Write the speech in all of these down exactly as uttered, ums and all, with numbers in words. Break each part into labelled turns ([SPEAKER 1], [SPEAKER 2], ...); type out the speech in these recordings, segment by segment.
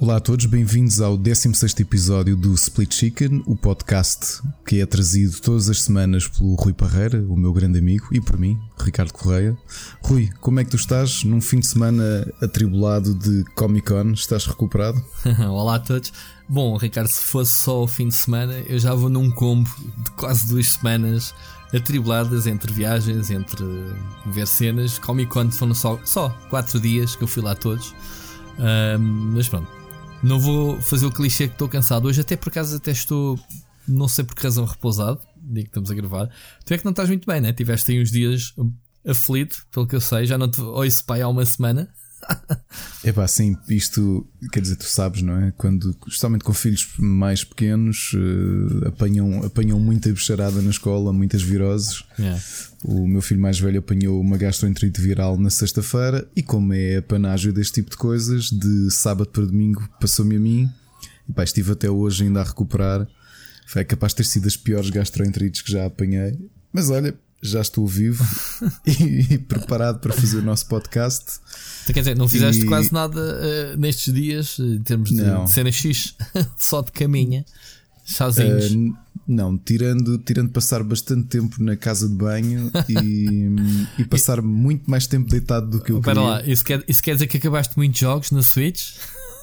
[SPEAKER 1] Olá a todos, bem-vindos ao décimo sexto episódio do Split Chicken, o podcast que é trazido todas as semanas pelo Rui Parreira, o meu grande amigo, e por mim, Ricardo Correia. Rui, como é que tu estás num fim de semana atribulado de Comic Con? Estás recuperado?
[SPEAKER 2] Olá a todos. Bom, Ricardo, se fosse só o fim de semana, eu já vou num combo de quase duas semanas atribuladas entre viagens, entre ver cenas. Comic Con foram só, só quatro dias que eu fui lá todos. Um, mas pronto, não vou fazer o clichê que estou cansado. Hoje até por acaso até estou, não sei por que razão, repousado. Digo que estamos a gravar. Tu é que não estás muito bem, né? Tiveste aí uns dias aflito, pelo que eu sei. Já não te ouço pai há uma semana.
[SPEAKER 1] É pá, sim, isto quer dizer, tu sabes, não é? Quando, especialmente com filhos mais pequenos, uh, apanham, apanham muita bicharada na escola, muitas viroses.
[SPEAKER 2] Yeah.
[SPEAKER 1] O meu filho mais velho apanhou uma gastroenterite viral na sexta-feira, e como é apanágio deste tipo de coisas, de sábado para domingo passou-me a mim. E pá, estive até hoje ainda a recuperar. Foi capaz de ter sido das piores gastroenterites que já apanhei. Mas olha, já estou vivo e, e preparado para fazer o nosso podcast.
[SPEAKER 2] Quer dizer, não fizeste
[SPEAKER 1] e...
[SPEAKER 2] quase nada uh, nestes dias, em termos de, de cena X, só de caminha, sozinhos.
[SPEAKER 1] Uh, não, tirando, tirando passar bastante tempo na casa de banho e, e passar muito mais tempo deitado do que eu
[SPEAKER 2] Espera
[SPEAKER 1] queria.
[SPEAKER 2] lá, isso quer, isso quer dizer que acabaste muitos jogos na Switch?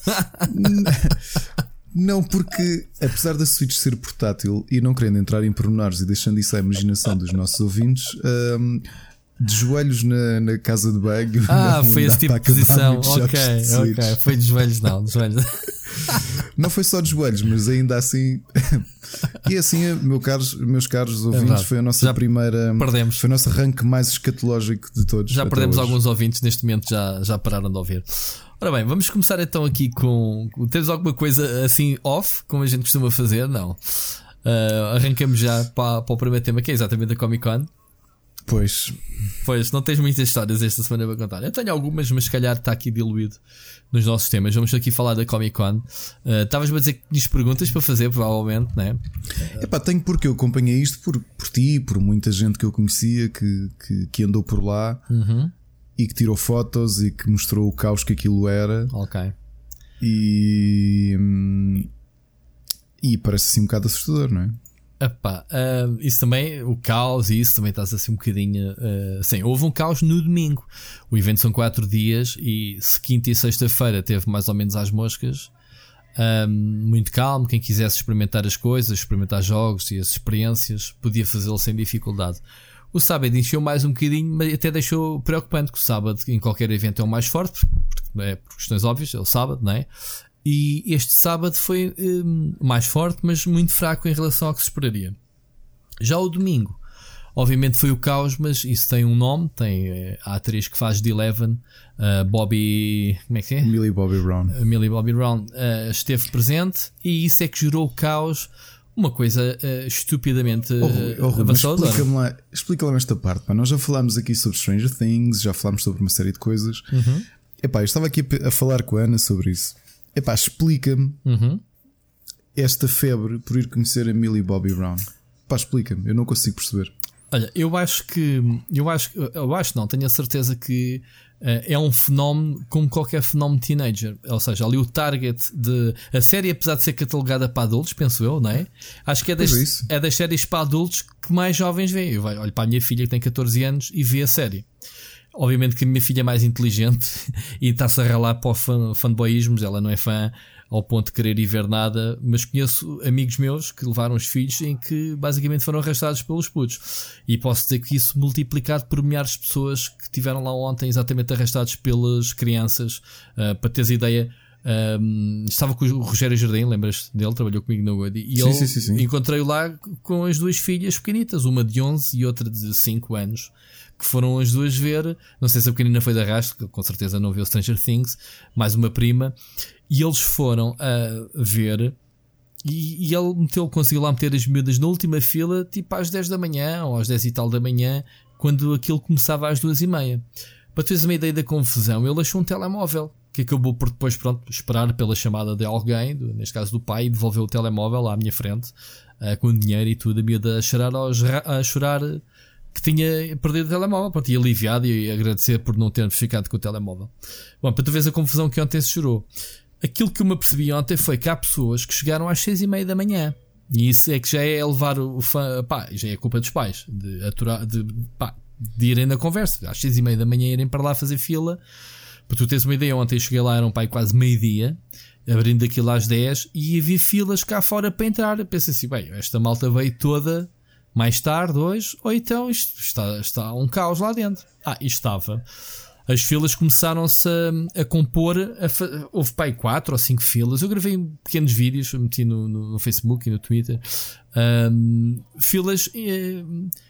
[SPEAKER 1] Não, porque apesar da Switch ser portátil, e não querendo entrar em pormenores e deixando isso à imaginação dos nossos ouvintes, um, de joelhos na, na casa de banho.
[SPEAKER 2] Ah,
[SPEAKER 1] não
[SPEAKER 2] foi esse tipo de posição. Ok,
[SPEAKER 1] de
[SPEAKER 2] ok. Foi de joelhos, não. De joelhos.
[SPEAKER 1] Não foi só de joelhos, mas ainda assim. E assim, meu caros, meus caros ouvintes, é foi a nossa
[SPEAKER 2] já
[SPEAKER 1] primeira.
[SPEAKER 2] Perdemos.
[SPEAKER 1] Foi o nosso ranking mais escatológico de todos.
[SPEAKER 2] Já perdemos
[SPEAKER 1] hoje.
[SPEAKER 2] Alguns ouvintes neste momento, já, já pararam de ouvir. Ora bem, vamos começar então aqui com. Temos alguma coisa assim off, como a gente costuma fazer? Não. Uh, arrancamos já para, para o primeiro tema, que é exatamente a Comic Con.
[SPEAKER 1] Pois.
[SPEAKER 2] Pois, não tens muitas histórias esta semana para contar. Eu tenho algumas, mas se calhar está aqui diluído nos nossos temas. Vamos aqui falar da Comic Con. Estavas-me uh, a dizer que tens perguntas para fazer, provavelmente, não é?
[SPEAKER 1] Epá, tenho, porque eu acompanhei isto por, por ti, por muita gente que eu conhecia que, que, que andou por lá.
[SPEAKER 2] Uhum.
[SPEAKER 1] E que tirou fotos e que mostrou o caos que aquilo era.
[SPEAKER 2] Ok.
[SPEAKER 1] E. E parece assim um bocado assustador, não é?
[SPEAKER 2] Epá, uh, isso também, o caos, e isso também está assim um bocadinho. Uh, sim, houve um caos no domingo. O evento são quatro dias e se quinta e sexta-feira teve mais ou menos às moscas. Um, muito calmo. Quem quisesse experimentar as coisas, experimentar jogos e as experiências, podia fazê-lo sem dificuldade. O sábado encheu mais um bocadinho, mas até deixou preocupante, que o sábado em qualquer evento é o mais forte, porque, é, por questões óbvias, é o sábado, não é? E este sábado foi um, mais forte, mas muito fraco em relação ao que se esperaria. Já o domingo, obviamente foi o caos, mas isso tem um nome, tem é, a atriz que faz de Eleven, uh, Bobby, como é que é?
[SPEAKER 1] Millie Bobby Brown.
[SPEAKER 2] Uh, Millie Bobby Brown uh, esteve presente, e isso é que gerou o caos. Uma coisa uh, estupidamente uh,
[SPEAKER 1] oh, oh,
[SPEAKER 2] avassaladora.
[SPEAKER 1] Explica-me lá, explica-me esta parte. Pá. Nós já falámos aqui sobre Stranger Things, já falámos sobre uma série de coisas.
[SPEAKER 2] Uhum.
[SPEAKER 1] Epá, eu estava aqui a, a falar com a Ana sobre isso. Epá, explica-me
[SPEAKER 2] uhum.
[SPEAKER 1] esta febre por ir conhecer a Millie Bobby Brown. Pá, explica-me, eu não consigo perceber.
[SPEAKER 2] Olha, eu acho que eu acho, eu acho não, tenho a certeza que uh, é um fenómeno como qualquer fenómeno teenager. Ou seja, ali o target de a série, apesar de ser catalogada para adultos, penso eu, não é? Acho que é das, é das séries para adultos que mais jovens veem. Eu olho para a minha filha que tem catorze anos e vê a série. Obviamente que a minha filha é mais inteligente e está-se a ralar para o fan, fanboyismos. Ela não é fã ao ponto de querer ir ver nada, mas conheço amigos meus que levaram os filhos em que basicamente foram arrastados pelos putos. E posso dizer que isso multiplicado por milhares de pessoas que estiveram lá ontem exatamente arrastados pelas crianças. Uh, para teres ideia, um, estava com o Rogério Jardim, lembras dele? Trabalhou comigo no Goody. E
[SPEAKER 1] sim,
[SPEAKER 2] ele,
[SPEAKER 1] sim, sim, sim.
[SPEAKER 2] encontrei-o lá com as duas filhas pequenitas, uma de onze e outra de cinco anos. Que foram as duas ver, não sei se a pequenina foi de arrasto, com certeza não viu Stranger Things, mais uma prima, e eles foram a ver, e, e ele meteu, conseguiu lá meter as miúdas na última fila, tipo às dez da manhã, ou às dez e tal da manhã, quando aquilo começava às duas e meia. Para teres uma ideia da confusão, ele achou um telemóvel, que acabou por depois, pronto, esperar pela chamada de alguém, do, neste caso do pai, e devolveu o telemóvel à minha frente, uh, com dinheiro e tudo, a miúda a chorar, a chorar que tinha perdido o telemóvel, pronto, e aliviado e agradecer por não termos ficado com o telemóvel. Bom, para tu veres a confusão que ontem se chorou. aquilo que eu me apercebi ontem foi que há pessoas que chegaram às seis e meia da manhã. E isso é que já é levar o fã, pá, já é culpa dos pais de, aturar, de, pá, de irem na conversa. Às seis e meia da manhã irem para lá fazer fila. Para tu teres uma ideia, ontem eu cheguei lá, era um pai quase meio-dia, abrindo aquilo às dez, e havia filas cá fora para entrar. Eu pensei assim, bem, esta malta veio toda mais tarde hoje, ou então isto está, está um caos lá dentro. Ah, e estava. As filas começaram-se a, a compor, a fa... houve pai quatro ou cinco filas. Eu gravei pequenos vídeos, meti no, no, no Facebook e no Twitter. Um, filas eh,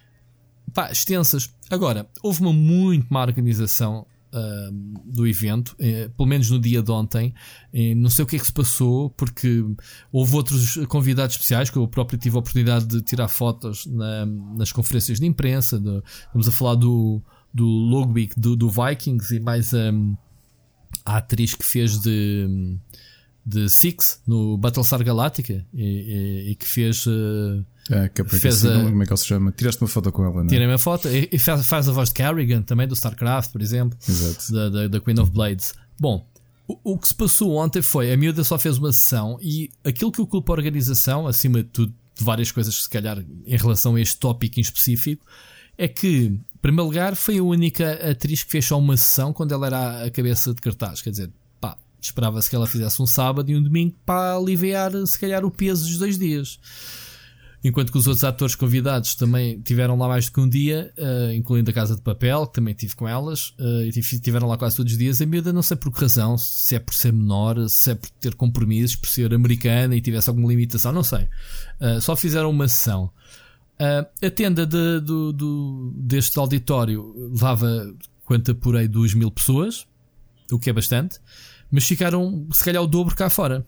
[SPEAKER 2] pá, extensas. Agora, houve uma muito má organização uh, do evento, eh, pelo menos no dia de ontem. Eh, não sei o que é que se passou, porque houve outros convidados especiais que eu próprio tive a oportunidade de tirar fotos na, nas conferências de imprensa. De, vamos a falar do do Ludwig do, do Vikings e mais um, a atriz que fez de, de Six no Battlestar Galactica e, e, e que fez, uh,
[SPEAKER 1] é, que fez a, como é que ela se chama? Tiraste uma foto com ela, não é?
[SPEAKER 2] Tirei uma foto e, e faz, faz a voz de Kerrigan também do StarCraft, por exemplo.
[SPEAKER 1] Exato.
[SPEAKER 2] Da, da, da Queen of Blades. Bom, o, o que se passou ontem foi a miúda só fez uma sessão e aquilo que eu culpo a organização, acima de tudo, de várias coisas que se calhar em relação a este tópico em específico, é que, em primeiro lugar, foi a única atriz que fez só uma sessão quando ela era a cabeça de cartaz. Quer dizer, pá, esperava-se que ela fizesse um sábado e um domingo para aliviar, se calhar, o peso dos dois dias. Enquanto que os outros atores convidados também tiveram lá mais do que um dia, uh, incluindo a Casa de Papel, que também tive com elas, uh, e tiveram lá quase todos os dias. A miúda, não sei por que razão, se é por ser menor, se é por ter compromissos, por ser americana e tivesse alguma limitação, não sei. Uh, só fizeram uma sessão. Uh, a tenda de, do, do, deste auditório levava, quanto apurei, duas mil pessoas, o que é bastante, mas ficaram se calhar o dobro cá fora.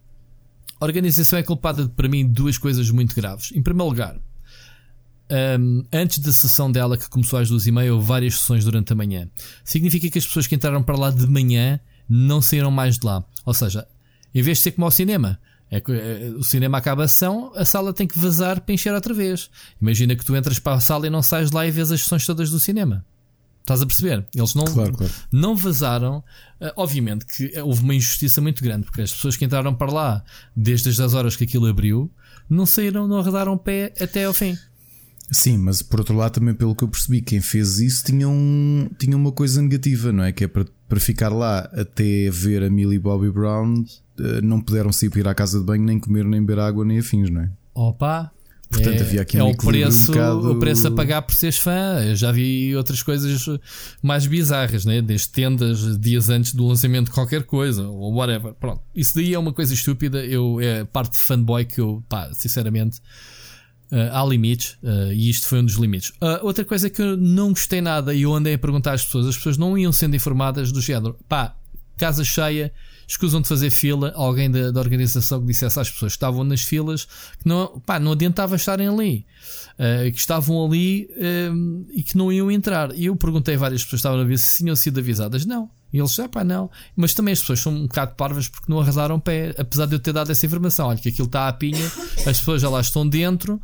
[SPEAKER 2] A organização é culpada para mim de duas coisas muito graves. Em primeiro lugar, um, antes da sessão dela, que começou às duas e meia, houve várias sessões durante a manhã. Significa que as pessoas que entraram para lá de manhã não saíram mais de lá. Ou seja, em vez de ser como ao cinema, é que o cinema acaba a ação, a sala tem que vazar para encher outra vez. Imagina que tu entras para a sala e não sais de lá e vês as sessões todas do cinema. Estás a perceber? Eles não,
[SPEAKER 1] claro, claro.
[SPEAKER 2] não vazaram. Obviamente que houve uma injustiça muito grande, porque as pessoas que entraram para lá desde as dez horas que aquilo abriu não saíram, não arredaram pé até ao fim.
[SPEAKER 1] Sim, mas por outro lado também, pelo que eu percebi, quem fez isso tinha, um, tinha uma coisa negativa, não é? Que é para, para ficar lá até ver a Millie Bobby Brown, não puderam sair para ir à casa de banho, nem comer, nem beber água, nem afins, não é?
[SPEAKER 2] Opa!
[SPEAKER 1] Portanto,
[SPEAKER 2] é,
[SPEAKER 1] havia aqui
[SPEAKER 2] é
[SPEAKER 1] um
[SPEAKER 2] o preço,
[SPEAKER 1] um bocado...
[SPEAKER 2] o preço a pagar por seres fã. Eu já vi outras coisas mais bizarras, né? Desde tendas dias antes do lançamento de qualquer coisa, ou whatever. Pronto, isso daí é uma coisa estúpida. Eu, é parte de fanboy que eu, pá, sinceramente, uh, há limites, uh, e isto foi um dos limites. Uh, outra coisa que eu não gostei nada, e eu andei a perguntar às pessoas, as pessoas não iam sendo informadas do género, pá, casa cheia, escusam de fazer fila. Alguém da, da organização que dissesse às pessoas que estavam nas filas que não, pá, não adiantava estarem ali, uh, que estavam ali um, e que não iam entrar. E eu perguntei a várias pessoas que estavam a ver se tinham sido avisadas. Não. E eles, ah pá, não. Mas também as pessoas são um bocado parvas porque não arrasaram pé, apesar de eu ter dado essa informação. Olha que aquilo está à pinha, as pessoas já lá estão dentro,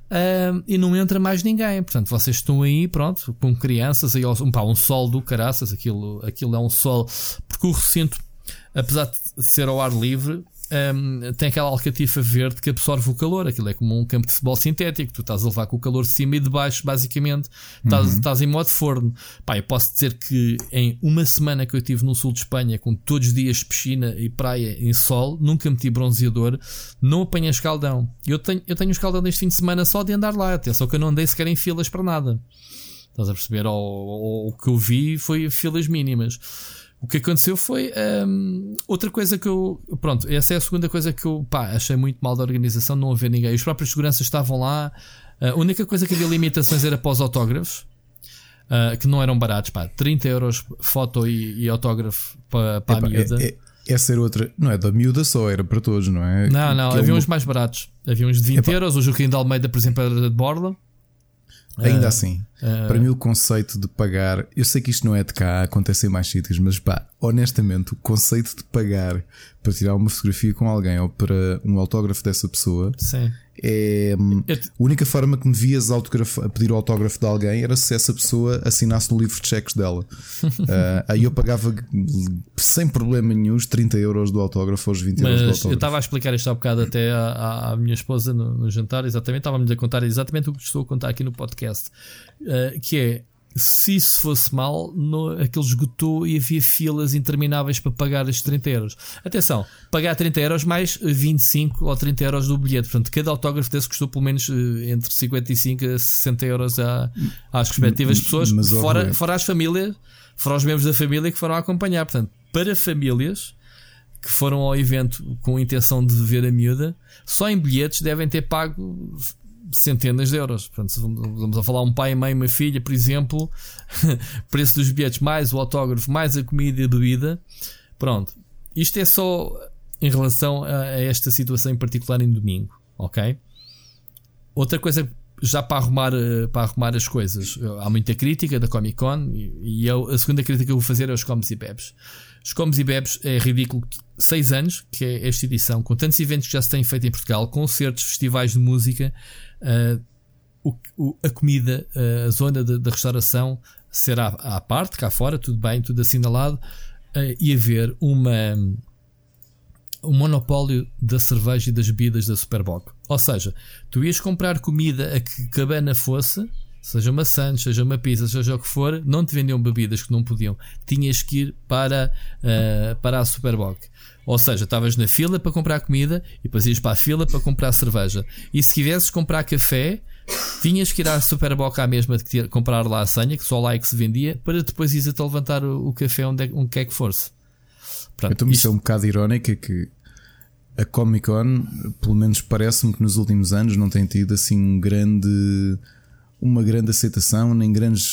[SPEAKER 2] uh, e não entra mais ninguém. Portanto, vocês estão aí, pronto, com crianças aí, um, pá, um sol do caraças. Aquilo, aquilo é um sol, porque o recinto, apesar de ser ao ar livre, um, tem aquela alcatifa verde que absorve o calor. Aquilo é como um campo de futebol sintético. Tu estás a levar com o calor de cima e de baixo, basicamente. Estás, uhum. estás em modo forno. Pá, eu posso dizer que em uma semana que eu estive no sul de Espanha, com todos os dias piscina e praia em sol, nunca meti bronzeador, não apanhei escaldão. Eu tenho, eu tenho um escaldão deste fim de semana só de andar lá. Até só que eu não andei sequer em filas para nada. Estás a perceber? O, o, o que eu vi foi filas mínimas. O que aconteceu foi um, outra coisa que eu... Pronto, essa é a segunda coisa que eu, pá, achei muito mal da organização, não haver ninguém. Os próprios seguranças estavam lá. A única coisa que havia limitações era para os autógrafos, uh, que não eram baratos, pá, trinta euros foto e, e autógrafo para, para Epa, a miúda. É, é,
[SPEAKER 1] essa era outra... Não é da miúda só, era para todos, não é?
[SPEAKER 2] Não, não,
[SPEAKER 1] que
[SPEAKER 2] havia
[SPEAKER 1] é
[SPEAKER 2] uns
[SPEAKER 1] uma...
[SPEAKER 2] mais baratos. Havia uns de vinte Epa. euros. O Joaquim de Almeida, por exemplo, era de Borla.
[SPEAKER 1] Ainda
[SPEAKER 2] uh,
[SPEAKER 1] assim,
[SPEAKER 2] uh,
[SPEAKER 1] para mim o conceito de pagar, eu sei que isto não é de cá, acontece em mais sítios, mas pá, honestamente, o conceito de pagar para tirar uma fotografia com alguém ou para um autógrafo dessa pessoa,
[SPEAKER 2] sim,
[SPEAKER 1] é a única forma que me vias a pedir o autógrafo de alguém era se essa pessoa assinasse no livro de cheques dela. uh, aí eu pagava sem problema nenhum os trinta euros do autógrafo ou os vinte euros do autógrafo.
[SPEAKER 2] Eu estava a explicar isto há bocado até à, à minha esposa no, no jantar, exatamente, estava-me a contar exatamente o que estou a contar aqui no podcast, uh, que é, se isso fosse mal, no, aquele esgotou e havia filas intermináveis para pagar estes trinta euros. Atenção, pagar trinta euros mais vinte e cinco ou trinta euros do bilhete. Portanto, cada autógrafo desse custou pelo menos entre cinquenta e cinco a sessenta euros à, às respectivas pessoas, mas, fora, fora as famílias, fora os membros da família que foram acompanhar. Portanto, para famílias que foram ao evento com a intenção de ver a miúda, só em bilhetes devem ter pago centenas de euros. Portanto, vamos a falar um pai, mãe, uma filha, por exemplo, preço dos bilhetes mais o autógrafo, mais a comida e a bebida. Pronto, isto é só em relação a esta situação em particular em domingo, ok? Outra coisa, já para arrumar, para arrumar as coisas, há muita crítica da Comic Con e eu, a segunda crítica que eu vou fazer é os comes e bebes. Os comes e bebes é ridículo. Seis anos que é esta edição, com tantos eventos que já se têm feito em Portugal, concertos, festivais de música, uh, o, o, a comida, uh, a zona da restauração será à parte, cá fora, tudo bem, tudo assinalado, uh, e haver uma um monopólio da cerveja e das bebidas da Superboc. Ou seja, tu ias comprar comida a que cabana fosse, seja uma Santos, seja uma pizza, seja o que for, não te vendiam bebidas que não podiam, tinhas que ir para, uh, para a Superboc. Ou seja, estavas na fila para comprar comida e depois ias para a fila para comprar cerveja. E se quisesses comprar café, tinhas que ir à Superboc à mesma de comprar lá a senha, que só lá é que se vendia, para depois ires até levantar o, o café onde, é, onde quer que fosse.
[SPEAKER 1] Pronto, então, isto é um bocado irónico, é que a Comic Con, pelo menos parece-me que nos últimos anos não tem tido assim um grande... uma grande aceitação, nem grandes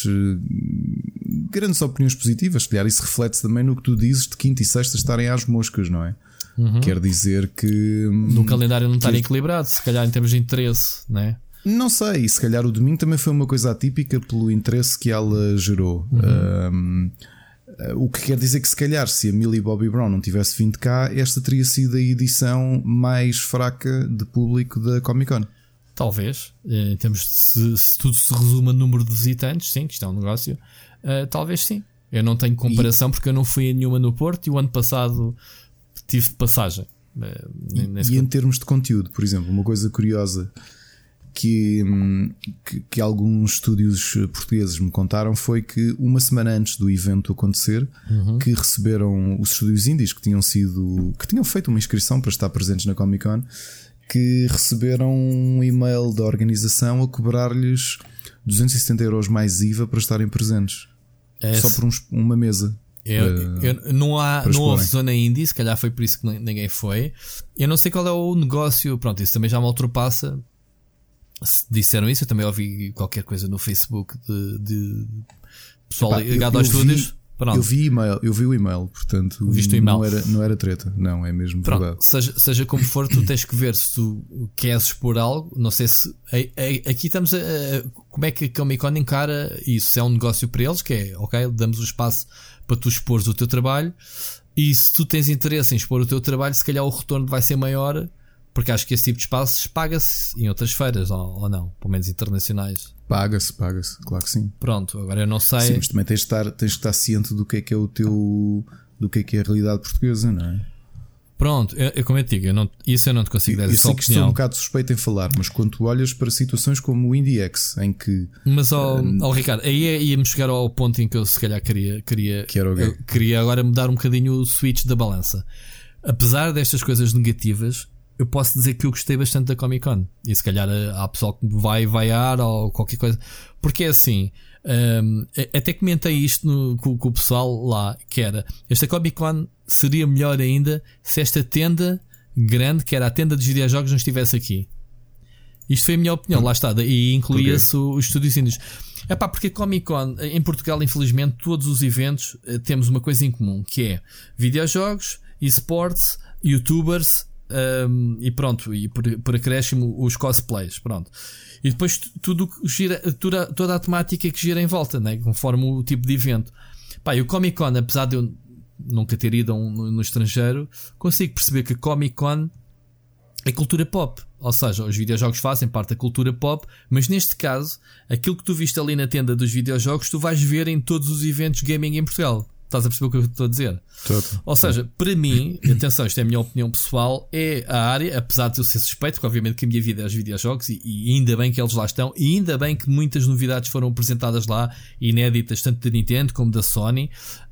[SPEAKER 1] grandes opiniões positivas. Se calhar isso reflete também no que tu dizes de quinta e sexta estarem às moscas, não é? Uhum. Quer dizer que
[SPEAKER 2] no calendário não estar que... equilibrado, se calhar em termos de interesse, não é?
[SPEAKER 1] Não sei, se calhar o domingo também foi uma coisa atípica pelo interesse que ela gerou. Uhum. Um, o que quer dizer que se calhar se a Millie Bobby Brown não tivesse vindo cá, esta teria sido a edição mais fraca de público da Comic Con.
[SPEAKER 2] Talvez, em termos de se, se tudo se resume a número de visitantes, sim, que isto é um negócio, uh, talvez sim. Eu não tenho comparação e... porque eu não fui a nenhuma no Porto e o ano passado tive de passagem. Uh,
[SPEAKER 1] nem, nem e em termos de conteúdo, por exemplo, uma coisa curiosa que, que, que alguns estúdios portugueses me contaram foi que uma semana antes do evento acontecer, uhum. que receberam os estúdios indies que tinham sido, que tinham feito uma inscrição para estar presentes na Comic Con, que receberam um e-mail da organização a cobrar-lhes duzentos e setenta euros mais I V A para estarem presentes. É só por uns, uma mesa.
[SPEAKER 2] Eu, para, eu, não há, não houve zona indie, se calhar foi por isso que ninguém foi. Eu não sei qual é o negócio. Pronto, isso também já me ultrapassa. Se disseram isso, eu também ouvi qualquer coisa no Facebook de, de pessoal Epá, ligado eu, aos eu estúdios.
[SPEAKER 1] Vi... Pronto. Eu vi email, eu vi o e-mail, portanto
[SPEAKER 2] Viste o email?
[SPEAKER 1] Não, era, não era treta, não, é mesmo
[SPEAKER 2] Pronto,
[SPEAKER 1] verdade.
[SPEAKER 2] Seja, seja como for, tu tens que ver se tu queres expor algo. Não sei se a, a, aqui estamos a, a como é que a Comic Con encara isso. Se é um negócio para eles, que é ok, damos o espaço para tu expores o teu trabalho, e se tu tens interesse em expor o teu trabalho, se calhar o retorno vai ser maior, porque acho que esse tipo de espaços paga-se em outras feiras, ou, ou não, pelo menos internacionais.
[SPEAKER 1] Paga-se, paga-se, claro que sim.
[SPEAKER 2] Pronto, agora eu não sei.
[SPEAKER 1] Sim, mas também tens de estar, tens de estar ciente do que é que é o teu, do que é que é a realidade portuguesa, não é?
[SPEAKER 2] Pronto, eu, eu como eu te digo, eu não, isso eu não te consigo dar essa opinião. Eu sei que
[SPEAKER 1] estou um bocado suspeito em falar, mas quando tu olhas para situações como o IndieX, em que.
[SPEAKER 2] Mas, ó um, oh, Ricardo, aí íamos chegar ao ponto em que eu se calhar queria, queria,
[SPEAKER 1] que era okay.
[SPEAKER 2] queria agora mudar um bocadinho o switch da balança. Apesar destas coisas negativas, eu posso dizer que eu gostei bastante da Comic Con. E se calhar há pessoal que vai vaiar ou qualquer coisa. Porque é assim, um, até comentei isto no, com, com o pessoal lá, que era, esta Comic Con seria melhor ainda se esta tenda grande, que era a tenda dos videojogos, não estivesse aqui. Isto foi a minha opinião, lá está. E incluía-se os estúdios índios. É pá, porque a Comic Con, em Portugal, infelizmente, todos os eventos temos uma coisa em comum, que é videojogos, esportes, youtubers, Um, e pronto, e por, por acréscimo os cosplays, pronto. E depois tudo gira, toda, toda a temática que gira em volta, né? Conforme o tipo de evento. Pá, e o Comic Con, apesar de eu nunca ter ido a um, no, no estrangeiro, consigo perceber que a Comic Con é cultura pop. Ou seja, os videojogos fazem parte da cultura pop, mas neste caso, aquilo que tu viste ali na tenda dos videojogos, tu vais ver em todos os eventos gaming em Portugal. Estás a perceber o que eu estou a dizer?
[SPEAKER 1] Todo.
[SPEAKER 2] Ou seja, para mim, atenção, isto é a minha opinião pessoal, é a área, apesar de eu ser suspeito, porque obviamente que a minha vida é os videojogos, e, e ainda bem que eles lá estão, e ainda bem que muitas novidades foram apresentadas lá, inéditas, tanto da Nintendo como da Sony.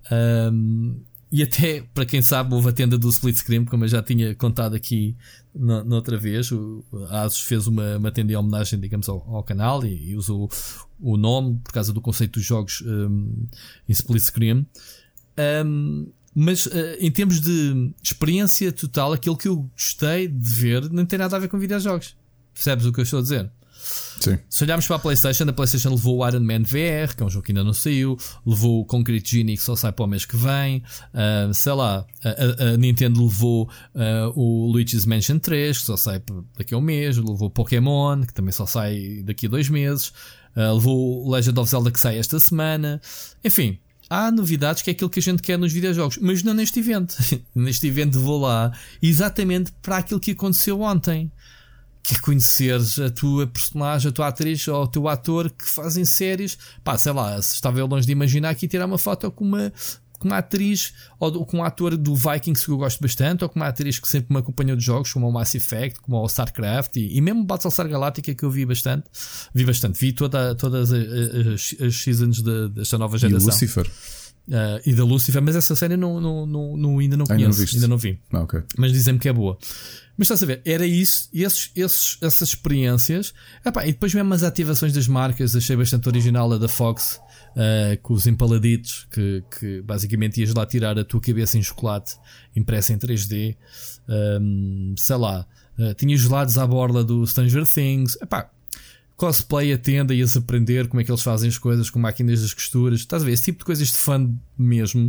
[SPEAKER 2] Um, e até, para quem sabe, houve a tenda do Split Screen, como eu já tinha contado aqui na, na outra vez. O, a Asus fez uma, uma tenda em homenagem, digamos, ao, ao canal, e, e usou o nome por causa do conceito dos jogos um, em Split Screen. Um, mas uh, em termos de experiência total, aquilo que eu gostei de ver não tem nada a ver com videojogos. Percebes o que eu estou a dizer?
[SPEAKER 1] Sim.
[SPEAKER 2] Se olharmos para a PlayStation, a PlayStation levou o Iron Man V R, que é um jogo que ainda não saiu, levou o Concrete Genie, que só sai para o mês que vem, uh, sei lá, a, a, a Nintendo levou uh, o Luigi's Mansion três, que só sai daqui a um mês, levou o Pokémon, que também só sai daqui a dois meses, uh, levou o Legend of Zelda, que sai esta semana. Enfim, há novidades, que é aquilo que a gente quer nos videojogos, mas não neste evento. Neste evento vou lá exatamente para aquilo que aconteceu ontem, que é conheceres a tua personagem, a tua atriz ou o teu ator que fazem séries. Pá, sei lá, se estava eu longe de imaginar aqui tirar uma foto com uma, com uma atriz ou com um ator do Vikings que eu gosto bastante, ou com uma atriz que sempre me acompanhou de jogos como o Mass Effect, como o StarCraft e, e mesmo Battlestar Galactica, que eu vi bastante. Vi bastante, vi toda, todas as, as, as seasons de, desta nova geração.
[SPEAKER 1] E o Lucifer.
[SPEAKER 2] Uh, e da Lucifer, mas essa série não, não, não, não, ainda não conheço,
[SPEAKER 1] ainda não,
[SPEAKER 2] ainda não vi.
[SPEAKER 1] Ah, okay.
[SPEAKER 2] Mas dizem-me que é boa. Mas estás a ver, era isso, esses, esses, essas experiências. Epá, e depois mesmo as ativações das marcas, achei bastante original a da Fox, uh, com os empaladitos, que, que basicamente ias lá tirar a tua cabeça em chocolate impressa em três D. Um, sei lá, uh, tinha gelados à borla do Stranger Things. Epá, cosplay, a tenda, ias aprender como é que eles fazem as coisas com máquinas das costuras. Estás a ver, esse tipo de coisas de fã mesmo.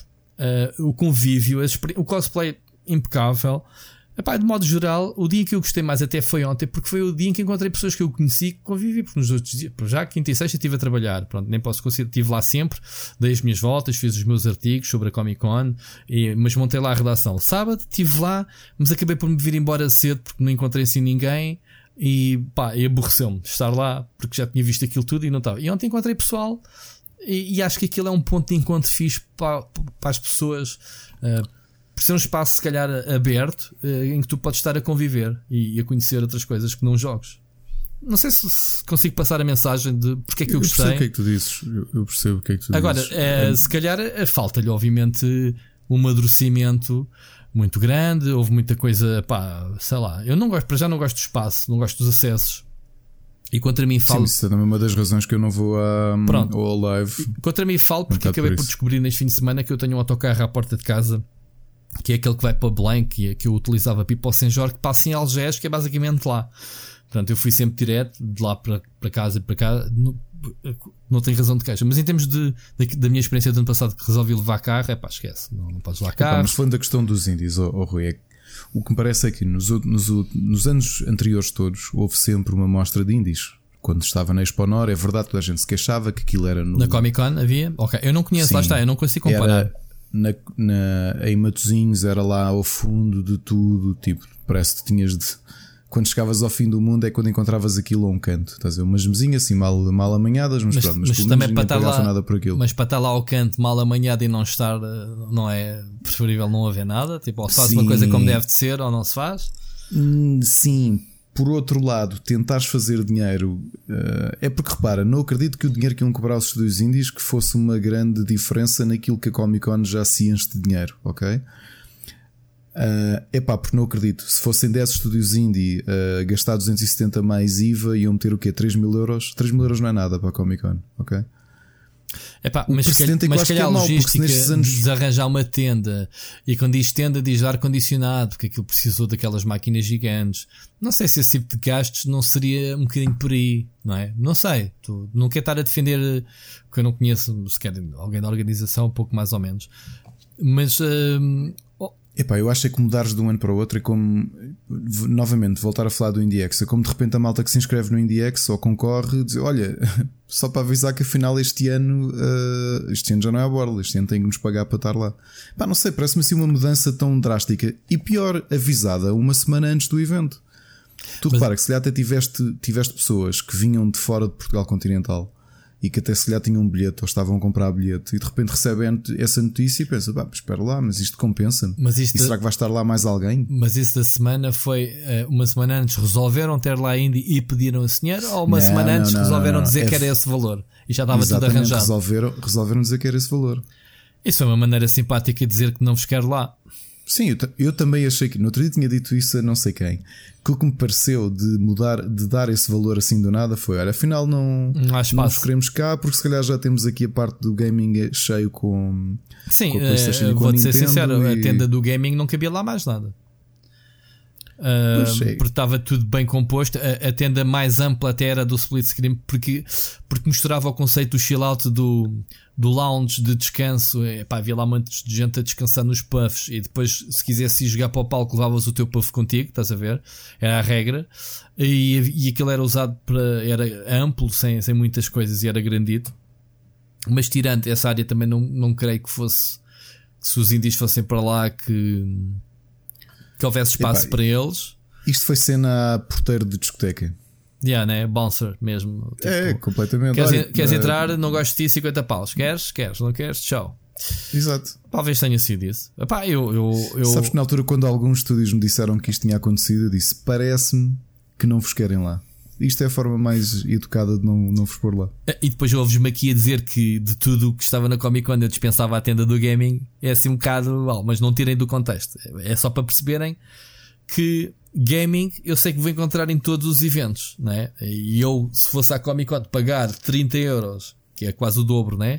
[SPEAKER 2] Uh, o convívio, a o cosplay impecável. Epá, de modo geral, o dia que eu gostei mais até foi ontem, porque foi o dia em que encontrei pessoas que eu conheci, que convivi, porque nos outros dias, já quinta e sexta estive a trabalhar, pronto, nem posso conseguir, estive lá sempre, dei as minhas voltas, fiz os meus artigos sobre a Comic Con, e, mas montei lá a redação. Sábado estive lá, mas acabei por me vir embora cedo, porque não encontrei assim ninguém, e pá, e aborreceu-me estar lá, porque já tinha visto aquilo tudo e não estava. E ontem encontrei pessoal, e, e acho que aquilo é um ponto de encontro fixe para, para as pessoas, uh, por ser um espaço se calhar aberto, em que tu podes estar a conviver e a conhecer outras coisas que não jogos. Não sei se, se consigo passar a mensagem de porque é que eu, eu gostei.
[SPEAKER 1] Eu percebo o que é que tu dizes. Eu percebo o que é que tu
[SPEAKER 2] Agora,
[SPEAKER 1] dizes.
[SPEAKER 2] É, é... se calhar falta-lhe obviamente um amadurecimento muito grande. Houve muita coisa, pá, sei lá. Eu não gosto, para já não gosto do espaço, não gosto dos acessos. E contra mim falo.
[SPEAKER 1] Sim, isso é também uma das razões que eu não vou a, ao live.
[SPEAKER 2] Contra mim falo porque um acabei por, por descobrir neste fim de semana que eu tenho um autocarro à porta de casa, que é aquele que vai para Blanc, que, que eu utilizava para ir para o Saint-Jorge, que passa em Algés, que é basicamente lá. Portanto, eu fui sempre direto de lá para, para casa e para cá. Não, não tenho razão de queixa. Mas em termos de, de, da minha experiência do ano passado, que resolvi levar carro, é pá, esquece. Não, não podes levar carro.
[SPEAKER 1] Epá, mas falando da questão dos indies, oh, oh, Rui, é que o que me parece é que nos, nos, nos anos anteriores todos houve sempre uma mostra de indies. Quando estava na Expo Nor, é verdade que toda a gente se queixava que aquilo era no...
[SPEAKER 2] Na Comic Con havia? Ok, eu não conheço, sim, lá está, eu não consigo comparar.
[SPEAKER 1] Era... Na, na, em Matosinhos era lá ao fundo de tudo, tipo, parece que tinhas de. Quando chegavas ao fim do mundo é quando encontravas aquilo a um canto, estás a ver? Umas mesinhas assim mal, mal amanhadas, mas, mas pronto, mas, mas também para estar lá, nada por aquilo.
[SPEAKER 2] Mas para estar lá ao canto mal amanhado e não estar, não é preferível não haver nada? Tipo, ou se faz, sim, uma coisa como deve de ser ou não se faz?
[SPEAKER 1] Hum, sim. Por outro lado, tentares fazer dinheiro, uh, é porque repara, não acredito que o dinheiro que iam cobrar os estúdios indies que fosse uma grande diferença naquilo que a Comic Con já se enche de dinheiro, ok? É uh, pá, porque não acredito. Se fossem dez estúdios indie uh, gastar duzentos e setenta mais I V A, iam meter o quê? três mil euros? três mil euros não é nada para a Comic Con, ok?
[SPEAKER 2] Epá, mas se calhar, mas calhar a logística anos... de arranjar uma tenda, e quando diz tenda diz ar-condicionado, porque aquilo precisou daquelas máquinas gigantes. Não sei se esse tipo de gastos não seria um bocadinho por aí, não é? Não sei, tu, não quero estar a defender, porque eu não conheço sequer alguém da organização, um pouco mais ou menos. Mas hum,
[SPEAKER 1] Epá, eu acho é que mudares de um ano para o outro é como, novamente, voltar a falar do IndieX. É como de repente a malta que se inscreve no IndieX ou concorre dizer, olha, só para avisar que afinal este ano uh, este ano já não é a borla, este ano tem que nos pagar para estar lá. Pá, não sei, parece-me assim uma mudança tão drástica e pior, avisada uma semana antes do evento. Tu Mas... repara que se calhar até tiveste, tiveste pessoas que vinham de fora de Portugal continental e que até se calhar tinham um bilhete ou estavam a comprar bilhete e de repente recebem essa notícia e pensam, pá, espera lá, mas isto compensa-me. Mas isto, e será que vai estar lá mais alguém?
[SPEAKER 2] Mas isso da semana foi uma semana antes resolveram ter lá ainda e pediram esse dinheiro, ou uma não, semana antes não, não, resolveram não, não. dizer é... que era esse valor e já estava Exatamente, tudo arranjado?
[SPEAKER 1] Resolveram, resolveram dizer que era esse valor.
[SPEAKER 2] Isso é uma maneira simpática de dizer que não vos quero lá.
[SPEAKER 1] Sim, eu, eu também achei que no outro dia tinha dito isso a não sei quem, que o que me pareceu de mudar, de dar esse valor assim do nada foi, olha, afinal não, não, não nos queremos cá porque se calhar já temos aqui a parte do gaming cheio com,
[SPEAKER 2] Sim,
[SPEAKER 1] com a
[SPEAKER 2] PlayStation uh, e com a Nintendo. Vou-te ser sincero, e... a tenda do gaming não cabia lá mais nada. Uh, porque estava tudo bem composto. A, a tenda mais ampla até era do split screen, porque, porque misturava o conceito do chill out, do, do lounge de descanso. Epá, havia lá muita gente a descansar nos puffs, e depois, se quisesse ir jogar para o palco, levavas o teu puff contigo, estás a ver? Era a regra, e, e aquilo era usado para, era amplo, sem, sem muitas coisas, e era grandito. Mas tirando essa área, também não, não creio que fosse, que se os indies fossem para lá, que que houvesse espaço Epá, para eles.
[SPEAKER 1] Isto foi cena a porteiro de discoteca.
[SPEAKER 2] Yeah, né? Bouncer mesmo.
[SPEAKER 1] Tipo, é, completamente.
[SPEAKER 2] Queres,
[SPEAKER 1] Olha,
[SPEAKER 2] queres
[SPEAKER 1] é...
[SPEAKER 2] entrar? Não gosto de ti, cinquenta paus. Queres? Queres? Não queres? Tchau.
[SPEAKER 1] Exato.
[SPEAKER 2] Talvez tenha sido isso. Epá, eu, eu, eu...
[SPEAKER 1] Sabes que na altura, quando alguns estúdios me disseram que isto tinha acontecido, eu disse: parece-me que não vos querem lá. Isto é a forma mais educada de não, não vos pôr lá.
[SPEAKER 2] E depois ouves-me aqui a dizer que de tudo o que estava na Comic Con eu dispensava a tenda do gaming. É assim um bocado, oh, mas não tirem do contexto. É só para perceberem que gaming eu sei que vou encontrar em todos os eventos, né? E eu, se fosse à Comic Con pagar trinta euros, que é quase o dobro, né?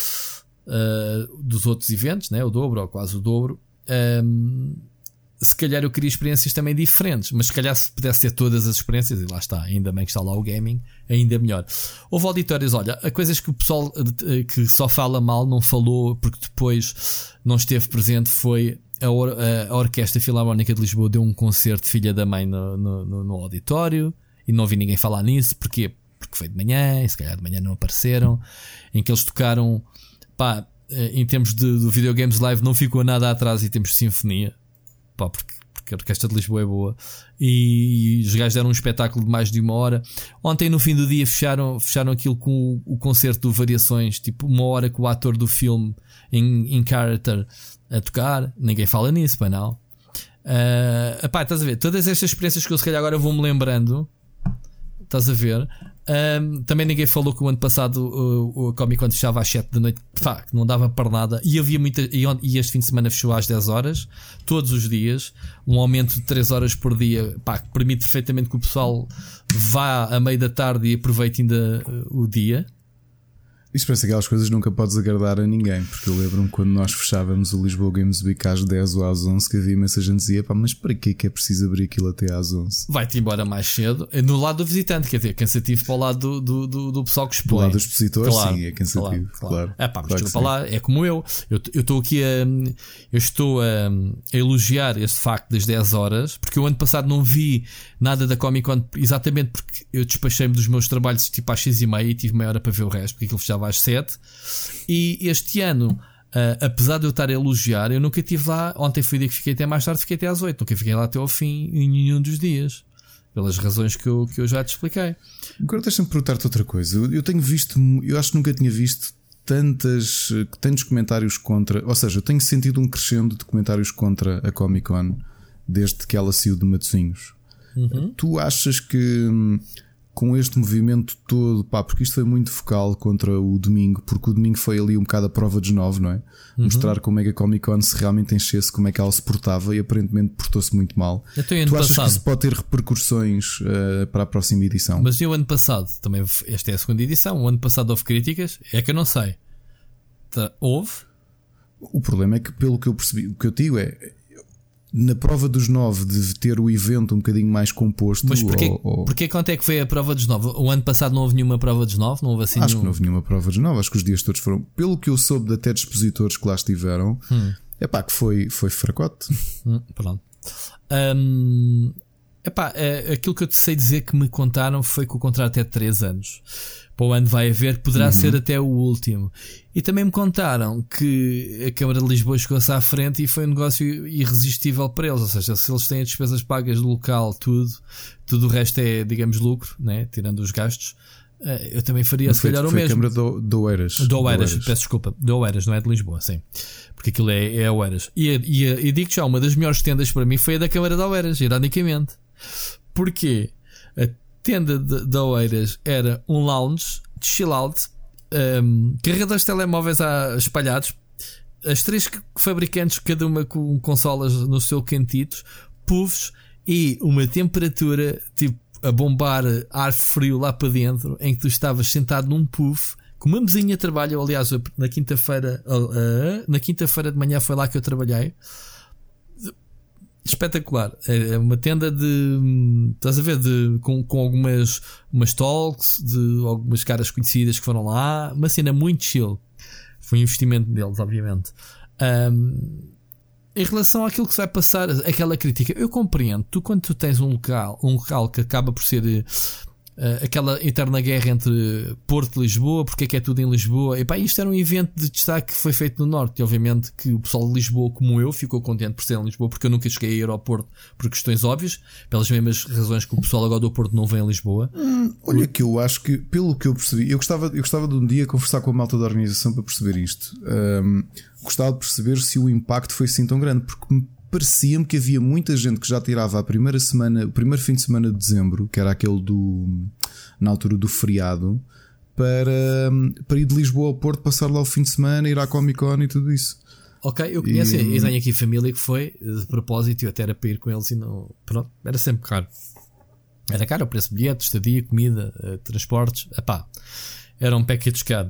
[SPEAKER 2] Uh, dos outros eventos, né? O dobro ou quase o dobro. Um, se calhar eu queria experiências também diferentes, mas se calhar se pudesse ter todas as experiências, e lá está, ainda bem que está lá o gaming, ainda melhor. Houve auditórios, olha, há coisas que o pessoal que só fala mal não falou porque depois não esteve presente. Foi a, or, a Orquestra Filarmónica de Lisboa deu um concerto de filha da mãe no, no, no auditório, e não ouvi ninguém falar nisso. Porquê? Porque foi de manhã, e se calhar de manhã não apareceram, em que eles tocaram, pá, em termos de, de videogames live não ficou nada atrás em termos de sinfonia. Pá, porque, porque a Orquestra de Lisboa é boa, e, e os gajos deram um espetáculo de mais de uma hora. Ontem no fim do dia fecharam, fecharam aquilo com o, o concerto do Variações, tipo uma hora com o ator do filme em, em character a tocar. Ninguém fala nisso, pá, não. Uh, epá, estás a ver? Todas estas experiências que eu se calhar agora vou-me lembrando, estás a ver? Um, também ninguém falou que o ano passado o, o Comic Con fechava às sete da noite, pá, que não dava para nada, e havia muita, e, e este fim de semana fechou às dez horas todos os dias, um aumento de três horas por dia, pá, que permite perfeitamente que o pessoal vá à meia da tarde e aproveite ainda uh, o dia.
[SPEAKER 1] Isto parece aquelas coisas que nunca podes agradar a ninguém, porque eu lembro-me quando nós fechávamos o Lisboa Games Week às dez ou às onze, que havia imensa gente que dizia: pá, mas para que é que é preciso abrir aquilo até às onze?
[SPEAKER 2] Vai-te embora mais cedo, no lado do visitante, quer dizer, cansativo para o lado do, do, do, do pessoal que expõe.
[SPEAKER 1] Do lado dos expositores,
[SPEAKER 2] claro,
[SPEAKER 1] sim, é cansativo, claro. claro. claro.
[SPEAKER 2] É pá, mas
[SPEAKER 1] claro
[SPEAKER 2] para lá, é como eu. Eu estou aqui a. Eu estou a, a elogiar este facto das dez horas, porque o ano passado não vi nada da Comic Con, exatamente porque eu despachei-me dos meus trabalhos tipo às seis e meia e tive meia hora para ver o resto, porque aquilo fechava às sete. E este ano, uh, apesar de eu estar a elogiar, eu nunca estive lá. Ontem foi o dia que fiquei até mais tarde, fiquei até às oito. Nunca fiquei lá até ao fim em nenhum dos dias, pelas razões que eu, que eu já te expliquei.
[SPEAKER 1] Agora deixa-me perguntar-te outra coisa. Eu, eu tenho visto, eu acho que nunca tinha visto tantas, tantos comentários contra. Ou seja, eu tenho sentido um crescendo de comentários contra a Comic Con desde que ela saiu de Matosinhos. Uhum. Tu achas que com este movimento todo, pá, porque isto foi muito focal contra o domingo, porque o domingo foi ali um bocado a prova dos nove, não é? Uhum. Mostrar como é que a Comic Con se realmente enchesse, como é que ela se portava, e aparentemente portou-se muito mal.
[SPEAKER 2] Tu
[SPEAKER 1] achas
[SPEAKER 2] passado...
[SPEAKER 1] que isso pode ter repercussões uh, para a próxima edição?
[SPEAKER 2] Mas eu ano passado, também esta é a segunda edição, o ano passado houve críticas, é que eu não sei. Tá, houve?
[SPEAKER 1] O problema é que, pelo que eu percebi, o que eu digo é, na prova dos nove, de ter o evento um bocadinho mais composto.
[SPEAKER 2] Mas porquê,
[SPEAKER 1] ou, ou...
[SPEAKER 2] porquê quanto é que foi a prova dos nove? O ano passado não houve nenhuma prova dos nove? Não houve assim
[SPEAKER 1] Acho
[SPEAKER 2] nenhum...
[SPEAKER 1] que não houve nenhuma prova dos nove. Acho que os dias todos foram, pelo que eu soube de até de expositores que lá estiveram, hum. É pá, que foi, foi fracote.
[SPEAKER 2] Hum, pronto. Um, epá, é, aquilo que eu te sei dizer que me contaram foi que o contrato é de três anos. Para o ano vai haver, poderá uhum. ser até o último. E também me contaram que a Câmara de Lisboa chegou-se à frente e foi um negócio irresistível para eles. Ou seja, se eles têm as despesas pagas do local, tudo, tudo o resto é, digamos, lucro, né? Tirando os gastos. Eu também faria, não se foi, calhar,
[SPEAKER 1] foi
[SPEAKER 2] o mesmo.
[SPEAKER 1] Câmara do, do Oeiras.
[SPEAKER 2] Do Oeiras, peço desculpa. Do Oeiras, não é de Lisboa, sim. Porque aquilo é, é Oeiras. E, e, e digo já, uma das melhores tendas para mim foi a da Câmara de Oeiras, ironicamente. Porquê? A tenda da Oeiras era um lounge de chill out, um, carregadores de telemóveis a, espalhados, as três fabricantes, cada uma com consolas no seu cantito, puffs e uma temperatura tipo a bombar ar frio lá para dentro, em que tu estavas sentado num puff com uma mesinha de trabalho. Aliás, na quinta-feira na quinta-feira de manhã foi lá que eu trabalhei. Espetacular. É uma tenda de, estás a ver, de, com, com algumas umas talks de algumas caras conhecidas que foram lá, uma cena muito chill. Foi um investimento deles, obviamente. um, Em relação àquilo que se vai passar, aquela crítica, eu compreendo. Tu, quando tu tens um local, um local que acaba por ser uh, aquela eterna guerra entre Porto e Lisboa, porque é que é tudo em Lisboa, e pá, isto era um evento de destaque que foi feito no Norte, e obviamente que o pessoal de Lisboa, como eu, ficou contente por ser em Lisboa, porque eu nunca cheguei a ir ao Porto por questões óbvias, pelas mesmas razões que o pessoal agora do Porto não vem a Lisboa.
[SPEAKER 1] Hum, olha, que eu acho que, pelo que eu percebi, eu gostava, eu gostava de um dia conversar com a malta da organização para perceber isto. Um, Gostava de perceber se o impacto foi assim tão grande, porque me parecia-me que havia muita gente que já tirava a primeira semana, o primeiro fim de semana de dezembro, que era aquele do na altura do feriado, para, para ir de Lisboa ao Porto, passar lá o fim de semana, ir à Comic Con e tudo isso.
[SPEAKER 2] Ok, eu conheço, e eu tenho aqui família que foi de propósito, eu até era para ir com eles e não, pronto, era sempre caro. Era caro o preço de bilhete, estadia, comida, transportes, epá, era um package caro.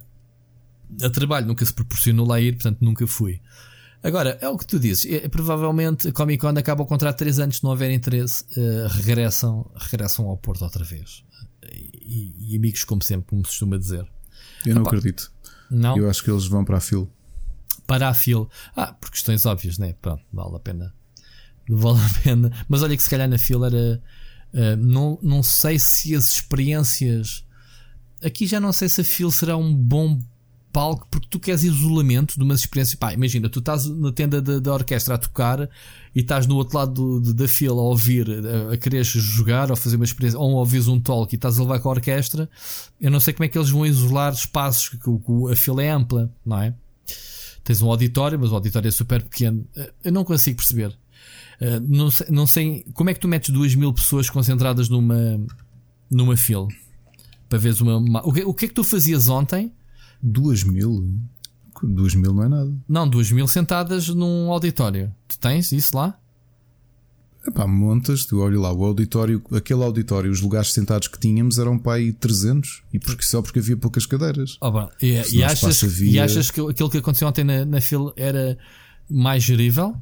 [SPEAKER 2] A trabalho nunca se proporcionou lá ir, portanto nunca fui. Agora, é o que tu dizes, é, provavelmente a Comic Con acaba o contrato de três anos, se não houver interesse, uh, regressam, regressam ao Porto outra vez. E, e amigos, como sempre, como se costuma dizer.
[SPEAKER 1] Eu não Epá, acredito. Não? Eu acho que eles vão para a fila.
[SPEAKER 2] Para a fila. Ah, por questões óbvias, né? Pronto, vale a pena. Vale a pena. Mas olha que se calhar na fila era. Uh, não, não sei se as experiências. Aqui já não sei se a fila será um bom palco, porque tu queres isolamento de uma experiência. Pá, imagina, tu estás na tenda da, da orquestra a tocar e estás no outro lado do, de, da fila a ouvir, a, a querer jogar ou fazer uma experiência, ou ouvires um talk e estás a levar com a orquestra. Eu não sei como é que eles vão isolar espaços, que, que a fila é ampla, não é? Tens um auditório, mas o auditório é super pequeno. Eu não consigo perceber. Não sei, não sei como é que tu metes duas mil pessoas concentradas numa numa fila para veres uma, uma... O, que, o que é que tu fazias ontem?
[SPEAKER 1] Duas mil? Duas mil não é nada.
[SPEAKER 2] Não, duas mil sentadas num auditório. Tu tens isso lá?
[SPEAKER 1] Epá, montas, tu olha lá, o auditório, aquele auditório, os lugares sentados que tínhamos eram para aí trezentos, e porque, só porque havia poucas cadeiras.
[SPEAKER 2] Oh, bom, e, e, achas, havia... e achas que aquilo que aconteceu ontem na, na fila era mais gerível?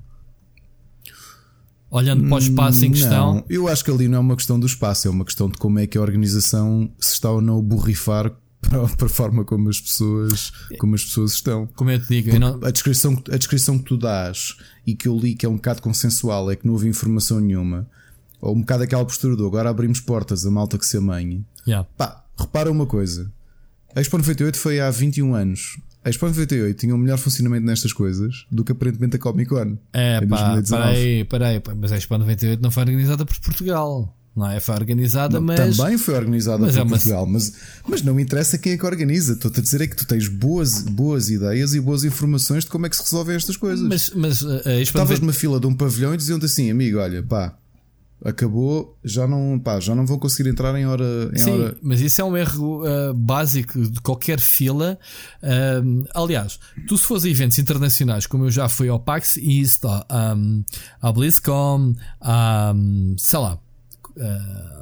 [SPEAKER 2] Olhando para o espaço em questão.
[SPEAKER 1] Não, eu acho que ali não é uma questão do espaço, é uma questão de como é que a organização se está ou não a borrifar para, para a forma como as pessoas, como as pessoas estão.
[SPEAKER 2] Como eu te digo, eu não...
[SPEAKER 1] a, descrição, a descrição que tu dás e que eu li, que é um bocado consensual, é que não houve informação nenhuma, ou um bocado aquela postura do agora abrimos portas, a malta que se amanhe.
[SPEAKER 2] Yeah.
[SPEAKER 1] Pá, repara uma coisa: a Expo noventa e oito foi há vinte e um anos. A Expo noventa e oito tinha um melhor funcionamento nestas coisas do que aparentemente a Comic Con.
[SPEAKER 2] É pá, peraí, peraí, mas a Expo noventa e oito não foi organizada por Portugal. Não é? Foi organizada,
[SPEAKER 1] não,
[SPEAKER 2] mas.
[SPEAKER 1] Também foi organizada
[SPEAKER 2] mas
[SPEAKER 1] por
[SPEAKER 2] é uma...
[SPEAKER 1] Portugal, mas, mas não interessa quem é que organiza. Estou-te a dizer é que tu tens boas, boas ideias e boas informações de como é que se resolvem estas coisas.
[SPEAKER 2] Mas, mas a Expo
[SPEAKER 1] estavas numa fila de um pavilhão e diziam-te assim, amigo, olha, pá, acabou, já não, pá, já não vou conseguir entrar em hora. Em
[SPEAKER 2] Sim,
[SPEAKER 1] hora...
[SPEAKER 2] mas isso é um erro uh, básico de qualquer fila. Uh, aliás, tu se fores a eventos internacionais, como eu já fui ao PAX East, um, à BlizzCon, um, sei lá. Uh,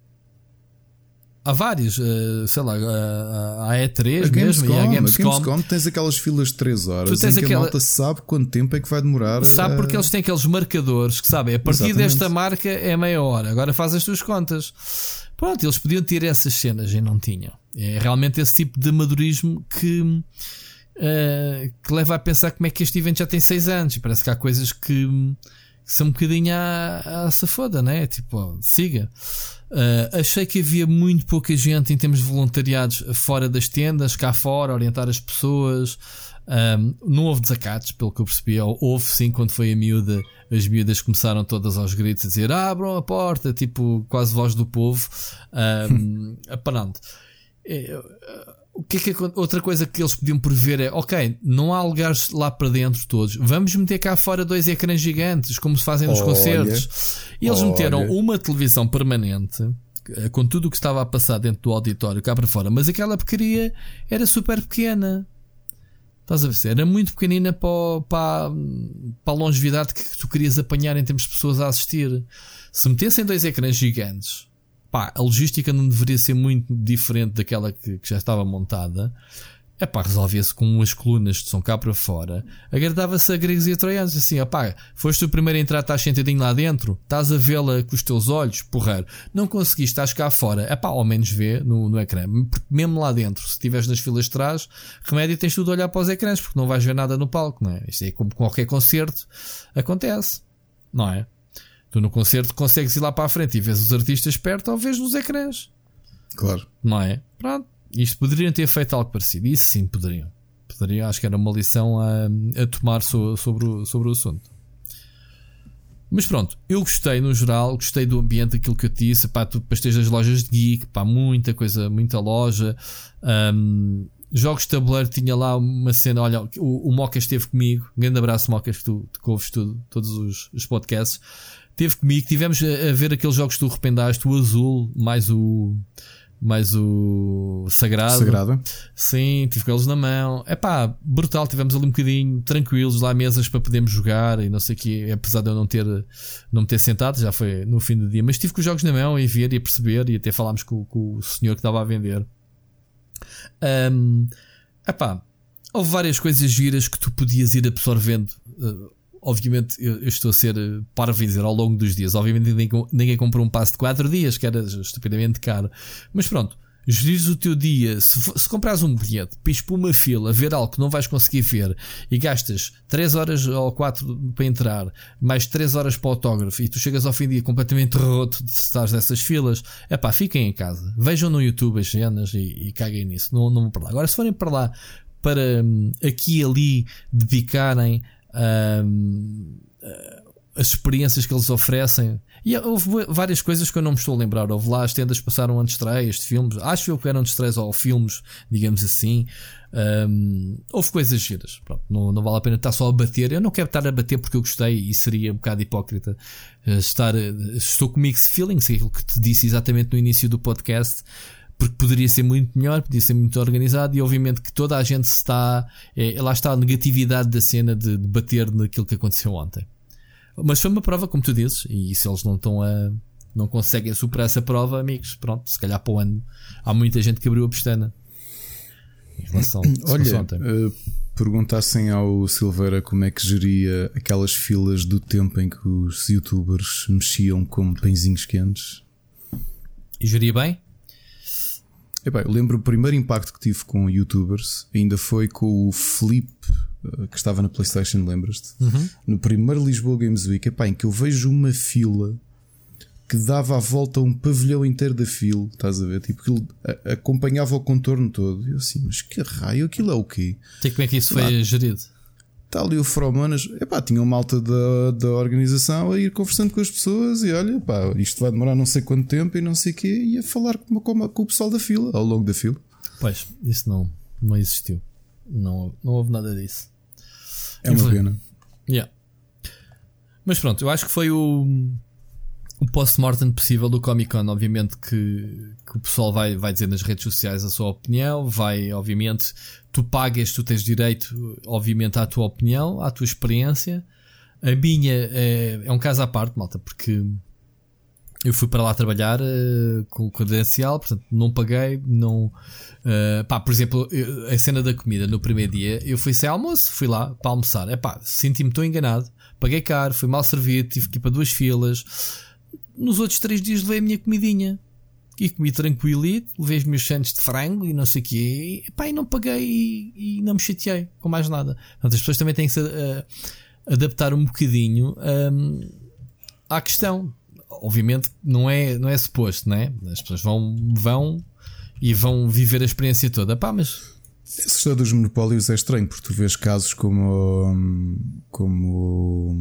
[SPEAKER 2] Há vários, uh, sei lá, uh, a E três
[SPEAKER 1] a
[SPEAKER 2] mesmo,
[SPEAKER 1] Gamescom,
[SPEAKER 2] e a Gamescom.
[SPEAKER 1] A Gamescom tens aquelas filas de três horas
[SPEAKER 2] tu tens
[SPEAKER 1] em que
[SPEAKER 2] aquela...
[SPEAKER 1] a malta sabe quanto tempo é que vai demorar.
[SPEAKER 2] Sabe
[SPEAKER 1] a...
[SPEAKER 2] porque eles têm aqueles marcadores que sabem, a partir
[SPEAKER 1] Exatamente.
[SPEAKER 2] desta marca é meia hora, agora faz as tuas contas. Pronto, eles podiam ter essas cenas e não tinham. É realmente esse tipo de amadorismo que, uh, que leva a pensar como é que este evento já tem seis anos. E parece que há coisas que, que são um bocadinho à, à safoda, né? Tipo, ó, siga. Uh, achei que havia muito pouca gente em termos de voluntariados fora das tendas, cá fora, orientar as pessoas. Um, não houve desacatos, pelo que eu percebi. Houve sim, quando foi a miúda, as miúdas começaram todas aos gritos a dizer abram a porta, tipo quase voz do povo. Um, pronto. É, o que é que outra coisa que eles podiam prever é: ok, não há lugares lá para dentro todos, vamos meter cá fora dois ecrãs gigantes, como se fazem nos olha, concertos. E eles olha. meteram uma televisão permanente com tudo o que estava a passar dentro do auditório cá para fora, mas aquela porcaria era super pequena. Estás a ver? Era muito pequenina para, para, para a longevidade que tu querias apanhar em termos de pessoas a assistir. Se metessem dois ecrãs gigantes, pá, a logística não deveria ser muito diferente daquela que, que já estava montada. É pá, resolvia-se com umas colunas de som cá para fora. Agradava-se a gregos e a troianos. Assim, ó pá, foste o primeiro a entrar, estás sentadinho lá dentro, estás a vê-la com os teus olhos, porreiro. Não conseguiste, estás cá fora. É pá, ao menos vê no, no ecrã. Porque mesmo lá dentro, se estiveres nas filas de trás, remédio tens tudo a olhar para os ecrãs, porque não vais ver nada no palco, não é? Isto é como qualquer concerto acontece, não é? Tu no concerto consegues ir lá para a frente e vês os artistas perto ou vês nos ecrãs.
[SPEAKER 1] Claro.
[SPEAKER 2] Não é? Pronto. Isto poderiam ter feito algo parecido. Isso sim poderiam. Poderiam, acho que era uma lição a, a tomar so, sobre, o, sobre o assunto. Mas pronto, eu gostei no geral, gostei do ambiente, aquilo que eu te disse. Pá, tu depois tens as lojas de geek, pá, muita coisa, muita loja. Um, jogos de tabuleiro, tinha lá uma cena. Olha, o, o Mocas esteve comigo. Um grande abraço, Mocas, que tu, tu ouves tudo, todos os, os podcasts. Esteve comigo, tivemos a, a ver aqueles jogos que tu rependaste, o azul, mais o. Mais o Sagrado.
[SPEAKER 1] Sagrado.
[SPEAKER 2] Sim, tive com eles na mão. É pá, brutal. Tivemos ali um bocadinho tranquilos, lá mesas para podermos jogar e não sei o que. Apesar de eu não ter, não me ter sentado, já foi no fim do dia. Mas tive com os jogos na mão e ver e a perceber. E até falámos com, com o senhor que estava a vender. Um, é pá, houve várias coisas giras que tu podias ir absorvendo. Uh, Obviamente eu, eu estou a ser parvo a dizer ao longo dos dias. Obviamente ninguém, ninguém comprou um passe de quatro dias, que era estupidamente caro. Mas pronto, gerires o teu dia. Se, se comprares um bilhete, pis por uma fila, ver algo que não vais conseguir ver e gastas três horas ou quatro para entrar, mais três horas para o autógrafo, e tu chegas ao fim do dia completamente roto de estar nessas filas, é pá, fiquem em casa, vejam no YouTube as cenas e, e caguem nisso. Não, não vão para lá. Agora, se forem para lá para aqui e ali dedicarem Um, as experiências que eles oferecem, e houve várias coisas que eu não me estou a lembrar. Houve lá, as tendas passaram antes de estreias de filmes, acho eu que eram antes de estreias ou filmes, digamos assim. Um, houve coisas giras. Pronto, não, não vale a pena estar só a bater. Eu não quero estar a bater porque eu gostei e seria um bocado hipócrita estar, estou com mixed feelings, aquilo que te disse exatamente no início do podcast. Porque poderia ser muito melhor, poderia ser muito organizado, e obviamente que toda a gente está. É, lá está a negatividade da cena de, de bater naquilo que aconteceu ontem. Mas foi uma prova, como tu dizes, e se eles não estão a. Não conseguem superar essa prova, amigos, pronto, se calhar para o ano há muita gente que abriu a pestana em relação,
[SPEAKER 1] olha,
[SPEAKER 2] ontem.
[SPEAKER 1] Uh, perguntassem ao Silveira como é que geria aquelas filas do tempo em que os youtubers mexiam como pãezinhos quentes.
[SPEAKER 2] E geria bem?
[SPEAKER 1] Epá, eu lembro o primeiro impacto que tive com youtubers ainda foi com o Flip, que estava na PlayStation, lembras-te?
[SPEAKER 2] Uhum.
[SPEAKER 1] No primeiro Lisboa Games Week, epá, em que eu vejo uma fila que dava a volta a um pavilhão inteiro da fila, estás a ver? Tipo, aquilo acompanhava o contorno todo. E eu assim, mas que raio, aquilo é o quê?
[SPEAKER 2] E como é que isso foi ah, gerido?
[SPEAKER 1] Está ali o Fromanas, epá, tinha uma malta da, da organização a ir conversando com as pessoas e olha, epá, isto vai demorar não sei quanto tempo e não sei o quê, e a falar com, com, com o pessoal da fila, ao longo da fila.
[SPEAKER 2] Pois, isso não, não existiu. Não, não houve nada disso.
[SPEAKER 1] É uma pena.
[SPEAKER 2] Yeah. Mas pronto, eu acho que foi o, o post-mortem possível do Comic Con. Obviamente que, que o pessoal vai, vai dizer nas redes sociais a sua opinião, vai, obviamente, tu pagas, tu tens direito, obviamente, à tua opinião, à tua experiência. A minha é, é um caso à parte, malta, porque eu fui para lá trabalhar uh, com o credencial, portanto não paguei, não. Uh, pá, por exemplo, eu, a cena da comida no primeiro dia, eu fui sem almoço, fui lá para almoçar. É pá, senti-me tão enganado, paguei caro, fui mal servido, tive que ir para duas filas. Nos outros três dias levei a minha comidinha. e comi tranquilito, levei os meus santos de frango e não sei o quê, e, pá, e não paguei e, e não me chateei com mais nada. Portanto, as pessoas também têm que se uh, adaptar um bocadinho um, à questão. Obviamente não é, não é suposto, né? As pessoas vão, vão e vão viver a experiência toda. Pá, mas
[SPEAKER 1] essa história dos monopólios é estranho, porque tu vês casos como como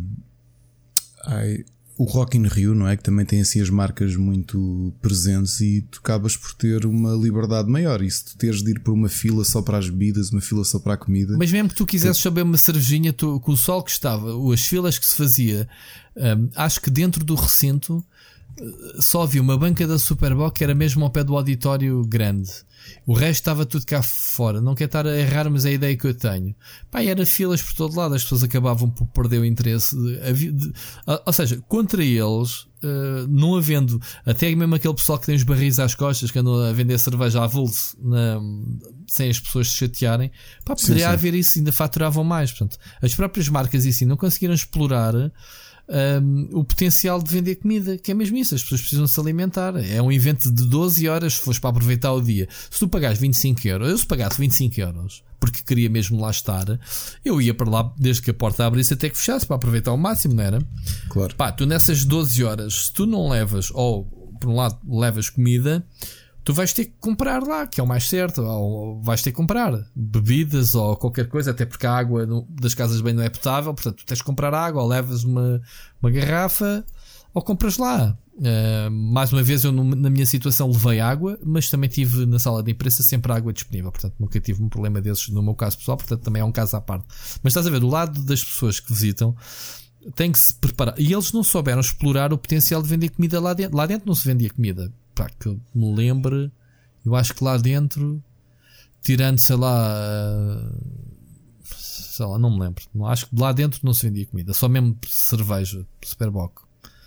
[SPEAKER 1] ai, o Rock in Rio, não é? Que também tem assim as marcas muito presentes e tu acabas por ter uma liberdade maior. E se tu teres de ir por uma fila só para as bebidas, uma fila só para a comida.
[SPEAKER 2] Mas mesmo que tu quisesses saber uma cervejinha, tu, com o sol que estava, as filas que se fazia, hum, acho que dentro do recinto só havia uma banca da Superboc que era mesmo ao pé do auditório grande. O resto estava tudo cá fora. Não quero estar a errar, mas é a ideia que eu tenho. Pá, e era filas por todo lado. As pessoas acabavam por perder o interesse de, de, ou seja, contra eles, uh, não havendo até mesmo aquele pessoal que tem os barris às costas, que andam a vender cerveja à vulso na, sem as pessoas se chatearem, pá, poderia sim, sim. haver isso, ainda faturavam mais. Portanto, as próprias marcas e assim não conseguiram explorar Um, o potencial de vender comida, que é mesmo isso, as pessoas precisam se alimentar. É um evento de doze horas, se fores para aproveitar o dia. Se tu pagares vinte e cinco euros, eu se pagasse vinte e cinco euros porque queria mesmo lá estar, eu ia para lá desde que a porta abrisse até que fechasse para aproveitar ao máximo, não era?
[SPEAKER 1] Claro.
[SPEAKER 2] Pá, tu nessas doze horas, se tu não levas, ou por um lado levas comida, tu vais ter que comprar lá, que é o mais certo, ou vais ter que comprar bebidas ou qualquer coisa, até porque a água das casas de banho não é potável, portanto tu tens que comprar água, ou levas uma, uma garrafa, ou compras lá. Uh, mais uma vez eu na minha situação levei água, mas também tive na sala de imprensa sempre água disponível, portanto nunca tive um problema desses no meu caso pessoal, portanto também é um caso à parte. Mas estás a ver, do lado das pessoas que visitam, tem que se preparar, e eles não souberam explorar o potencial de vender comida lá dentro. Lá dentro não se vendia comida, pá, que eu me lembre. Eu acho que lá dentro, tirando, sei lá, sei lá, não me lembro. Acho que lá dentro não se vendia comida, só mesmo cerveja, Superboc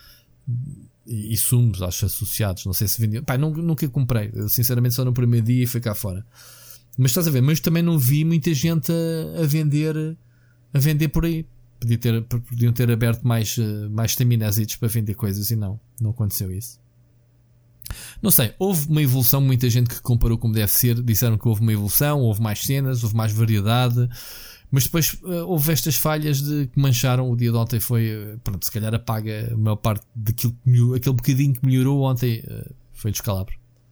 [SPEAKER 2] e, e sumos, acho associados. Não sei se vendia. Pá, nunca, nunca comprei, eu, sinceramente, só no primeiro dia e fui cá fora. Mas estás a ver, mas também não vi muita gente a, a vender, a vender por aí. Podia ter, podiam ter aberto mais, mais estaminazitos para vender coisas e não, não aconteceu isso. Não sei, houve uma evolução, muita gente que comparou como deve ser, disseram que houve uma evolução, houve mais cenas, houve mais variedade, mas depois uh, houve estas falhas de que mancharam. O dia de ontem foi, uh, pronto, se calhar apaga a maior parte daquilo que melhorou, aquele bocadinho que melhorou ontem, uh, foi descalabro.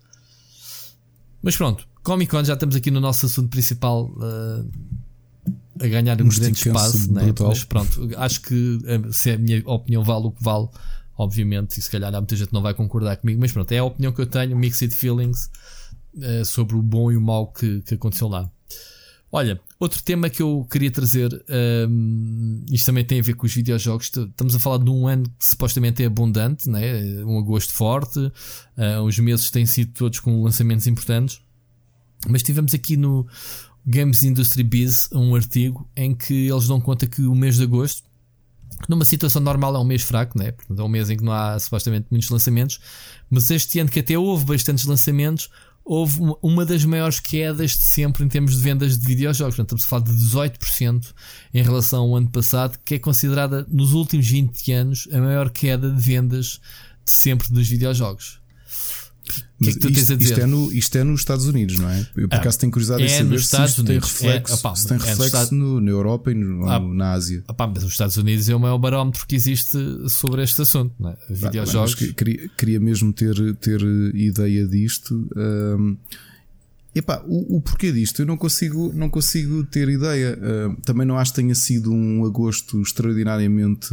[SPEAKER 2] Mas pronto, Comic Con, já estamos aqui no nosso assunto principal, uh, a ganhar um grande espaço, né? Mas pronto, acho que uh, se a minha opinião vale o que vale, obviamente, e se calhar há muita gente que não vai concordar comigo, mas pronto, é a opinião que eu tenho, mixed feelings, uh, sobre o bom e o mau que, que aconteceu lá. Olha, outro tema que eu queria trazer, um, isto também tem a ver com os videojogos. Estamos a falar de um ano que supostamente é abundante, né? Um agosto forte, uh, os meses têm sido todos com lançamentos importantes, mas tivemos aqui no Games Industry Biz um artigo em que eles dão conta que o mês de agosto, numa situação normal, é um mês fraco, né? Portanto, é um mês em que não há supostamente muitos lançamentos, mas este ano que até houve bastantes lançamentos, houve uma das maiores quedas de sempre em termos de vendas de videojogos. Portanto, estamos a falar de dezoito por cento em relação ao ano passado, que é considerada nos últimos vinte anos a maior queda de vendas de sempre dos videojogos. O que é que tu
[SPEAKER 1] isto,
[SPEAKER 2] tens a dizer?
[SPEAKER 1] Isto é, no, isto é nos Estados Unidos, não é? Eu por acaso tenho curiosidade em
[SPEAKER 2] é
[SPEAKER 1] saber se isto tem reflexo,
[SPEAKER 2] é, opa,
[SPEAKER 1] se tem
[SPEAKER 2] é
[SPEAKER 1] reflexo
[SPEAKER 2] Estados...
[SPEAKER 1] no, na Europa e no,
[SPEAKER 2] ah,
[SPEAKER 1] na Ásia.
[SPEAKER 2] Opa, mas os Estados Unidos é o maior barómetro que existe sobre este assunto, não é? Videojogos.
[SPEAKER 1] Bem, queria, queria mesmo ter, ter ideia disto. Um, epá, o, o porquê disto eu não consigo, não consigo ter ideia. Uh, também não acho que tenha sido um agosto extraordinariamente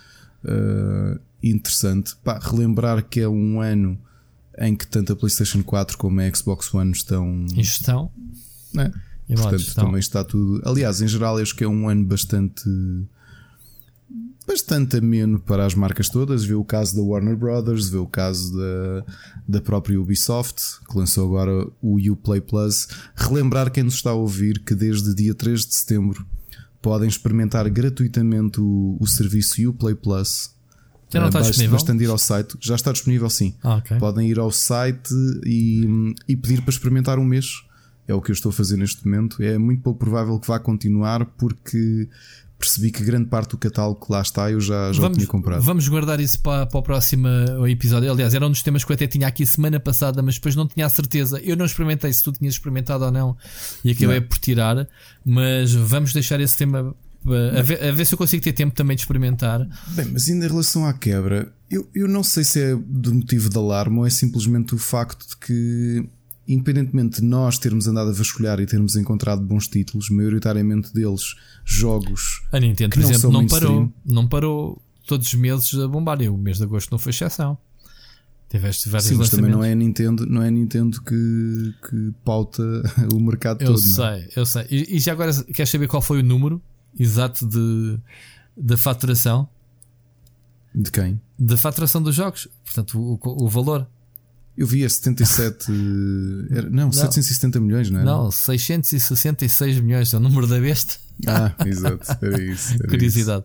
[SPEAKER 1] uh, interessante. Pá, relembrar que é um ano em que tanto a PlayStation quatro como a Xbox One estão
[SPEAKER 2] em gestão,
[SPEAKER 1] né?
[SPEAKER 2] E
[SPEAKER 1] portanto
[SPEAKER 2] gestão.
[SPEAKER 1] Também está tudo. Aliás, em geral, acho que é um ano bastante bastante ameno para as marcas todas. Vê o caso da Warner Brothers, vê o caso da, da própria Ubisoft, que lançou agora o Uplay Plus. Relembrar quem nos está a ouvir que desde dia três de setembro podem experimentar gratuitamente o, o serviço Uplay Plus.
[SPEAKER 2] Já não está
[SPEAKER 1] basta,
[SPEAKER 2] disponível?
[SPEAKER 1] basta ir ao site. Já está disponível, sim.
[SPEAKER 2] Ah, okay.
[SPEAKER 1] Podem ir ao site e, e pedir para experimentar um mês. É o que eu estou a fazer neste momento. É muito pouco provável que vá continuar, porque percebi que grande parte do catálogo que lá está eu já, já
[SPEAKER 2] vamos,
[SPEAKER 1] o tinha comprado.
[SPEAKER 2] Vamos guardar isso para, para o próximo episódio. Aliás, era um dos temas que eu até tinha aqui semana passada, mas depois não tinha a certeza. Eu não experimentei se tu tinhas experimentado ou não e acabei por tirar. Mas vamos deixar esse tema a ver, a ver se eu consigo ter tempo também de experimentar.
[SPEAKER 1] Bem, mas ainda em relação à quebra, eu, eu não sei se é do motivo de alarme ou é simplesmente o facto de que, independentemente de nós termos andado a vasculhar e termos encontrado bons títulos, maioritariamente deles jogos.
[SPEAKER 2] A Nintendo,
[SPEAKER 1] que
[SPEAKER 2] por
[SPEAKER 1] não
[SPEAKER 2] exemplo, não
[SPEAKER 1] mainstream.
[SPEAKER 2] parou, não parou todos os meses a bombar. E o mês de agosto não foi exceção. Tiveste vários
[SPEAKER 1] Sim, mas também
[SPEAKER 2] lançamentos.
[SPEAKER 1] não é a Nintendo, não é a Nintendo que, que pauta o mercado
[SPEAKER 2] Eu
[SPEAKER 1] todo.
[SPEAKER 2] sei,
[SPEAKER 1] não é?
[SPEAKER 2] eu sei. E, e já agora queres saber qual foi o número exato de, da faturação?
[SPEAKER 1] De quem?
[SPEAKER 2] Da faturação dos jogos. Portanto, o, o valor.
[SPEAKER 1] Eu vi a setenta e sete. Era, não, não, setecentos e setenta milhões, não é?
[SPEAKER 2] Não, seiscentos e sessenta e seis milhões. É o número da besta.
[SPEAKER 1] Ah, exato. Era isso. Era
[SPEAKER 2] Curiosidade.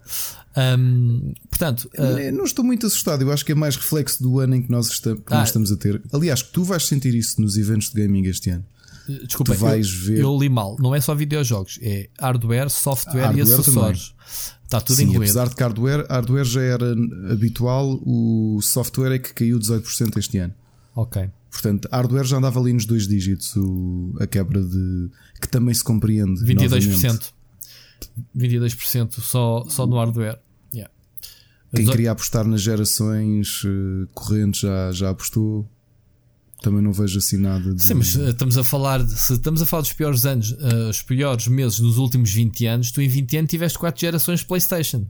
[SPEAKER 2] Um, portanto,
[SPEAKER 1] uh... não estou muito assustado. Eu acho que é mais reflexo do ano em que nós, está, que
[SPEAKER 2] ah,
[SPEAKER 1] nós estamos a ter. Aliás, que tu vais sentir isso nos eventos de gaming este ano.
[SPEAKER 2] Desculpa,
[SPEAKER 1] tu vais
[SPEAKER 2] eu,
[SPEAKER 1] ver...
[SPEAKER 2] eu li mal. Não é só videojogos, é hardware, software
[SPEAKER 1] hardware
[SPEAKER 2] e acessórios. Também. Está tudo
[SPEAKER 1] Sim,
[SPEAKER 2] incluído.
[SPEAKER 1] apesar de que hardware, hardware já era habitual, o software é que caiu dezoito por cento este ano.
[SPEAKER 2] Ok.
[SPEAKER 1] Portanto, hardware já andava ali nos dois dígitos, o, a quebra de. Que também se compreende.
[SPEAKER 2] vinte e dois por cento.
[SPEAKER 1] Novamente.
[SPEAKER 2] vinte e dois por cento só, só no hardware. Yeah.
[SPEAKER 1] Quem
[SPEAKER 2] Dezo...
[SPEAKER 1] queria apostar nas gerações uh, correntes já, já apostou. Também não vejo assim nada de...
[SPEAKER 2] Sim, mas estamos a falar de, se estamos a falar dos piores anos, uh, os piores meses dos últimos vinte anos, tu em vinte anos tiveste quatro gerações de PlayStation.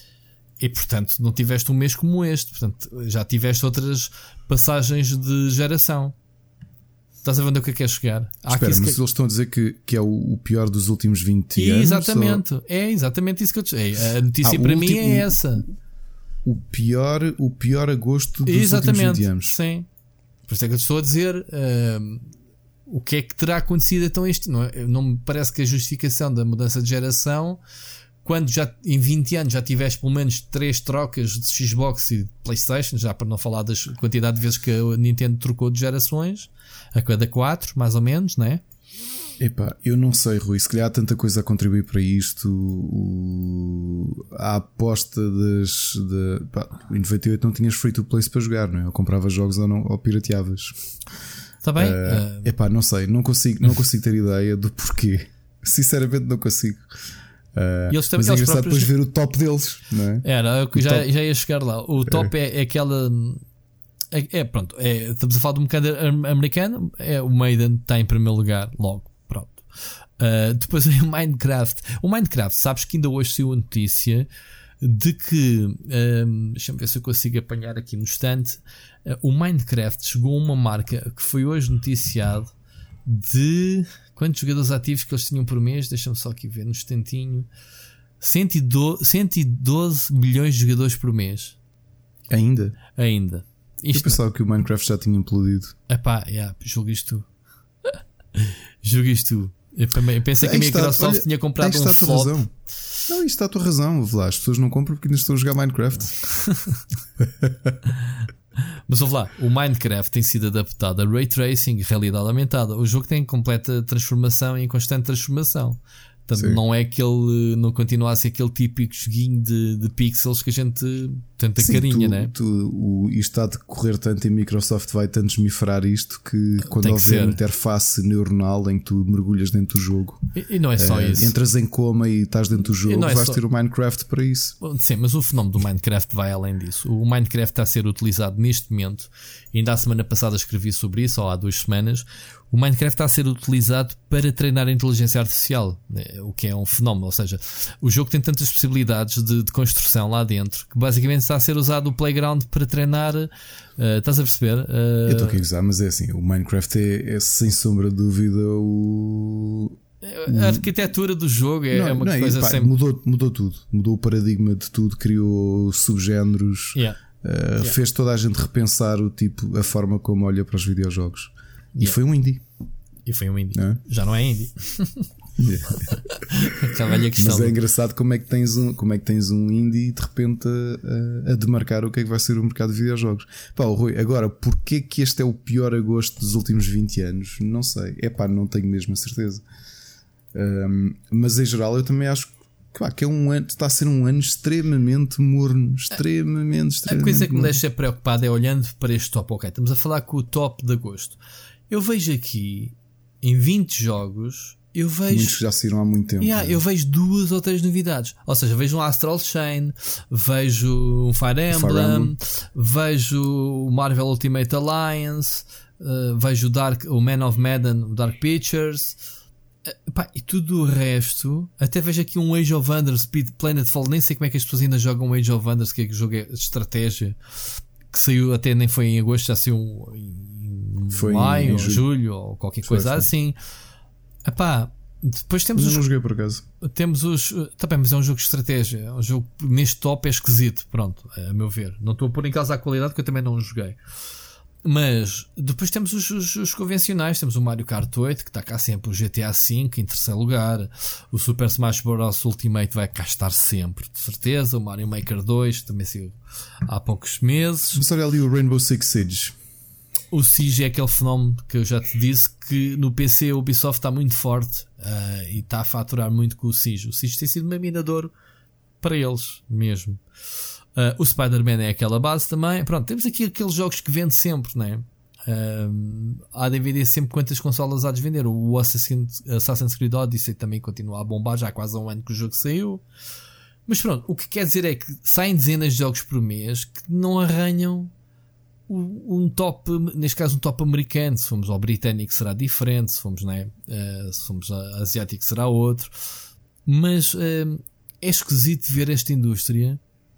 [SPEAKER 2] E portanto não tiveste um mês como este. Portanto, já tiveste outras passagens de geração. Estás a ver onde é que quer chegar? Há
[SPEAKER 1] Espera, mas
[SPEAKER 2] que...
[SPEAKER 1] eles estão a dizer que, que é o, o pior dos últimos vinte
[SPEAKER 2] e
[SPEAKER 1] anos?
[SPEAKER 2] Exatamente,
[SPEAKER 1] ou...
[SPEAKER 2] é exatamente isso que eu te... é, a notícia
[SPEAKER 1] ah,
[SPEAKER 2] para
[SPEAKER 1] último,
[SPEAKER 2] mim é essa.
[SPEAKER 1] O pior, o pior agosto dos
[SPEAKER 2] exatamente,
[SPEAKER 1] últimos vinte anos.
[SPEAKER 2] Sim. Por isso é que eu te estou a dizer uh, o que é que terá acontecido então este. Não, é? Não me parece que a justificação da mudança de geração, quando já em vinte anos já tiveste pelo menos três trocas de Xbox e de PlayStation, já para não falar da quantidade de vezes que a Nintendo trocou de gerações, a cada quatro, mais ou menos, não é?
[SPEAKER 1] Epá, eu não sei, Rui, se calhar há tanta coisa a contribuir para isto. O, a aposta das. De, pá, em noventa e oito não tinhas free to play para jogar, não é? Ou comprava jogos ou, não, ou pirateavas.
[SPEAKER 2] Está bem?
[SPEAKER 1] Uh,
[SPEAKER 2] uh...
[SPEAKER 1] Epá, não sei, não consigo, não consigo ter ideia do porquê. Sinceramente, não consigo. Uh,
[SPEAKER 2] e eles também,
[SPEAKER 1] mas é engraçado
[SPEAKER 2] próprios...
[SPEAKER 1] depois ver o top deles, não é?
[SPEAKER 2] Era, eu já,
[SPEAKER 1] top...
[SPEAKER 2] já ia chegar lá. O top é, é aquela. É, é pronto, é, estamos a falar de um mercado americano. É, o Maiden está em primeiro lugar, logo. Pronto. Uh, depois vem o Minecraft. O Minecraft, sabes que ainda hoje saiu a notícia de que. Um, deixa-me ver se eu consigo apanhar aqui no instante. Uh, o Minecraft chegou a uma marca que foi hoje noticiado de. Quantos jogadores ativos que eles tinham por mês? Deixa-me só aqui ver no instantinho. cento e doze milhões de jogadores por mês.
[SPEAKER 1] Ainda?
[SPEAKER 2] Ainda. Isto
[SPEAKER 1] eu pensava não... que o Minecraft já tinha implodido.
[SPEAKER 2] Epá, yeah, julgo isto tu. julgo isto tu. Eu pensei que a Microsoft olha, tinha comprado um flop.
[SPEAKER 1] Razão. Não, isto está a tua razão, Vlá. As pessoas não compram porque ainda estão a jogar Minecraft.
[SPEAKER 2] Mas vamos lá, o Minecraft tem sido adaptado a Ray Tracing e realidade aumentada. O jogo tem completa transformação e em constante transformação. Portanto, não é aquele, não continua a ser aquele típico joguinho de, de pixels que a gente tenta
[SPEAKER 1] Sim,
[SPEAKER 2] carinha,
[SPEAKER 1] tu,
[SPEAKER 2] né?
[SPEAKER 1] Tu, o, isto está a decorrer tanto e a Microsoft vai tanto desmifrar isto que quando
[SPEAKER 2] que
[SPEAKER 1] houver
[SPEAKER 2] ser.
[SPEAKER 1] interface neuronal em que tu mergulhas dentro do jogo
[SPEAKER 2] e, e não é só
[SPEAKER 1] uh,
[SPEAKER 2] isso.
[SPEAKER 1] Entras em coma e estás dentro do jogo, é vais só... ter o Minecraft para isso.
[SPEAKER 2] Sim, mas o fenómeno do Minecraft vai além disso. O Minecraft está a ser utilizado neste momento. Ainda a semana passada escrevi sobre isso, ou há duas semanas. O Minecraft está a ser utilizado para treinar a inteligência artificial, o que é um fenómeno. Ou seja, o jogo tem tantas possibilidades de, de construção lá dentro que basicamente está a ser usado o playground para treinar. Uh, estás a perceber? Uh...
[SPEAKER 1] Eu estou aqui a gozar, mas é assim: o Minecraft é, é sem sombra de dúvida o.
[SPEAKER 2] A arquitetura do jogo é,
[SPEAKER 1] não,
[SPEAKER 2] é uma
[SPEAKER 1] não,
[SPEAKER 2] coisa
[SPEAKER 1] pá,
[SPEAKER 2] sempre.
[SPEAKER 1] Mudou, mudou tudo, mudou o paradigma de tudo, criou subgéneros,
[SPEAKER 2] yeah.
[SPEAKER 1] Uh,
[SPEAKER 2] yeah.
[SPEAKER 1] fez toda a gente repensar o tipo, a forma como olha para os videojogos. E
[SPEAKER 2] yeah.
[SPEAKER 1] foi um indie.
[SPEAKER 2] E foi um indie.
[SPEAKER 1] Não é?
[SPEAKER 2] Já não é indie. Aquela questão.
[SPEAKER 1] Mas é engraçado como é que tens um, como é que tens um indie de repente a, a demarcar o que é que vai ser o mercado de videojogos. Pá, oh, Rui, agora, porquê que este é o pior agosto dos últimos vinte anos? Não sei. É pá, não tenho mesmo a certeza. Um, mas em geral eu também acho Claro, que é um ano, está a ser um ano extremamente morno, extremamente, extremamente
[SPEAKER 2] A coisa que me
[SPEAKER 1] morno.
[SPEAKER 2] deixa preocupado é olhando para este top. Ok, estamos a falar com o top de agosto. Eu vejo aqui em vinte jogos, eu vejo.
[SPEAKER 1] Muitos que já saíram há muito tempo.
[SPEAKER 2] Yeah,
[SPEAKER 1] né?
[SPEAKER 2] eu vejo duas ou três novidades. Ou seja, vejo um Astral Chain, vejo um Fire Emblem,
[SPEAKER 1] Fire Emblem.
[SPEAKER 2] vejo o Marvel Ultimate Alliance, uh, vejo o, Dark, o Man of Medan, o Dark Pictures. Uh, pá, e tudo o resto. Até vejo aqui um Age of Wonders, Speed Planetfall. Nem sei como é que as pessoas ainda jogam um Age of Wonders, que é que jogo é de estratégia, que saiu até nem foi em agosto, já saiu em
[SPEAKER 1] Foi
[SPEAKER 2] maio,
[SPEAKER 1] em
[SPEAKER 2] ou
[SPEAKER 1] julho.
[SPEAKER 2] julho, ou qualquer
[SPEAKER 1] Foi,
[SPEAKER 2] coisa
[SPEAKER 1] foi.
[SPEAKER 2] assim. Epá, depois temos
[SPEAKER 1] Mas eu
[SPEAKER 2] os,
[SPEAKER 1] não joguei por acaso.
[SPEAKER 2] temos os. Também, mas é um jogo de estratégia. É um jogo neste top é esquisito. Pronto, a meu ver. Não estou a pôr em causa a qualidade, porque eu também não o joguei. Mas depois temos os, os, os convencionais. Temos o Mario Kart oito, que está cá sempre. O G T A cinco em terceiro lugar. O Super Smash Bros. Ultimate vai cá estar sempre, de certeza. O Mario Maker dois, que também saiu há poucos meses.
[SPEAKER 1] Mas olha ali o Rainbow Six Siege.
[SPEAKER 2] O Siege é aquele fenómeno que eu já te disse, que no P C a Ubisoft está muito forte uh, e está a faturar muito com o Siege. O Siege tem sido uma mina de ouro para eles mesmo. Uh, o Spider-Man é aquela base também. Pronto, temos aqui aqueles jogos que vendem sempre, né? Uh, há de vender sempre quantas consolas há de vender. O Assassin's, Assassin's Creed Odyssey também continua a bombar, já há quase um ano que o jogo saiu. Mas pronto, o que quer dizer é que saem dezenas de jogos por mês que não arranham um top, neste caso um top americano. Se fomos ao britânico será diferente, se fomos, né, uh, se fomos asiático será outro, mas uh, é esquisito ver esta indústria.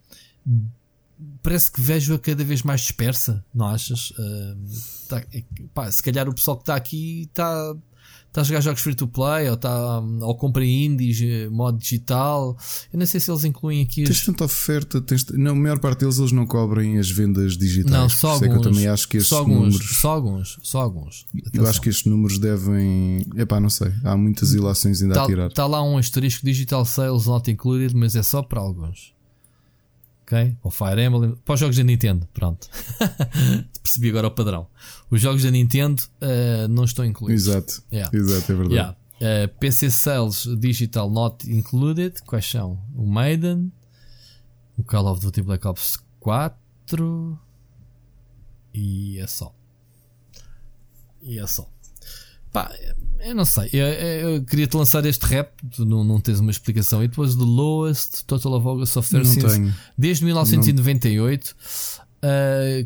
[SPEAKER 2] Parece que vejo-a cada vez mais dispersa, não achas? Uh, tá, pá, se calhar o pessoal que está aqui está tá a jogar jogos free to play, ou, tá, ou compra indies, modo digital. Eu não sei se eles incluem aqui.
[SPEAKER 1] Tens
[SPEAKER 2] Os...
[SPEAKER 1] tanta oferta, tens... não, a maior parte deles eles não cobrem as vendas digitais.
[SPEAKER 2] Não, só alguns.
[SPEAKER 1] É que eu também acho que estes
[SPEAKER 2] só alguns,
[SPEAKER 1] números.
[SPEAKER 2] Só alguns, só alguns.
[SPEAKER 1] Eu acho que estes números devem. Epá, não sei. Há muitas ilações ainda
[SPEAKER 2] tá,
[SPEAKER 1] a tirar.
[SPEAKER 2] Está lá um asterisco digital sales not included, mas é só para alguns. Ok? O Fire Emblem. Para os jogos da Nintendo. Pronto. Percebi agora o padrão. Os jogos da Nintendo uh, não estão incluídos.
[SPEAKER 1] Exato.
[SPEAKER 2] Yeah.
[SPEAKER 1] Exato, é verdade.
[SPEAKER 2] Yeah. Uh, P C Sales Digital Not Included. Quais são? O Maiden, o Call of Duty Black Ops quatro e é só. E é só. Pá, eu não sei. Eu, eu queria te lançar este rap. Tu não, não tens uma explicação. It was the lowest total of August software
[SPEAKER 1] Não
[SPEAKER 2] since
[SPEAKER 1] tenho.
[SPEAKER 2] desde mil novecentos e noventa e oito. Uh,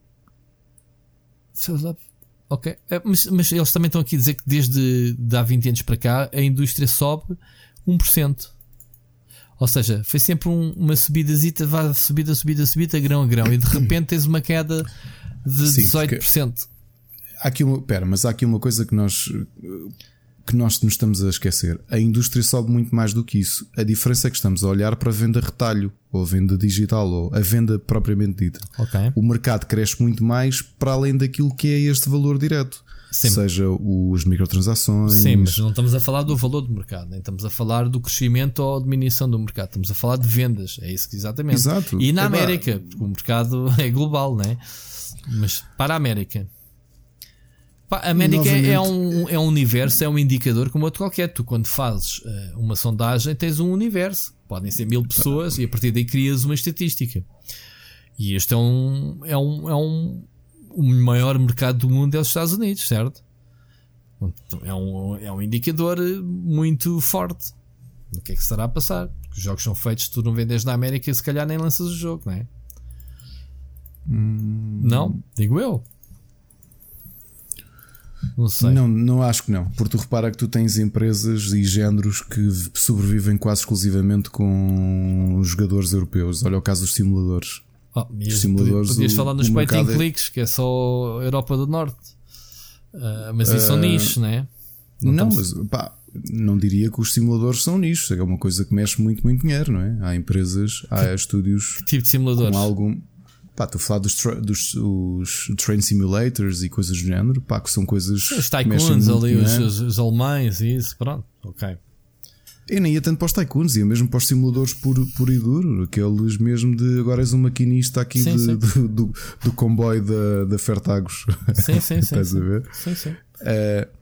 [SPEAKER 2] ok, mas, mas eles também estão aqui a dizer que desde de há vinte anos para cá a indústria sobe um por cento. Ou seja, foi sempre um, uma subidazita, vai subida, subida, subida, grão a grão, e de repente tens uma queda de
[SPEAKER 1] Sim,
[SPEAKER 2] dezoito por cento.
[SPEAKER 1] Há aqui uma, pera, mas há aqui uma coisa que nós que nós nos estamos a esquecer. A indústria sobe muito mais do que isso. A diferença é que estamos a olhar para a venda retalho, ou a venda digital, ou a venda propriamente dita.
[SPEAKER 2] Okay.
[SPEAKER 1] O mercado cresce muito mais para além daquilo que é este valor direto.
[SPEAKER 2] Sim.
[SPEAKER 1] Seja os microtransações.
[SPEAKER 2] Sim, mas não estamos a falar do valor do mercado, nem estamos a falar do crescimento ou diminuição do mercado. Estamos a falar de vendas. É isso que exatamente.
[SPEAKER 1] Exato.
[SPEAKER 2] E na
[SPEAKER 1] É
[SPEAKER 2] América, porque o mercado é global, não é? Mas para a América. A América é um, é um universo, é um indicador como outro qualquer. Tu, quando fazes uh, uma sondagem, tens um universo. Podem ser mil pessoas e a partir daí crias uma estatística. E este é um, é um, é um o maior mercado do mundo é os Estados Unidos, certo? É um, é um indicador muito forte do que é que estará a passar. Porque os jogos são feitos, se tu não vendes na América, se calhar nem lanças o jogo, não é?
[SPEAKER 1] Hum...
[SPEAKER 2] Não, digo eu. Não sei.
[SPEAKER 1] Não, não acho que não. Porque tu repara que tu tens empresas e géneros que sobrevivem quase exclusivamente com os jogadores europeus. Olha o caso dos simuladores.
[SPEAKER 2] Oh,
[SPEAKER 1] os simuladores
[SPEAKER 2] podias
[SPEAKER 1] o,
[SPEAKER 2] falar nos point and clicks,
[SPEAKER 1] é...
[SPEAKER 2] que é só Europa do Norte. Uh, mas isso uh, são nichos, não é?
[SPEAKER 1] Não, não mas pá, não diria que os simuladores são nichos. É uma coisa que mexe muito, muito dinheiro, não é? Há empresas, há que, estúdios.
[SPEAKER 2] Que tipo de simuladores?
[SPEAKER 1] Com algum. Pá, estou a falar dos, tra dos os train simulators e coisas do género, pá, que são coisas.
[SPEAKER 2] Os tycoons ali, os, os, os alemães e isso, pronto, ok.
[SPEAKER 1] Eu nem ia tanto para os tycoons, ia mesmo para os simuladores puro, puro e duro, aqueles mesmo de agora és um maquinista aqui sim, de, sim. Do, do, do comboio da, da Fertagos.
[SPEAKER 2] Sim, sim, sim.
[SPEAKER 1] Estás
[SPEAKER 2] sim.
[SPEAKER 1] a ver?
[SPEAKER 2] Sim, sim.
[SPEAKER 1] Uh,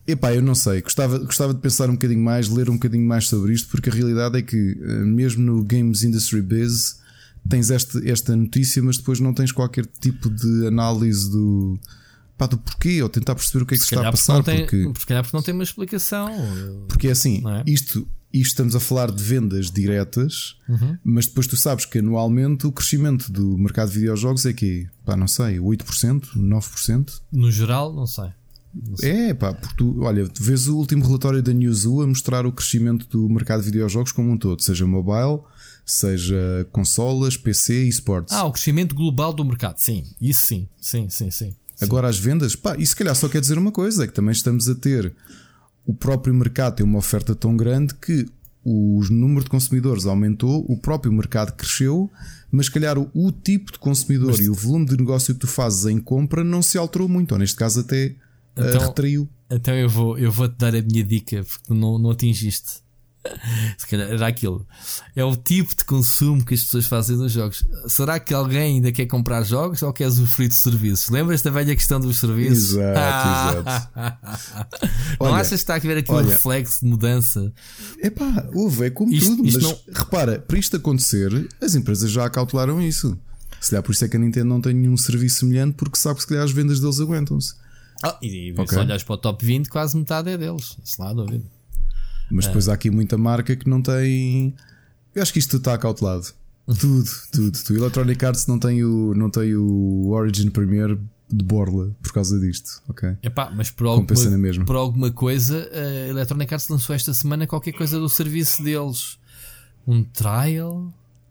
[SPEAKER 1] Epá, eu não sei, gostava, gostava de pensar um bocadinho mais, ler um bocadinho mais sobre isto, porque a realidade é que, mesmo no Games Industry Biz, tens este, esta notícia, mas depois não tens qualquer tipo de análise do, pá, do porquê, ou tentar perceber o que é que se, se está a passar.
[SPEAKER 2] Tem,
[SPEAKER 1] porque,
[SPEAKER 2] se calhar porque não tem uma explicação.
[SPEAKER 1] Porque é assim,
[SPEAKER 2] é?
[SPEAKER 1] isto, isto estamos a falar de vendas diretas,
[SPEAKER 2] uhum.
[SPEAKER 1] mas depois tu sabes que anualmente o crescimento do mercado de videojogos é que, pá, não sei, oito por cento, nove por cento?
[SPEAKER 2] No geral, não sei.
[SPEAKER 1] É, pá, porque tu, olha, tu vês o último relatório da Newzoo a mostrar o crescimento do mercado de videojogos como um todo, seja mobile, seja consolas, P C e esportes.
[SPEAKER 2] Ah, o crescimento global do mercado, sim, isso sim, sim, sim, sim.
[SPEAKER 1] Agora as vendas, pá, isso se calhar só quer dizer uma coisa, é que também estamos a ter o próprio mercado tem uma oferta tão grande que o número de consumidores aumentou, o próprio mercado cresceu, mas se calhar o, o tipo de consumidor mas... e o volume de negócio que tu fazes em compra não se alterou muito, ou neste caso até então, uh, retraiu.
[SPEAKER 2] Então eu vou, eu vou-te dar a minha dica, porque não, não atingiste. Se calhar era aquilo. É o tipo de consumo que as pessoas fazem nos jogos. Será que alguém ainda quer comprar jogos ou quer usufruir de serviços? Lembras da velha questão dos serviços?
[SPEAKER 1] Exato, exato.
[SPEAKER 2] Não olha, achas que está a ver aqui olha, um reflexo de mudança?
[SPEAKER 1] Epá, houve, é como isto, tudo. Isto mas não... repara, para isto acontecer, as empresas já acautelaram isso. Se calhar por isso é que a Nintendo não tem nenhum serviço semelhante, porque sabe que se calhar as vendas deles aguentam-se.
[SPEAKER 2] Oh, e okay. Se olhas para o top vinte, quase metade é deles. Isso lá, dúvida.
[SPEAKER 1] Mas depois é. Há aqui muita marca que não tem. Eu acho que isto tudo está acautelado. Tudo, tudo, tudo. Electronic Arts não tem o, não tem o Origin Premier de borla por causa disto. Ok.
[SPEAKER 2] Epá, mas por alguma, por alguma coisa, a Electronic Arts lançou esta semana qualquer coisa do serviço deles. Um trial.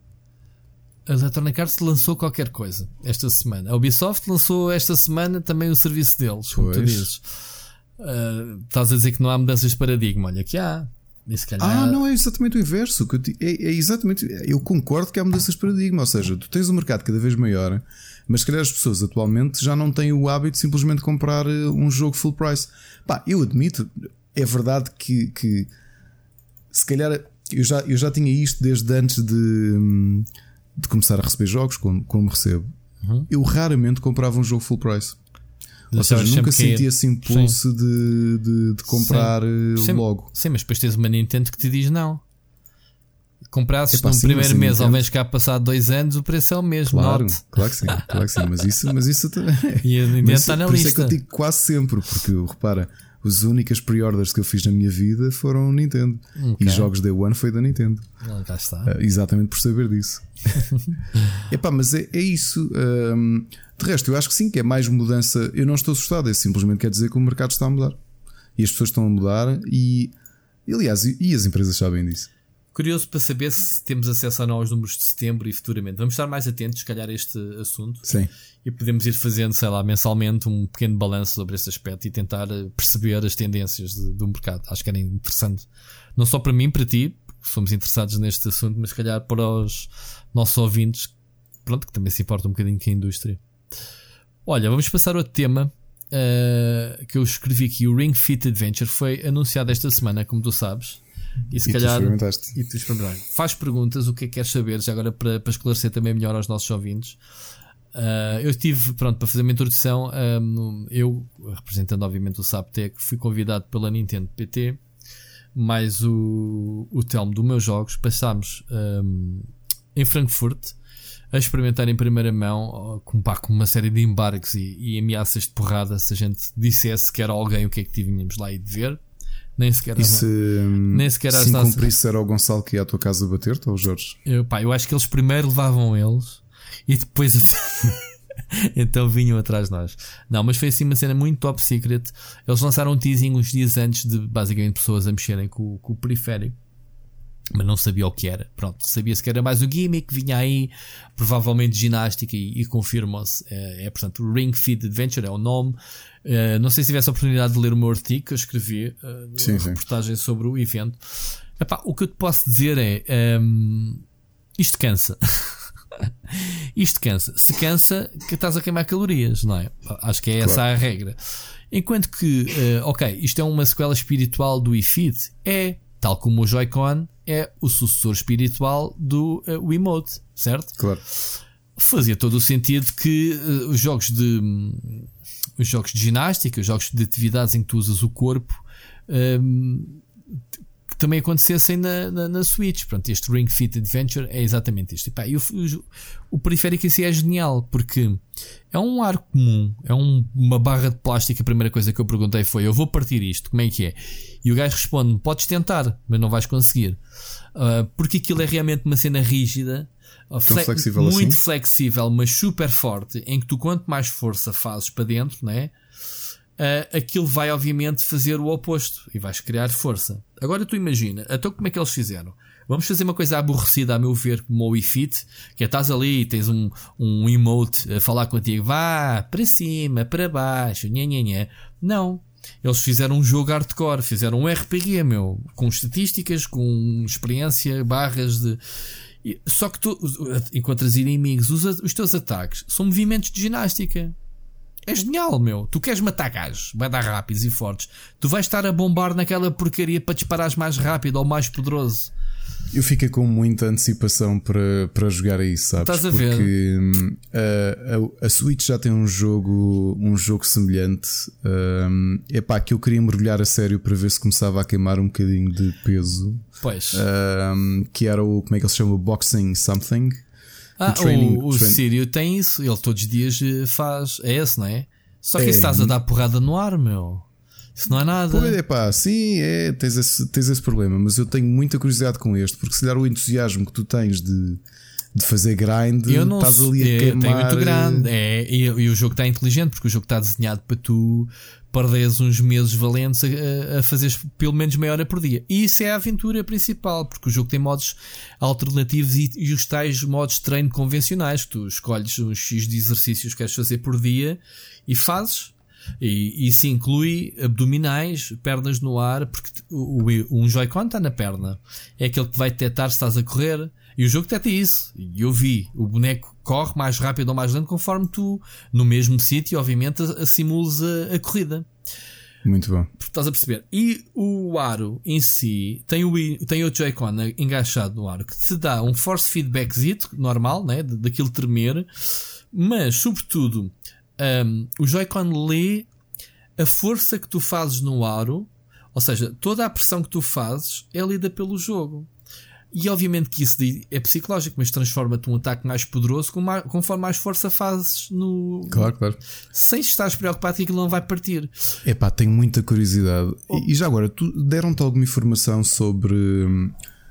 [SPEAKER 2] A Electronic Arts lançou qualquer coisa esta semana. A Ubisoft lançou esta semana também o serviço deles, como pois. Tu dizes. Uh, estás a dizer que não há mudanças de paradigma? Olha que há. Calhar...
[SPEAKER 1] Ah, não, é exatamente o inverso. É, é exatamente, eu concordo que há mudanças de paradigma. Ou seja, tu tens um mercado cada vez maior, mas se calhar as pessoas atualmente já não têm o hábito de simplesmente comprar um jogo full price. Pá, eu admito, é verdade que, que se calhar eu já, eu já tinha isto desde antes de. de começar a receber jogos como, como recebo. Uhum. Eu raramente comprava um jogo full price. Ou seja, nunca senti esse impulso de, de, de comprar sim. logo.
[SPEAKER 2] Sim, mas depois tens uma Nintendo que te diz não. Comprasses no sim, primeiro mês ou vens cá passar dois anos, o preço é o mesmo.
[SPEAKER 1] Claro,
[SPEAKER 2] note.
[SPEAKER 1] claro que sim, claro que sim. Mas isso, mas isso também.
[SPEAKER 2] E a Nintendo está na
[SPEAKER 1] por
[SPEAKER 2] lista.
[SPEAKER 1] Isso é que eu digo quase sempre, porque repara, as únicas pre-orders que eu fiz na minha vida foram Nintendo. Okay. E jogos Day One foi da Nintendo.
[SPEAKER 2] Ah, cá está.
[SPEAKER 1] Uh, exatamente por saber disso. Epá, mas é, é isso. Um, de resto, eu acho que sim, que é mais mudança. Eu não estou assustado, é simplesmente quer dizer que o mercado está a mudar. E as pessoas estão a mudar e, aliás, e, e as empresas sabem disso.
[SPEAKER 2] Curioso para saber se temos acesso ou não aos números de setembro e futuramente. Vamos estar mais atentos, se calhar, a este assunto.
[SPEAKER 1] Sim.
[SPEAKER 2] E podemos ir fazendo, sei lá, mensalmente um pequeno balanço sobre este aspecto e tentar perceber as tendências de, do mercado. Acho que era interessante. Não só para mim, para ti, porque somos interessados neste assunto, mas se calhar para os nossos ouvintes, pronto, que também se importa um bocadinho com a indústria. Olha, vamos passar ao tema uh, que eu escrevi aqui. O Ring Fit Adventure foi anunciado esta semana, como tu sabes. E se
[SPEAKER 1] e
[SPEAKER 2] calhar.
[SPEAKER 1] Tu experimentaste.
[SPEAKER 2] E tu experimentaste. Faz perguntas, o que é que queres saber, já agora para, para esclarecer também melhor aos nossos ouvintes. Uh, eu estive, pronto, para fazer uma introdução. Um, eu, representando obviamente o Saptec, fui convidado pela Nintendo P T, mais o, o Telmo do Meus Jogos. Passámos um, em Frankfurt a experimentar em primeira mão, com, pá, com uma série de embargos e, e ameaças de porrada, se a gente dissesse que era alguém o que é que tínhamos lá e de ver. Nem sequer,
[SPEAKER 1] e se,
[SPEAKER 2] nem sequer
[SPEAKER 1] se cumprisse era o Gonçalo que ia à tua casa bater-te ou o Jorge?
[SPEAKER 2] Eu, pá, eu acho que eles primeiro levavam eles e depois então vinham atrás de nós. Não, mas foi assim uma cena muito top secret. Eles lançaram um teasing uns dias antes de basicamente pessoas a mexerem com, com o periférico, mas não sabia o que era. Pronto, sabia-se que era mais o gimmick, vinha aí provavelmente ginástica e, e confirmou-se. É, é portanto Ring Fit Adventure é o nome. Uh, não sei se tivesse a oportunidade de ler o meu artigo que eu escrevi, uh, sim, uma sim. reportagem sobre o evento. Epá, o que eu te posso dizer é um, isto cansa. Isto cansa. Se cansa, que estás a queimar calorias, não é? Acho que é essa claro. A regra. Enquanto que, uh, ok, isto é uma sequela espiritual do Wii Fit, é, tal como o Joy-Con é o sucessor espiritual do uh, Wiimote, certo?
[SPEAKER 1] Claro.
[SPEAKER 2] Fazia todo o sentido que uh, os jogos de os jogos de ginástica, os jogos de atividades em que tu usas o corpo, um, que também acontecessem na, na, na Switch. Pronto, este Ring Fit Adventure é exatamente isto. E, pá, e o, o, o periférico em si é genial, porque é um aro comum, é um, uma barra de plástico. A primeira coisa que eu perguntei foi: eu vou partir isto, como é que é? E o gajo responde: podes tentar, mas não vais conseguir, uh, porque aquilo é realmente uma cena rígida, uh, fle-
[SPEAKER 1] flexível
[SPEAKER 2] muito
[SPEAKER 1] assim?
[SPEAKER 2] flexível, mas super forte, em que tu quanto mais força fazes para dentro, né? Uh, aquilo vai obviamente fazer o oposto e vais criar força. Agora tu imagina, então como é que eles fizeram? Vamos fazer uma coisa aborrecida a meu ver, como o Wii Fit, que é estás ali e tens um, um emote a falar contigo, vá para cima, para baixo, nhê, nhê, nhê. Não, eles fizeram um jogo hardcore, fizeram um R P G, meu, com estatísticas, com experiência, barras de... Só que tu encontras inimigos, os, os teus ataques são movimentos de ginástica. É genial, meu. Tu queres matar gajos, vai dar rápidos e fortes. Tu vais estar a bombar naquela porcaria para disparares mais rápido ou mais poderoso.
[SPEAKER 1] Eu fiquei com muita antecipação para, para jogar isso, sabes?
[SPEAKER 2] Estás a
[SPEAKER 1] Porque
[SPEAKER 2] ver?
[SPEAKER 1] a, a, a Switch já tem um jogo, um jogo semelhante. Um, epá, que eu queria mergulhar a sério para ver se começava a queimar um bocadinho de peso.
[SPEAKER 2] Pois.
[SPEAKER 1] Um, que era o, como é que ele se chama? Boxing Something.
[SPEAKER 2] Ah,
[SPEAKER 1] o training,
[SPEAKER 2] o, o
[SPEAKER 1] train...
[SPEAKER 2] Sírio tem isso. Ele todos os dias faz. É esse, não é? Só que
[SPEAKER 1] é.
[SPEAKER 2] isso estás a dar porrada no ar, meu. Isso não é nada.
[SPEAKER 1] Pois é, pá, sim, é, tens esse, tens esse problema. Mas eu tenho muita curiosidade com este, porque se calhar o entusiasmo que tu tens de, de fazer grind,
[SPEAKER 2] eu não
[SPEAKER 1] estás ali a
[SPEAKER 2] é,
[SPEAKER 1] queimar.
[SPEAKER 2] Tem muito grande. É, e, e o jogo está inteligente, porque o jogo está desenhado para tu perderes uns meses valentes a, a fazeres pelo menos meia hora por dia. E isso é a aventura principal, porque o jogo tem modos alternativos e, e os tais modos de treino convencionais, que tu escolhes uns X de exercícios que queres fazer por dia e fazes. E isso inclui abdominais, pernas no ar, porque o, o, um Joy-Con está na perna, é aquele que vai detectar se estás a correr, e o jogo detecta isso. E eu vi, o boneco corre mais rápido ou mais lento conforme tu, no mesmo sítio, obviamente, simules a, a corrida.
[SPEAKER 1] Muito bom.
[SPEAKER 2] Porque estás a perceber. E o aro em si tem o, tem o Joy-Con engaixado no aro, que te dá um force feedbackzito normal, né, daquilo tremer, mas sobretudo Um, o Joy-Con lê a força que tu fazes no aro, ou seja, toda a pressão que tu fazes é lida pelo jogo. E obviamente que isso é psicológico, mas transforma-te um ataque mais poderoso conforme mais força fazes no. Claro, claro. Sem estares preocupado que aquilo não vai partir.
[SPEAKER 1] Epá, tenho muita curiosidade. Oh. E, e já agora, tu deram-te alguma informação sobre hum,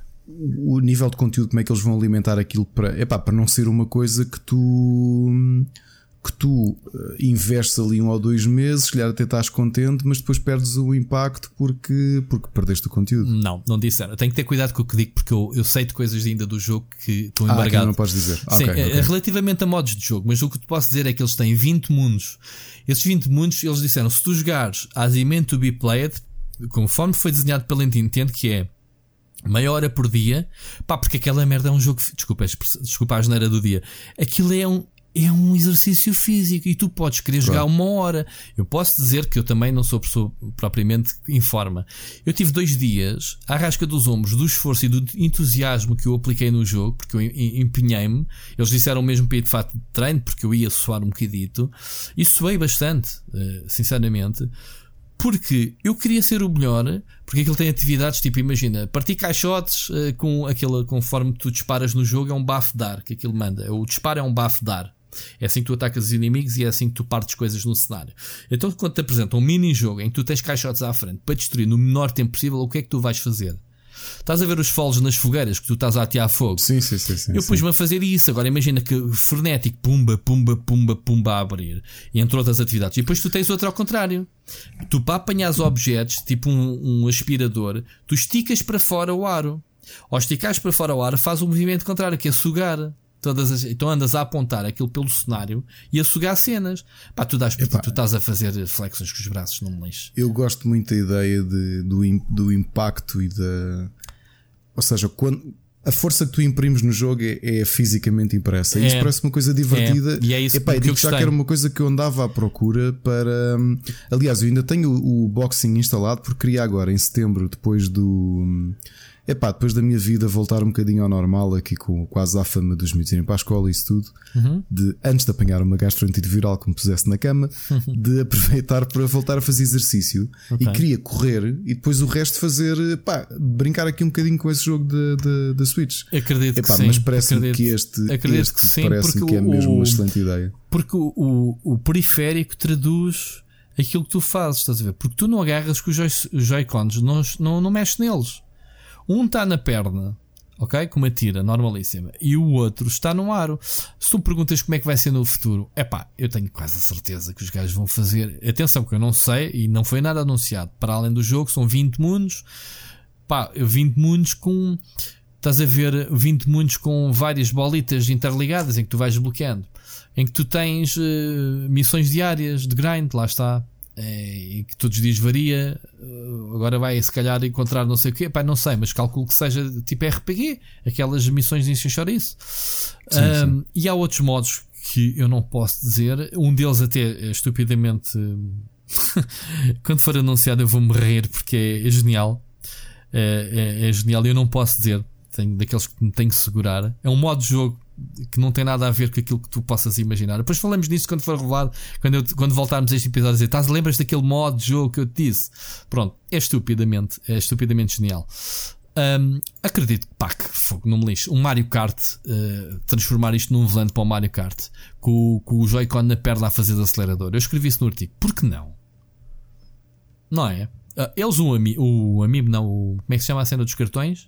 [SPEAKER 1] o nível de conteúdo, como é que eles vão alimentar aquilo para, epá, para não ser uma coisa que tu. Hum, que tu uh, investes ali um ou dois meses, se calhar até estás contente, mas depois perdes o impacto porque, porque perdeste o conteúdo.
[SPEAKER 2] Não, não disseram. Eu tenho que ter cuidado com o que digo, porque eu, eu sei de coisas ainda do jogo que estou embargado.
[SPEAKER 1] Ah, não podes dizer.
[SPEAKER 2] Sim,
[SPEAKER 1] okay,
[SPEAKER 2] é,
[SPEAKER 1] okay.
[SPEAKER 2] Relativamente a modos de jogo, mas o que te posso dizer é que eles têm vinte mundos. Esses vinte mundos, eles disseram, se tu jogares as meant to be played, conforme foi desenhado pela Nintendo, que é meia hora por dia, pá, porque aquela merda é um jogo, desculpa, desculpa a asneira do dia, aquilo é um É um exercício físico e tu podes querer claro. Jogar uma hora. Eu posso dizer que eu também não sou pessoa propriamente em forma. Eu tive dois dias à rasca dos ombros do esforço e do entusiasmo que eu apliquei no jogo, porque eu empenhei-me. Eles disseram mesmo para ir de fato de treino, porque eu ia suar um bocadito. E suei bastante, sinceramente, porque eu queria ser o melhor. Porque aquilo tem atividades tipo, imagina, partir caixotes com aquela, conforme tu disparas no jogo, é um buff dar que aquilo manda. O disparo é um buff dar. É assim que tu atacas os inimigos e é assim que tu partes coisas no cenário. Então quando te apresentam um mini-jogo em que tu tens caixotes à frente para destruir no menor tempo possível, o que é que tu vais fazer? Estás a ver os foles nas fogueiras que tu estás a atear fogo?
[SPEAKER 1] Sim, sim, sim, sim.
[SPEAKER 2] Eu pus-me a fazer isso. Agora imagina que frenético, pumba, pumba, pumba, pumba a abrir, entre outras atividades. E depois tu tens outro ao contrário. Tu para apanhar objetos, tipo um, um aspirador, tu esticas para fora o aro. Ao esticares para fora o aro, faz o movimento contrário, que é sugar. Todas as, então andas a apontar aquilo pelo cenário e a sugar cenas. Pá, tu, dás, tu estás a fazer flexões com os braços, não me lixo.
[SPEAKER 1] Eu gosto muito da ideia de, do, do impacto e da. Ou seja, quando a força que tu imprimes no jogo é, é fisicamente impressa. E isso
[SPEAKER 2] é,
[SPEAKER 1] parece uma coisa divertida.
[SPEAKER 2] É, e é isso
[SPEAKER 1] Epá,
[SPEAKER 2] que
[SPEAKER 1] digo
[SPEAKER 2] eu
[SPEAKER 1] já que era uma coisa que eu andava à procura para. Aliás, eu ainda tenho o, o boxing instalado porque queria agora, em setembro, depois do. é pá, depois da minha vida voltar um bocadinho ao normal, aqui com quase à fama dos miúdos irem para a escola e isso tudo, uhum. de antes de apanhar uma gastroenterite viral que me pusesse na cama, uhum. de aproveitar para voltar a fazer exercício. Okay. E queria correr e depois o resto fazer, pá, brincar aqui um bocadinho com esse jogo da Switch.
[SPEAKER 2] Acredito
[SPEAKER 1] Epá,
[SPEAKER 2] que sim.
[SPEAKER 1] Mas parece-me que este,
[SPEAKER 2] acredito
[SPEAKER 1] este
[SPEAKER 2] que sim,
[SPEAKER 1] parece-me que é mesmo o, uma excelente ideia.
[SPEAKER 2] Porque o, o, o periférico traduz aquilo que tu fazes, estás a ver? Porque tu não agarras com os Joy-Cons, não, não, não mexes neles. Um está na perna, ok? Com uma tira normalíssima, e o outro está no aro. Se tu me perguntas como é que vai ser no futuro, é pá, eu tenho quase a certeza que os gajos vão fazer. Atenção, que eu não sei e não foi nada anunciado. Para além do jogo, são vinte mundos, pá, vinte mundos com. Estás a ver vinte mundos com várias bolitas interligadas em que tu vais desbloqueando, em que tu tens uh, missões diárias de grind, lá está. É, e que todos os dias varia. Agora vai se calhar encontrar não sei o quê, pá, não sei, mas calculo que seja tipo R P G, aquelas missões de encher isso. Sim, um, sim. E há outros modos que eu não posso dizer. Um deles até é estupidamente quando for anunciado eu vou-me rir porque é, é genial. É, é, é genial e eu não posso dizer. Tenho daqueles que me tenho que segurar. É um modo de jogo que não tem nada a ver com aquilo que tu possas imaginar. Depois falamos disso quando for revelado, quando, eu, quando voltarmos a este episódio a dizer, estás, lembras daquele modo de jogo que eu te disse? Pronto, é estupidamente, é estupidamente genial. Um, acredito que, pá, que fogo, não me lixo. Um Mario Kart, uh, transformar isto num volante para o Mario Kart, com, com o Joy-Con na perna a fazer de acelerador. Eu escrevi isso no artigo. Por que não? Não é? Uh, eles, o Amiibo, o Amiibo, não, o, como é que se chama a cena dos cartões?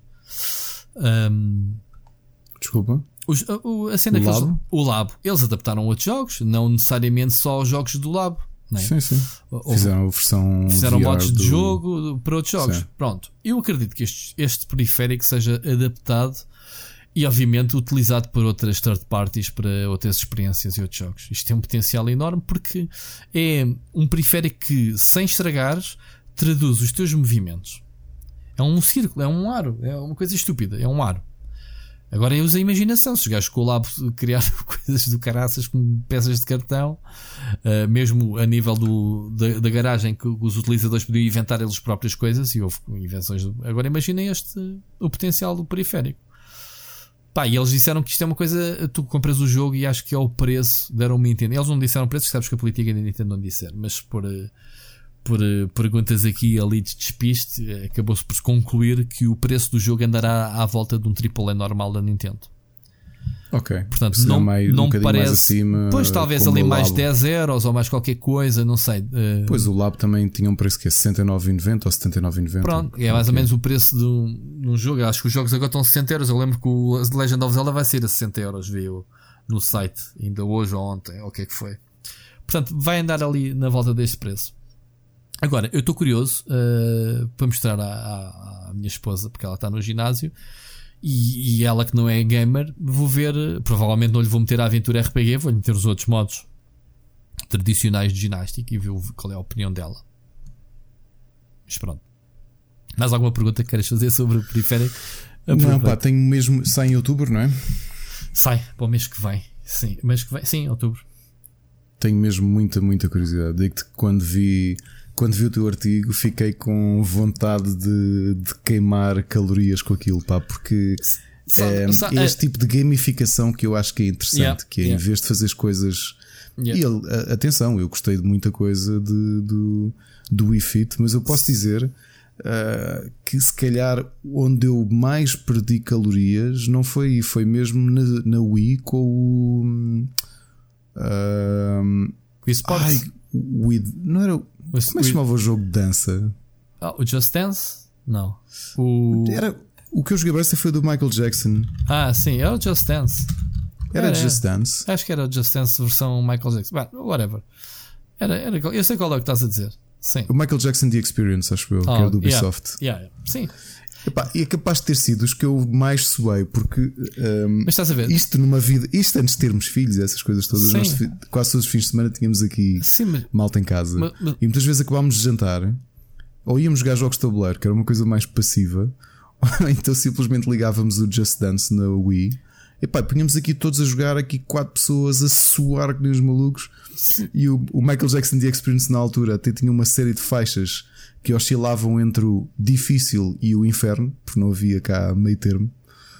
[SPEAKER 2] Um,
[SPEAKER 1] Desculpa.
[SPEAKER 2] Os, o, a cena
[SPEAKER 1] o,
[SPEAKER 2] que
[SPEAKER 1] Labo.
[SPEAKER 2] Eles, o Labo. Eles adaptaram outros jogos, não necessariamente só os jogos do Labo. Não é?
[SPEAKER 1] Sim, sim. Ou, fizeram a versão
[SPEAKER 2] Fizeram
[SPEAKER 1] V R
[SPEAKER 2] modos
[SPEAKER 1] do...
[SPEAKER 2] de jogo para outros jogos.
[SPEAKER 1] Sim.
[SPEAKER 2] Pronto. Eu acredito que este, este periférico seja adaptado e, obviamente, utilizado por outras third parties para outras experiências e outros jogos. Isto tem um potencial enorme porque é um periférico que, sem estragares, traduz os teus movimentos. É um círculo, é um aro, é uma coisa estúpida, é um aro. Agora eu uso a imaginação. Se os gajos com o Labo criaram coisas do caraças com peças de cartão, uh, mesmo a nível do, da, da garagem, que os utilizadores podiam inventar eles próprias coisas e houve invenções. Do... Agora imaginem este, o potencial do periférico. Pá, e eles disseram que isto é uma coisa, tu compras o jogo e acho que é o preço, deram-me a entender. Eles não disseram preço, sabes que a política da Nintendo não disser, mas por, por perguntas aqui e ali de despiste, acabou-se por concluir que o preço do jogo andará à volta de um triple A normal da Nintendo.
[SPEAKER 1] Ok.
[SPEAKER 2] Portanto, não,
[SPEAKER 1] mais,
[SPEAKER 2] não
[SPEAKER 1] um
[SPEAKER 2] me parece.
[SPEAKER 1] Mais acima,
[SPEAKER 2] pois talvez ali mais dez euros ou mais qualquer coisa, não sei. Uh...
[SPEAKER 1] Pois o Labo também tinha um preço que é sessenta e nove vírgula noventa ou setenta e nove vírgula noventa.
[SPEAKER 2] Pronto, é mais okay. ou menos o preço de um, de um jogo. Acho que os jogos agora estão a sessenta euros. Eu lembro que o The Legend of Zelda vai ser a sessenta euros, viu no site, ainda hoje ou ontem, ou o que é que foi. Portanto, vai andar ali na volta deste preço. Agora, eu estou curioso uh, para mostrar à, à, à minha esposa, porque ela está no ginásio. E, e ela que não é gamer, vou ver, provavelmente não lhe vou meter a aventura R P G, vou-lhe meter os outros modos tradicionais de ginástica e ver qual é a opinião dela. Mas pronto. Mais alguma pergunta que queres fazer sobre o periférico?
[SPEAKER 1] Não, pá, tenho mesmo. Sai em outubro, não é?
[SPEAKER 2] Sai para o mês que vem. Sim, mês que vem, sim, outubro.
[SPEAKER 1] Tenho mesmo muita, muita curiosidade. Digo-te que quando vi. Quando vi o teu artigo, fiquei com vontade de, de queimar calorias com aquilo, pá, porque so, é, so, é este uh, tipo de gamificação que eu acho que é interessante, yeah, que é yeah. em vez de fazer as coisas. Yeah. E ele, a, atenção, eu gostei de muita coisa de, do, do Wii Fit, mas eu posso dizer uh, que se calhar onde eu mais perdi calorias não foi, foi mesmo na, na Wii com o. Uh,
[SPEAKER 2] o eSports?
[SPEAKER 1] Não era. Como é que se chamava o jogo de dança?
[SPEAKER 2] Oh, o Just Dance? Não. O...
[SPEAKER 1] Era, o que eu joguei bem foi do Michael Jackson.
[SPEAKER 2] Ah, sim, era o Just Dance.
[SPEAKER 1] Era, era Just
[SPEAKER 2] era.
[SPEAKER 1] Dance?
[SPEAKER 2] Acho que era o Just Dance versão Michael Jackson. Bah, whatever. Era, era, eu sei qual é o que estás a dizer. Sim.
[SPEAKER 1] O Michael Jackson The Experience, acho eu, oh, que era do Ubisoft.
[SPEAKER 2] Yeah, yeah, sim.
[SPEAKER 1] Epá, e é capaz de ter sido os que eu mais suei, porque um,
[SPEAKER 2] mas estás a ver?
[SPEAKER 1] Isto numa vida, isto antes de termos filhos, essas coisas todas, nós, quase todos os fins de semana tínhamos aqui sim, mas, malta em casa mas, mas, e muitas vezes acabámos de jantar ou íamos jogar jogos de tabuleiro, que era uma coisa mais passiva, ou então simplesmente ligávamos o Just Dance na Wii. Epá, punhamos aqui todos a jogar, aqui quatro pessoas a suar que nem os malucos. Sim. E o, o Michael Jackson The Experience na altura até tinha uma série de faixas que oscilavam entre o difícil e o inferno, porque não havia cá meio termo.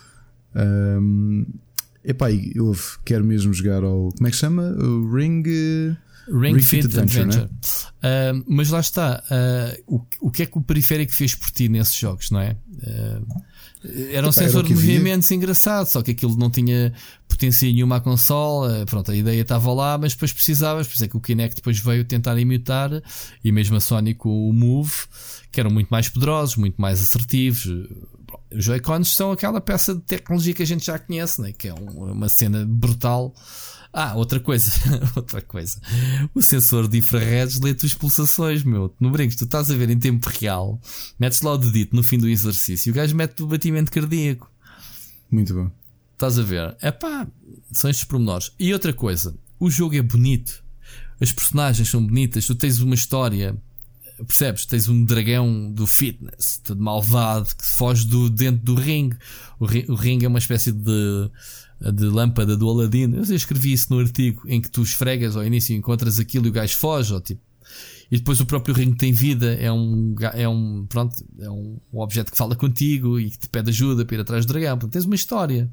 [SPEAKER 1] Um, epá, eu quero mesmo jogar ao. Como é que chama? O Ring.
[SPEAKER 2] Ring, Ring Fit, Fit Adventure. Adventure. Né? Uh, mas lá está. Uh, o, o que é que o periférico fez por ti nesses jogos, não é? Uh, era um sensor de movimentos engraçado, só que aquilo não tinha potência nenhuma à consola. Pronto, a ideia estava lá, mas depois precisavas. Por isso é que o Kinect depois veio tentar imitar, e mesmo a Sony com o Move, que eram muito mais poderosos, muito mais assertivos. Os Joy-Cons são aquela peça de tecnologia que a gente já conhece, né? Que é uma cena brutal. Ah, outra coisa, outra coisa. O sensor de infraredes lê-te as pulsações, meu. No brinco, tu estás a ver em tempo real, metes lá o dedito no fim do exercício e o gajo mete o batimento cardíaco.
[SPEAKER 1] Muito bom.
[SPEAKER 2] Estás a ver? Epá, são estes pormenores. E outra coisa, o jogo é bonito, as personagens são bonitas, tu tens uma história, percebes? Tens um dragão do fitness, todo malvado, que foge do, dentro do ringue. O, o ringue é uma espécie de de lâmpada do Aladdin. Eu escrevi isso no artigo, em que tu esfregas ao início e encontras aquilo e o gajo foge, ou tipo. E depois o próprio ringue tem vida, é um, é um, pronto, é um, um objeto que fala contigo e que te pede ajuda para ir atrás do dragão. Portanto, tens uma história.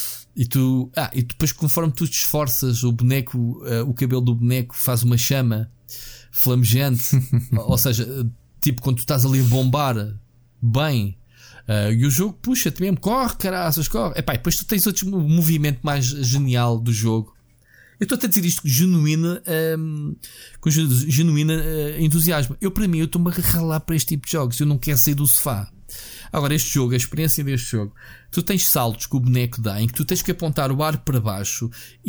[SPEAKER 2] E tu, ah, e depois conforme tu te esforças, o boneco, uh, o cabelo do boneco faz uma chama flamejante. Ou seja, tipo quando tu estás ali a bombar bem. Uh, e o jogo puxa-te mesmo, corre, caraças, corre. Epá, e depois tu tens outro movimento mais genial do jogo. Eu estou a dizer isto com genuína, um, com genuína uh, entusiasmo. Eu, para mim, eu estou-me a ralar para este tipo de jogos. Eu não quero sair do sofá. Agora, este jogo, a experiência deste jogo, tu tens saltos que o boneco dá, em que tu tens que apontar o ar para baixo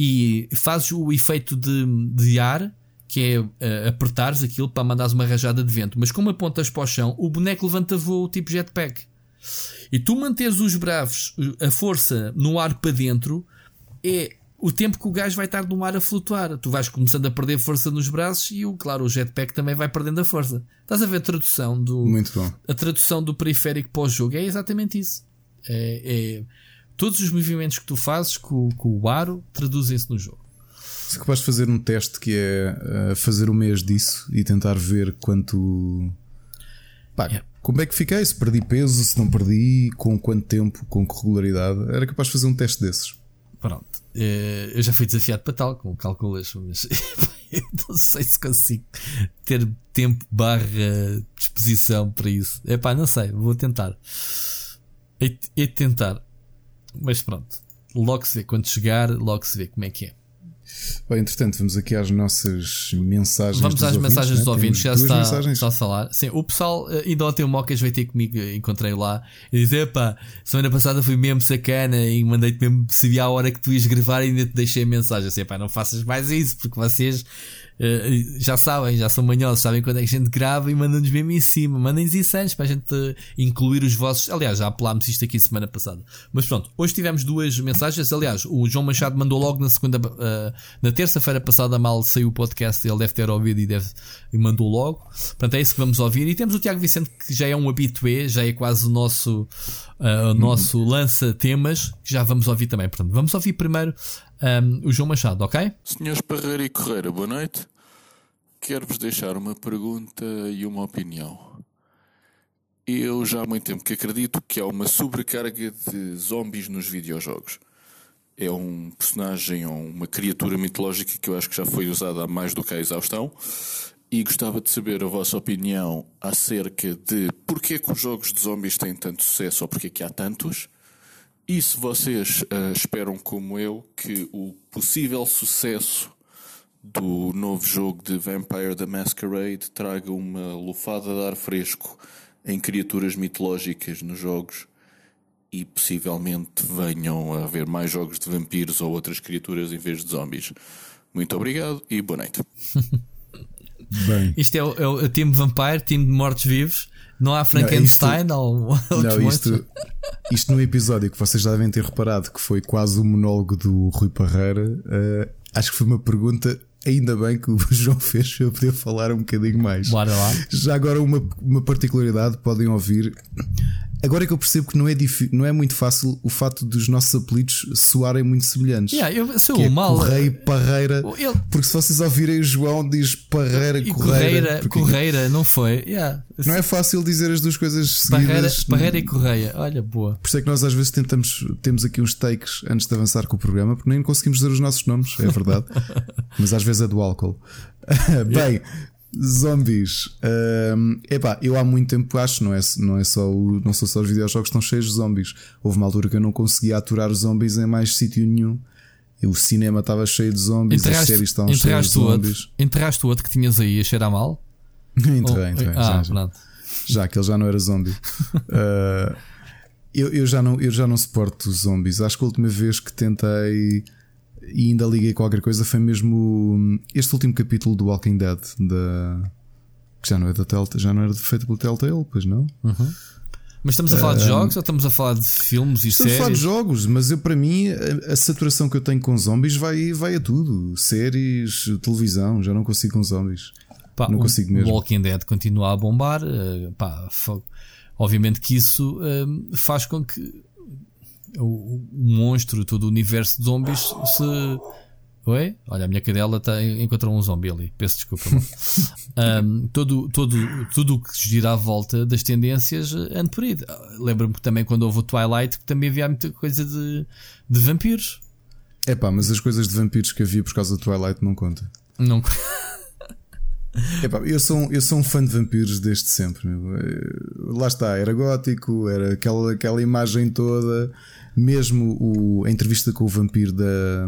[SPEAKER 2] e fazes o efeito de, de ar, que é uh, apertares aquilo para mandares uma rajada de vento. Mas como apontas para o chão, o boneco levanta voo tipo jetpack. E tu manteres os braços, a força no ar para dentro, é o tempo que o gajo vai estar no ar a flutuar. Tu vais começando a perder força nos braços e, o, claro, o jetpack também vai perdendo a força. Estás a ver a tradução do,
[SPEAKER 1] Muito bom.
[SPEAKER 2] A tradução do periférico para o jogo? É exatamente isso. É, é, todos os movimentos que tu fazes com, com o aro traduzem-se no jogo.
[SPEAKER 1] Se capaz de fazer um teste que é uh, fazer um mês disso e tentar ver quanto. Pá, yeah. Como é que fiquei? Se perdi peso, se não perdi, com quanto tempo, com que regularidade. Era capaz de fazer um teste desses.
[SPEAKER 2] Pronto, eu já fui desafiado para tal, como calculas, mas eu não sei se consigo ter tempo barra disposição para isso. É pá, não sei, vou tentar. É de tentar, mas pronto, logo se vê quando chegar, logo se vê como é que é.
[SPEAKER 1] Bem, entretanto, vamos aqui às nossas mensagens.
[SPEAKER 2] Vamos
[SPEAKER 1] dos
[SPEAKER 2] às
[SPEAKER 1] ouvintes,
[SPEAKER 2] mensagens
[SPEAKER 1] né?
[SPEAKER 2] dos ouvintes, já está,
[SPEAKER 1] mensagens.
[SPEAKER 2] está a falar. Sim, o pessoal, ainda ontem o Mocas veio ter comigo, encontrei-o lá e disse: epá, semana passada fui mesmo sacana e mandei-te mesmo, sabia a hora que tu ias gravar e ainda te deixei a mensagem. Assim, epá, não faças mais isso, porque vocês uh, já sabem, já são manhosos, sabem quando é que a gente grava e mandam-nos mesmo em cima. Mandem-nos isso antes para a gente incluir os vossos. Aliás, já apelámos isto aqui semana passada. Mas pronto, hoje tivemos duas mensagens. Aliás, o João Machado mandou logo na segunda, uh, na terça-feira passada, mal saiu o podcast, ele deve ter ouvido e, deve, e mandou logo. Portanto, é isso que vamos ouvir. E temos o Tiago Vicente, que já é um habitué, já é quase o nosso, uh, o nosso uhum. lança-temas, que já vamos ouvir também. Portanto, vamos ouvir primeiro um, o João Machado, ok?
[SPEAKER 3] Senhores Parreira e Correira, boa noite. Quero-vos deixar uma pergunta e uma opinião. Eu já há muito tempo que acredito que há uma sobrecarga de zombies nos videojogos. É um personagem ou uma criatura mitológica que eu acho que já foi usada mais do que a exaustão. E gostava de saber a vossa opinião acerca de porquê que os jogos de zombies têm tanto sucesso ou porquê que há tantos. E se vocês uh, esperam, como eu, que o possível sucesso do novo jogo de Vampire the Masquerade traga uma lufada de ar fresco em criaturas mitológicas nos jogos e possivelmente venham a haver mais jogos de vampiros ou outras criaturas em vez de zombies. Muito obrigado e boa noite.
[SPEAKER 1] Bem.
[SPEAKER 2] Isto é o, é o time Vampire, time de mortos-vivos. Não há Frankenstein
[SPEAKER 1] não, isto,
[SPEAKER 2] ou
[SPEAKER 1] não, isto, isto num episódio que vocês já devem ter reparado que foi quase o monólogo do Rui Parreira. Uh, acho que foi uma pergunta. Ainda bem que o João fez para eu poder falar um bocadinho mais.
[SPEAKER 2] Bora lá.
[SPEAKER 1] Já agora uma, uma particularidade, podem ouvir. Agora é que eu percebo que não é, difí- não é muito fácil o facto dos nossos apelidos soarem muito semelhantes.
[SPEAKER 2] Yeah, eu sou
[SPEAKER 1] que é
[SPEAKER 2] mal.
[SPEAKER 1] Correia e Parreira.
[SPEAKER 2] Ele...
[SPEAKER 1] Porque se vocês ouvirem o João diz Parreira
[SPEAKER 2] e
[SPEAKER 1] Correira.
[SPEAKER 2] Correira, Correira, não foi? Yeah.
[SPEAKER 1] Não é fácil dizer as duas coisas seguidas.
[SPEAKER 2] Parreira, Parreira e Correia. Olha, boa.
[SPEAKER 1] Por isso é que nós às vezes tentamos, temos aqui uns takes antes de avançar com o programa, porque nem conseguimos dizer os nossos nomes, é verdade. Mas às vezes é do álcool. Bem, zombies. Um, epá, eu há muito tempo acho, não é, não é só o, não são só os videojogos que estão cheios de zombies. Houve uma altura que eu não conseguia aturar os zombies em mais sítio nenhum. O cinema estava cheio de zombies, as séries estavam cheias de zombies.
[SPEAKER 2] Outro, enterraste o outro que tinhas aí a cheirar mal?
[SPEAKER 1] Entrei, entrei.
[SPEAKER 2] Ah,
[SPEAKER 1] já, já. já que ele já não era zombie. uh, eu, eu, já não, eu já não suporto os zombies. Acho que a última vez que tentei e ainda liguei qualquer coisa foi mesmo este último capítulo do Walking Dead, da... que já não é da Telltale, já não era feito pelo Telltale, pois não?
[SPEAKER 2] Uhum. Mas estamos a falar de jogos ou estamos a falar de filmes e
[SPEAKER 1] estamos
[SPEAKER 2] séries?
[SPEAKER 1] Estamos a falar de jogos, mas eu, para mim a, a saturação que eu tenho com zombies vai, vai a tudo. Séries, televisão, já não consigo com zombies.
[SPEAKER 2] Pá,
[SPEAKER 1] não
[SPEAKER 2] o,
[SPEAKER 1] consigo mesmo.
[SPEAKER 2] O Walking Dead continua a bombar. Uh, pá, obviamente que isso uh, faz com que o, o monstro, todo o universo de zombies se... Oi? Olha, a minha cadela tá, encontrou um zombie ali. Peço desculpa. um, todo, todo, tudo o que gira à volta das tendências ando por aí. Lembro-me que também quando houve o Twilight que também havia muita coisa de, de vampiros.
[SPEAKER 1] É pá, mas as coisas de vampiros que havia por causa do Twilight não conta.
[SPEAKER 2] Não.
[SPEAKER 1] Epá, eu, sou, eu sou um fã de vampiros desde sempre. Meu. Lá está, era gótico, era aquela, aquela imagem toda. Mesmo o, a entrevista com o vampiro da,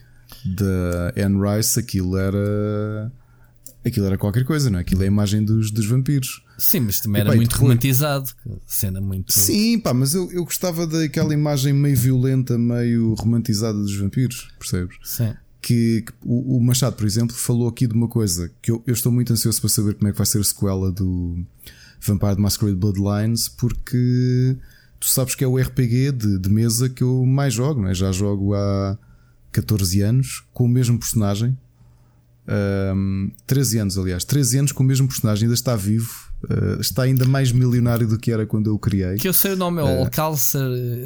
[SPEAKER 1] da Anne Rice, aquilo era aquilo era qualquer coisa, não é? Aquilo é a imagem dos, dos vampiros.
[SPEAKER 2] Sim, mas também
[SPEAKER 1] Epá,
[SPEAKER 2] era muito
[SPEAKER 1] depois...
[SPEAKER 2] romantizado. Cena muito.
[SPEAKER 1] Sim, pá, mas eu, eu gostava daquela imagem meio violenta, meio romantizada dos vampiros, percebes?
[SPEAKER 2] Sim.
[SPEAKER 1] Que, que o, o Machado, por exemplo, falou aqui de uma coisa que eu, eu estou muito ansioso para saber como é que vai ser a sequela do Vampire the Masquerade Bloodlines, porque tu sabes que é o R P G de, de mesa que eu mais jogo, não é? Já jogo há catorze anos com o mesmo personagem, um, treze anos, aliás, treze anos com o mesmo personagem, ainda está vivo, uh, está ainda mais milionário do que era quando eu o criei.
[SPEAKER 2] Que eu sei o nome, é o
[SPEAKER 1] uh,
[SPEAKER 2] Alcalcer.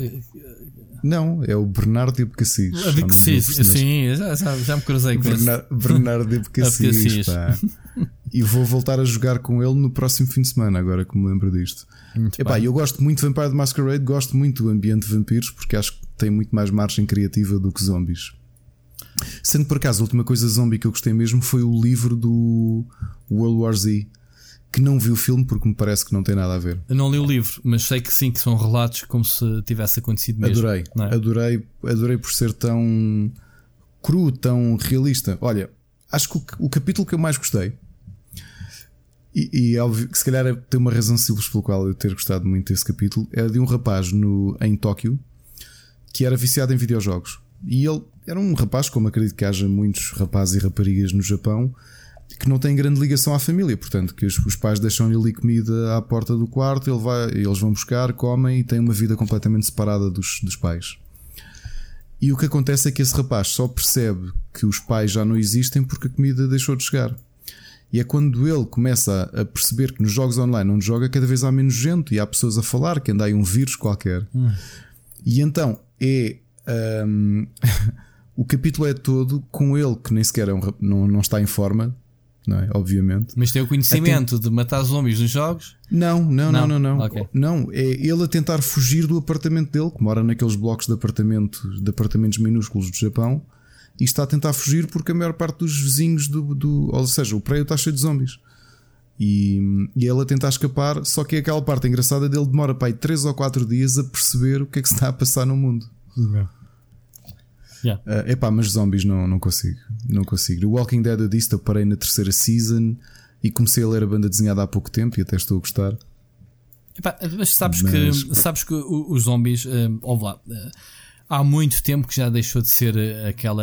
[SPEAKER 1] Não, é o Bernardo de Abcacis.
[SPEAKER 2] Abcacis, sim, já, já, já me cruzei com
[SPEAKER 1] Bernard, isso. Bernardo de Abcacis. E vou voltar a jogar com ele no próximo fim de semana, agora que me lembro disto. Epá, eu gosto muito de Vampire the Masquerade, gosto muito do ambiente de vampiros, porque acho que tem muito mais margem criativa do que zombies. Sendo por acaso a última coisa zombie que eu gostei mesmo foi o livro do World War Z, que não vi o filme porque me parece que não tem nada a ver.
[SPEAKER 2] Eu não li o livro, mas sei que sim, que são relatos como se tivesse acontecido mesmo.
[SPEAKER 1] Adorei,
[SPEAKER 2] é?
[SPEAKER 1] adorei, adorei por ser tão cru, tão realista. Olha, acho que o, o capítulo que eu mais gostei, e, e é óbvio que se calhar tem uma razão simples pelo qual eu ter gostado muito desse capítulo, era de um rapaz no, em Tóquio que era viciado em videojogos. E ele era um rapaz, como acredito que haja muitos rapazes e raparigas no Japão, que não tem grande ligação à família, portanto que os, os pais deixam-lhe ali comida à porta do quarto, ele vai, eles vão buscar, comem e têm uma vida completamente separada dos, dos pais. E o que acontece é que esse rapaz só percebe que os pais já não existem porque a comida deixou de chegar. E é quando ele começa a perceber que nos jogos online onde joga cada vez há menos gente e há pessoas a falar que anda aí um vírus qualquer. Hum. E então é um, o capítulo é todo com ele que nem sequer é um, não, não está em forma, não é? Obviamente.
[SPEAKER 2] Mas tem o conhecimento Até... de matar zombies nos jogos?
[SPEAKER 1] Não, não, não, não, não. Não.
[SPEAKER 2] Okay.
[SPEAKER 1] Não, é ele a tentar fugir do apartamento dele, que mora naqueles blocos de, apartamento, de apartamentos minúsculos do Japão, e está a tentar fugir porque a maior parte dos vizinhos do, do ou seja, o prédio está cheio de zombies. E, e ele a tentar escapar, só que aquela parte engraçada dele demora para aí três ou quatro dias a perceber o que é que se está a passar no mundo.
[SPEAKER 2] Yeah. Yeah.
[SPEAKER 1] Uh, epá, mas zombies não, não consigo. Não consigo. O Walking Dead eu disse, eu parei na terceira season e comecei a ler a banda desenhada há pouco tempo e até estou a gostar.
[SPEAKER 2] Epá, mas sabes
[SPEAKER 1] mas...
[SPEAKER 2] que sabes que os zombies, uh, ouve lá, uh, há muito tempo que já deixou de ser uh, aquela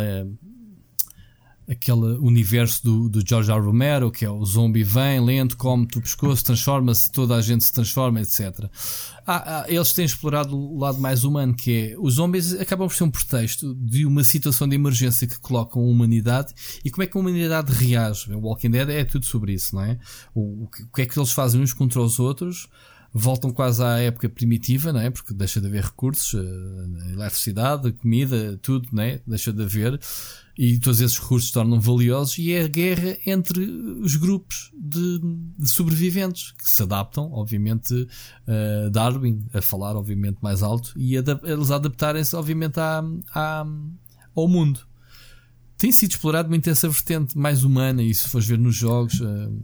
[SPEAKER 2] aquele universo do, do George R. Romero, que é o zombie vem lento, come-te o pescoço, transforma-se, toda a gente se transforma, etcétera. Ah, ah, eles têm explorado o lado mais humano, que é os zombies acabam por ser um pretexto de uma situação de emergência que colocam a humanidade e como é que a humanidade reage. O Walking Dead é tudo sobre isso, não é? O, o que é que eles fazem uns contra os outros voltam quase à época primitiva, não é? Porque deixa de haver recursos, eletricidade, comida, tudo, não é? Deixa de haver, e todos esses recursos se tornam valiosos, e é a guerra entre os grupos de, de sobreviventes que se adaptam, obviamente, a Darwin, a falar obviamente mais alto, e a, eles adaptarem-se obviamente à, à, ao mundo. Tem sido explorado muito essa vertente mais humana, e se fores ver nos jogos,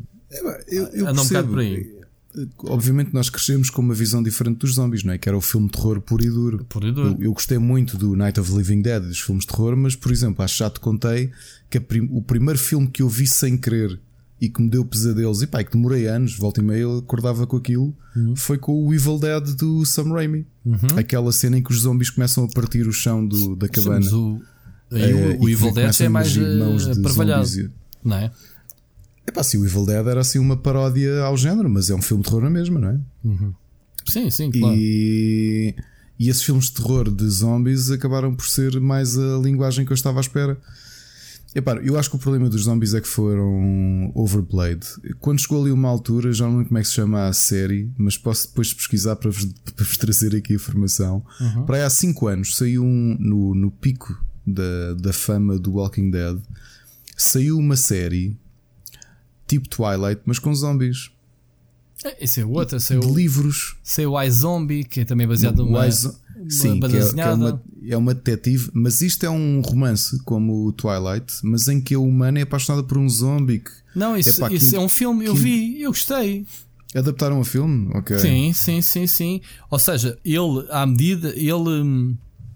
[SPEAKER 1] eu, eu
[SPEAKER 2] anda um bocado por
[SPEAKER 1] percebo.
[SPEAKER 2] aí.
[SPEAKER 1] Obviamente nós crescemos com uma visão diferente dos zombies, não é? Que era o filme de terror puro e duro.
[SPEAKER 2] Puro e duro.
[SPEAKER 1] Eu, eu gostei muito do Night of the Living Dead, dos filmes de terror, mas por exemplo, acho que já te contei que a prim- o primeiro filme que eu vi sem querer e que me deu pesadelos, e pá, que demorei anos, volta e meia eu acordava com aquilo, uhum. foi com o Evil Dead do Sam Raimi. Uhum. Aquela cena em que os zombies começam a partir o chão do, da cabana.
[SPEAKER 2] Sim, o, aí, é, o, o Evil Dead é mais uh, parvalhado, não é?
[SPEAKER 1] Epá, sim, o Evil Dead era assim uma paródia ao género, mas é um filme de terror na mesma, não é?
[SPEAKER 2] Uhum. Sim, sim, claro.
[SPEAKER 1] E, e esses filmes de terror de zombies acabaram por ser mais a linguagem que eu estava à espera. Epá, eu acho que o problema dos zombies é que foram overplayed. Quando chegou ali uma altura, já não lembro como é que se chama a série, mas posso depois pesquisar para vos, para vos trazer aqui a informação. Uhum. Para aí há cinco anos saiu um, no, no pico da, da fama do Walking Dead, saiu uma série tipo Twilight, mas com zombies.
[SPEAKER 2] Esse é outra, esse é
[SPEAKER 1] de
[SPEAKER 2] o,
[SPEAKER 1] livros.
[SPEAKER 2] Esse é o iZombie, que é também baseado numa,
[SPEAKER 1] Izo... Sim,
[SPEAKER 2] uma
[SPEAKER 1] que é, que é, uma, é uma detetive, mas isto é um romance como o Twilight, mas em que a humana é apaixonada por um zombie. Que...
[SPEAKER 2] Não, isso,
[SPEAKER 1] Epá,
[SPEAKER 2] isso
[SPEAKER 1] que...
[SPEAKER 2] é um filme, eu
[SPEAKER 1] que...
[SPEAKER 2] vi, eu gostei.
[SPEAKER 1] Adaptaram a filme? Ok.
[SPEAKER 2] Sim, sim, sim, sim. Ou seja, ele, à medida, ele.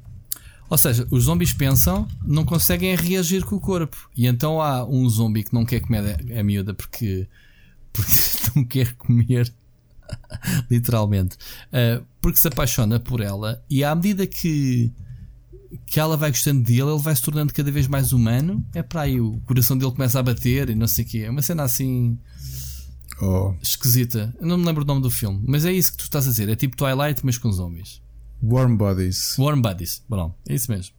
[SPEAKER 2] Ou seja, os zombies pensam, não conseguem reagir com o corpo. E então há um zombie que não quer comer a, a miúda porque, porque não quer comer, literalmente, uh, porque se apaixona por ela. E à medida que, que ela vai gostando dele, ele vai se tornando cada vez mais humano. É para aí, o coração dele começa a bater e não sei o quê. É uma cena assim
[SPEAKER 1] oh.
[SPEAKER 2] esquisita. Eu não me lembro o nome do filme, mas é isso que tu estás a dizer. É tipo Twilight, mas com zombies.
[SPEAKER 1] Warm Bodies.
[SPEAKER 2] Warm Bodies, pronto, é isso mesmo.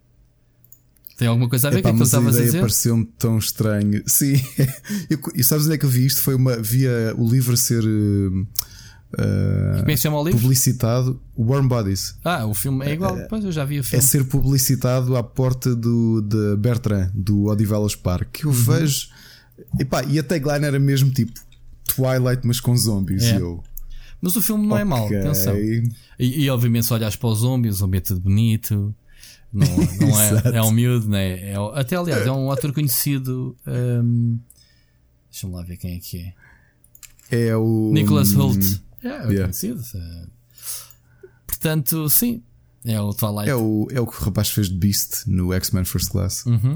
[SPEAKER 2] Tem alguma coisa a ver com o que eu
[SPEAKER 1] estava
[SPEAKER 2] a dizer?
[SPEAKER 1] Pareceu-me tão estranho. Sim, e sabes onde é que eu vi isto? Foi uma, via o livro a ser uh,
[SPEAKER 2] como é que se chama o livro?
[SPEAKER 1] publicitado. Warm Bodies.
[SPEAKER 2] Ah, o filme é igual, pois eu já vi o filme.
[SPEAKER 1] É ser publicitado à porta do, de Bertrand, do Odivelas Park. Que eu uhum. vejo, e, pá, e a tagline era mesmo tipo Twilight, mas com zombies.
[SPEAKER 2] É.
[SPEAKER 1] E eu,
[SPEAKER 2] mas o filme não
[SPEAKER 1] okay.
[SPEAKER 2] é mau, atenção. E, e obviamente, se olhas para o zombie, o zombie é tudo bonito. Não, não é, é um miúdo, né? É, até aliás, é um ator conhecido. Um, deixa-me lá ver quem é que é.
[SPEAKER 1] É o
[SPEAKER 2] Nicholas Hoult. É, é
[SPEAKER 1] yeah.
[SPEAKER 2] conhecido. Portanto, sim, é o Twilight.
[SPEAKER 1] É o, é o que o rapaz fez de Beast no X-Men First Class.
[SPEAKER 2] Uhum.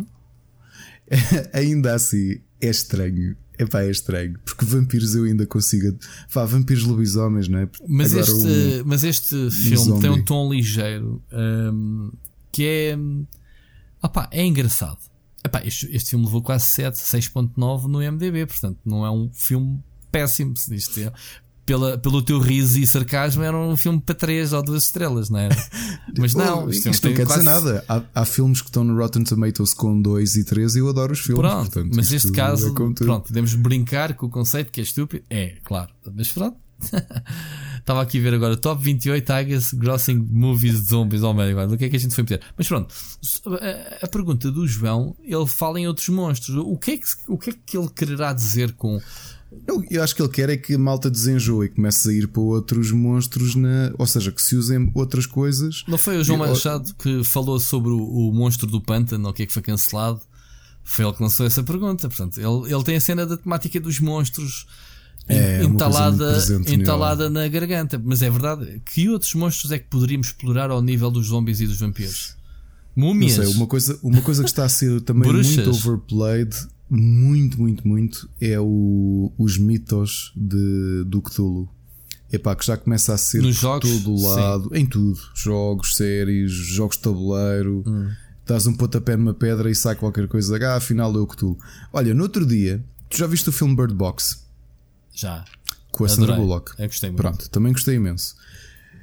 [SPEAKER 1] Ainda assim, é estranho. Epá, é estranho, porque vampiros eu ainda consigo. Vá, vampiros lobisomens, não é?
[SPEAKER 2] Mas
[SPEAKER 1] Agora
[SPEAKER 2] este,
[SPEAKER 1] um,
[SPEAKER 2] mas este
[SPEAKER 1] um
[SPEAKER 2] filme
[SPEAKER 1] zombie.
[SPEAKER 2] tem um tom ligeiro um, que é. Opá, é engraçado. Epá, este, este filme levou quase sete, seis ponto nove no I M D B, portanto não é um filme péssimo. Se isto é, pela, pelo teu riso e sarcasmo, era um filme para três ou duas estrelas, não era? Mas não,
[SPEAKER 1] isto,
[SPEAKER 2] isto
[SPEAKER 1] não quer
[SPEAKER 2] quase...
[SPEAKER 1] dizer nada. Há, há filmes que estão no Rotten Tomatoes com dois e três e eu adoro os filmes.
[SPEAKER 2] Pronto,
[SPEAKER 1] portanto,
[SPEAKER 2] mas neste caso,
[SPEAKER 1] é
[SPEAKER 2] pronto, podemos brincar com o conceito que é estúpido. É, claro, mas pronto. Estava aqui a ver agora top vinte e oito highest grossing movies de zombies. Oh, meu Deus, o que é que a gente foi meter? Mas pronto, a, a pergunta do João, ele fala em outros monstros. O que é que, o que, é que ele quererá dizer com.
[SPEAKER 1] Eu, eu acho que ele quer é que a malta desenjoe e comece a ir para outros monstros, na, ou seja, que se usem outras coisas.
[SPEAKER 2] Não foi o João
[SPEAKER 1] eu,
[SPEAKER 2] Machado que falou sobre o, o monstro do pântano, o que é que foi cancelado? Foi ele que lançou essa pergunta. Portanto, ele, ele tem a cena da temática dos monstros é, entalada, entalada na garganta. Mas é verdade, que outros monstros é que poderíamos explorar ao nível dos zombies e dos vampiros? Múmias?
[SPEAKER 1] Não sei, uma coisa, uma coisa que está a ser também muito overplayed, muito, muito, muito, é o, os mitos de, do Cthulhu. Epá, que já começa a ser
[SPEAKER 2] nos
[SPEAKER 1] por
[SPEAKER 2] jogos,
[SPEAKER 1] todo o lado,
[SPEAKER 2] sim.
[SPEAKER 1] Em tudo, jogos, séries, jogos de tabuleiro. Hum. Dás um pontapé numa pedra e sai qualquer coisa. Ah, afinal é o Cthulhu. Olha, no outro dia, tu já viste o filme Bird Box?
[SPEAKER 2] Já.
[SPEAKER 1] Com a Sandra Bullock.
[SPEAKER 2] Eu gostei muito.
[SPEAKER 1] Pronto, também gostei imenso.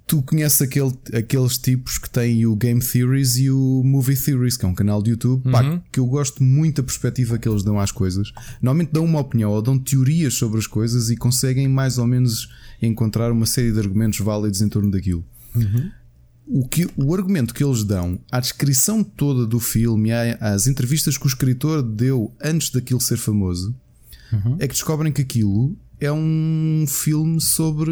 [SPEAKER 1] tu conheces aquele, aqueles tipos que têm o Game Theories e o Movie Theories, que é um canal de YouTube, uhum. pá, que eu gosto muito da perspectiva que eles dão às coisas. Normalmente dão uma opinião ou dão teorias sobre as coisas e conseguem mais ou menos encontrar uma série de argumentos válidos em torno daquilo.
[SPEAKER 2] Uhum.
[SPEAKER 1] O, que, o argumento que eles dão, à descrição toda do filme, às entrevistas que o escritor deu antes daquilo ser famoso, uhum. é que descobrem que aquilo é um filme sobre...